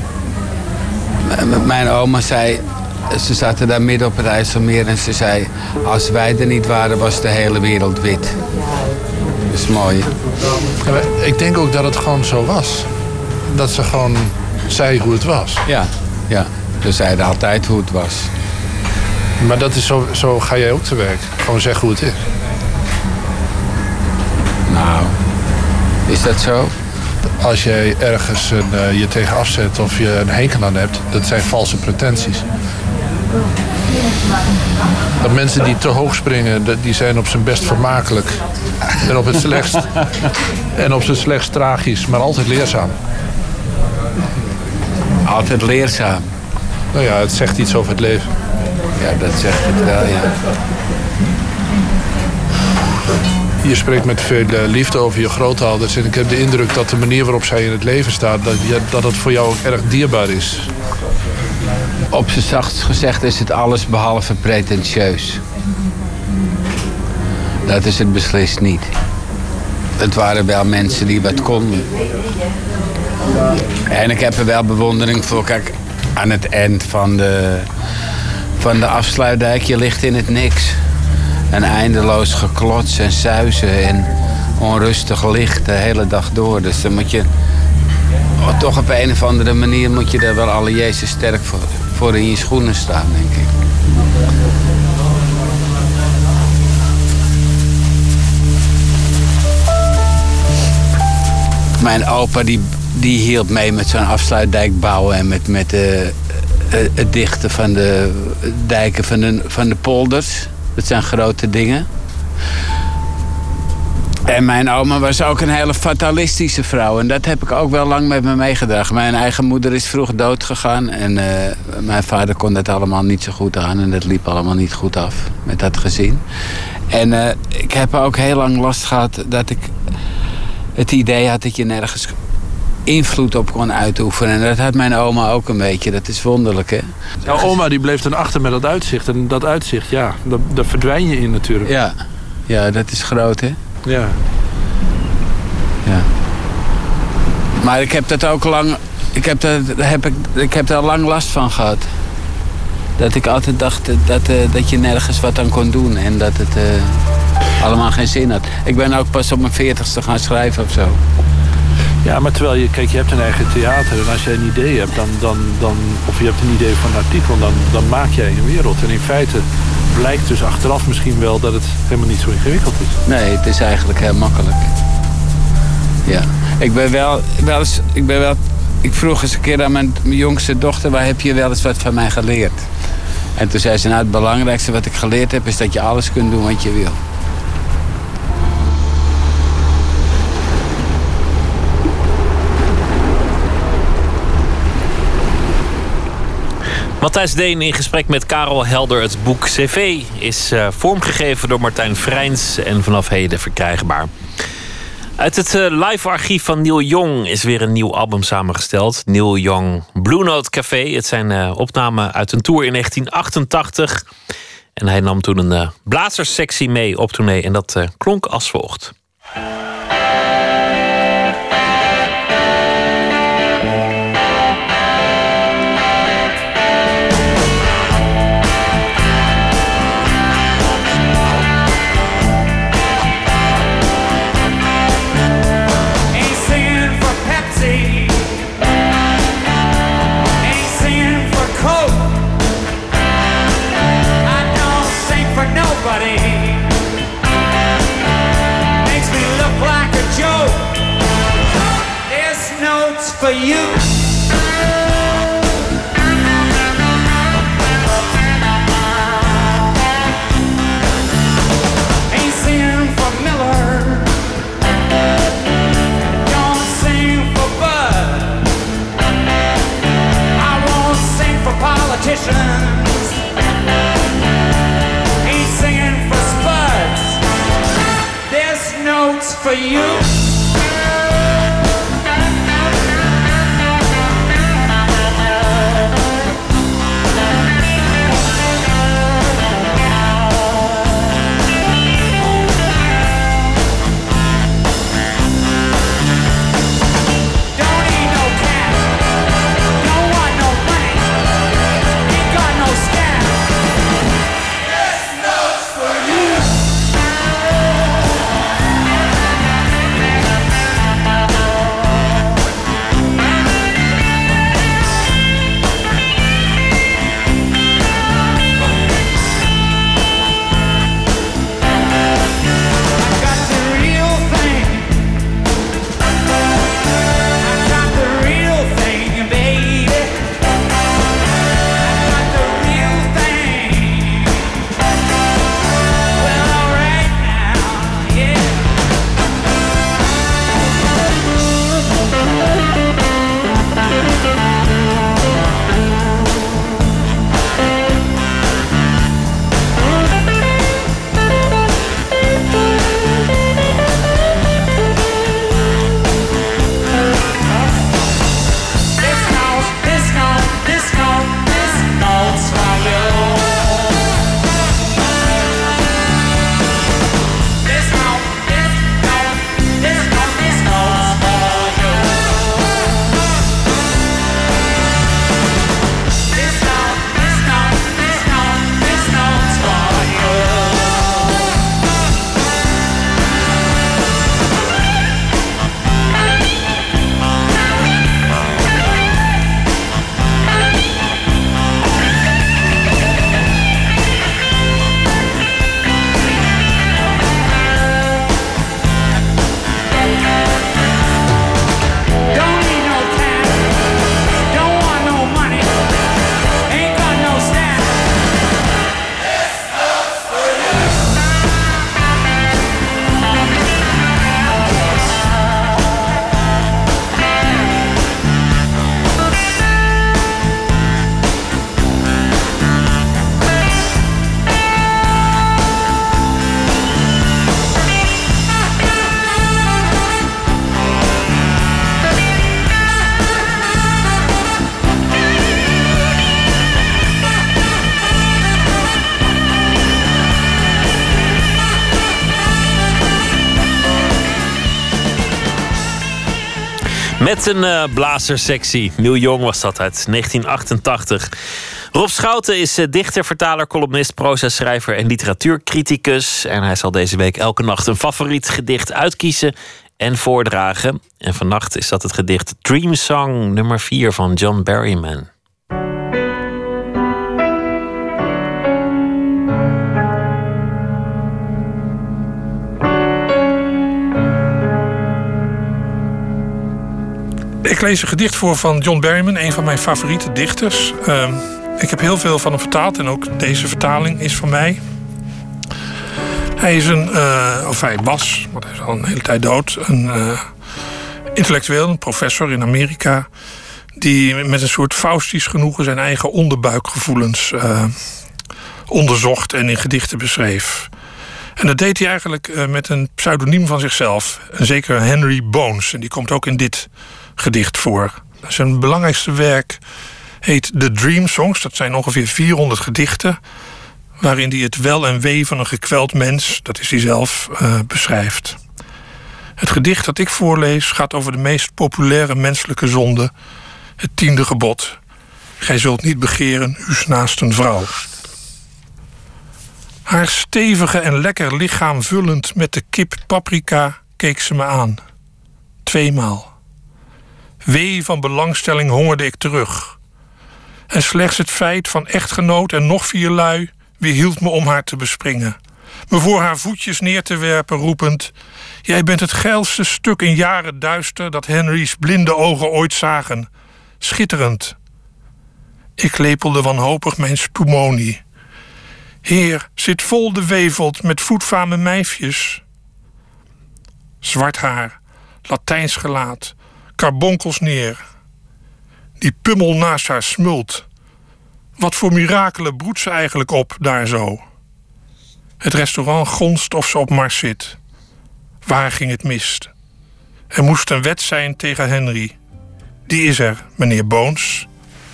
Mijn oma zei, ze zaten daar midden op het IJsselmeer en ze zei, als wij er niet waren was de hele wereld wit. Dat is mooi, hè? Ja, ik denk ook dat het gewoon zo was. Dat ze gewoon zei hoe het was. Ja. Ze zeiden altijd hoe het was. Maar dat is zo ga jij ook te werk. Gewoon zeggen hoe het is. Nou, is dat zo? Als jij ergens je tegen afzet of je een hekel aan hebt, dat zijn valse pretenties. Dat mensen die te hoog springen, die zijn op zijn best vermakelijk. En op zijn slechtst tragisch, maar altijd leerzaam. Altijd leerzaam? Nou ja, het zegt iets over het leven. Ja, dat zegt het wel, ja. Je spreekt met veel liefde over je grootouders. En ik heb de indruk dat de manier waarop zij in het leven staat, dat het voor jou ook erg dierbaar is. Op z'n zachtst gezegd is het alles behalve pretentieus. Dat is het beslist niet. Het waren wel mensen die wat konden. En ik heb er wel bewondering voor. Kijk, aan het eind van de afsluitdijk, je ligt in het niks. En eindeloos geklots en suizen en onrustig licht de hele dag door. Dus dan moet je toch op een of andere manier moet je daar wel alle Jezus sterk voor in je schoenen staan, denk ik. mijn opa die hielp mee met zo'n afsluitdijk bouwen en met het dichten van de dijken van de polders. Dat zijn grote dingen. En mijn oma was ook een hele fatalistische vrouw. En dat heb ik ook wel lang met me meegedragen. Mijn eigen moeder is vroeg dood gegaan. En mijn vader kon dat allemaal niet zo goed aan. En dat liep allemaal niet goed af met dat gezin. En ik heb ook heel lang last gehad dat ik het idee had dat je nergens invloed op kon uitoefenen. En dat had mijn oma ook een beetje. Dat is wonderlijk, hè? Nou, oma die bleef dan achter met dat uitzicht. En dat uitzicht, ja, daar verdwijn je in natuurlijk. Ja, dat is groot, hè? Ja. Maar ik heb dat ook lang... Ik heb daar lang last van gehad. Dat ik altijd dacht dat je nergens wat aan kon doen. En dat het allemaal geen zin had. Ik ben ook pas op mijn 40ste gaan schrijven of zo. Ja, maar terwijl je hebt een eigen theater. En als jij een idee hebt, of je hebt een idee van een artikel, dan maak jij een wereld. En in feite blijkt dus achteraf misschien wel dat het helemaal niet zo ingewikkeld is. Nee, het is eigenlijk heel makkelijk. Ja. Ik vroeg eens een keer aan mijn jongste dochter, waar heb je wel eens wat van mij geleerd? En toen zei ze, nou, het belangrijkste wat ik geleerd heb is dat je alles kunt doen wat je wil. Matthijs Deen in gesprek met Karel Helder. Het boek CV is vormgegeven door Martijn Vrijns en vanaf heden verkrijgbaar. Uit het live archief van Neil Young is weer een nieuw album samengesteld. Neil Young Blue Note Café. Het zijn opnamen uit een tour in 1988. En hij nam toen een blazerssectie mee op tournee. En dat klonk als volgt. For you. Ain't singing for Miller, don't sing for Bud. I won't sing for politicians, ain't singing for Spuds. There's notes for you. Met een blazersectie. Neil Young was dat uit 1988. Rob Schouten is dichter, vertaler, columnist, proza-schrijver en literatuurcriticus. En hij zal deze week elke nacht een favoriet gedicht uitkiezen en voordragen. En vannacht is dat het gedicht Dream Song nummer 4 van John Berryman. Ik lees een gedicht voor van John Berryman, een van mijn favoriete dichters. Ik heb heel veel van hem vertaald en ook deze vertaling is van mij. Hij is hij was, want hij is al een hele tijd dood, een intellectueel, een professor in Amerika, die met een soort faustisch genoegen zijn eigen onderbuikgevoelens onderzocht en in gedichten beschreef. En dat deed hij eigenlijk met een pseudoniem van zichzelf, een zeker Henry Bones. En die komt ook in dit gedicht voor. Zijn belangrijkste werk heet The Dream Songs. Dat zijn ongeveer 400 gedichten, waarin hij het wel en wee van een gekweld mens, dat is hij zelf, beschrijft. Het gedicht dat ik voorlees gaat over de meest populaire menselijke zonde, het 10e gebod. Gij zult niet begeren uws naasten vrouw. Haar stevige en lekker lichaam vullend met de kip paprika keek ze me aan. 2 maal. Wee van belangstelling hongerde ik terug. En slechts het feit van echtgenoot en nog 4 lui weerhield me om haar te bespringen. Me voor haar voetjes neer te werpen, roepend: jij bent het geilste stuk in jaren duister dat Henry's blinde ogen ooit zagen. Schitterend. Ik lepelde wanhopig mijn spumoni. Heer, zit vol de weveld met voetvame meifjes. Zwart haar, Latijns gelaat, karbonkels neer. Die pummel naast haar smult. Wat voor mirakelen broedt ze eigenlijk op, daar zo? Het restaurant gonst of ze op Mars zit. Waar ging het mis? Er moest een wet zijn tegen Henry. Die is er, meneer Bones.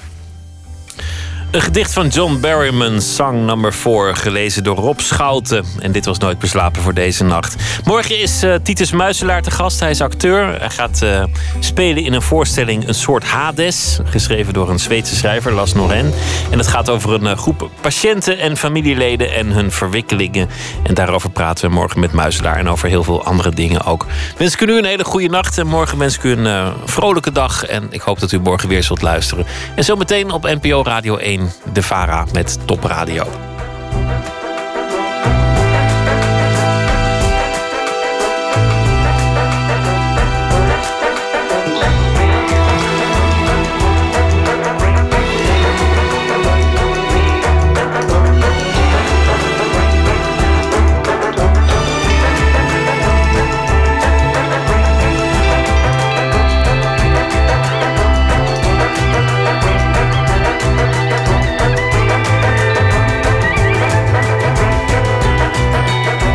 Een gedicht van John Berryman, Song nummer 4, gelezen door Rob Schouten. En dit was Nooit meer slapen voor deze nacht. Morgen is Titus Muiselaar te gast. Hij is acteur. Hij gaat spelen in een voorstelling Een soort Hades, geschreven door een Zweedse schrijver, Lars Noren. En het gaat over een groep patiënten en familieleden en hun verwikkelingen. En daarover praten we morgen met Muiselaar en over heel veel andere dingen ook. Wens ik u een hele goede nacht en morgen wens ik u een vrolijke dag. En ik hoop dat u morgen weer zult luisteren. En zometeen op NPO Radio 1. De VARA met Top Radio.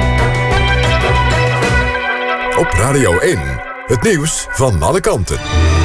Op Radio 1, het nieuws van alle kanten.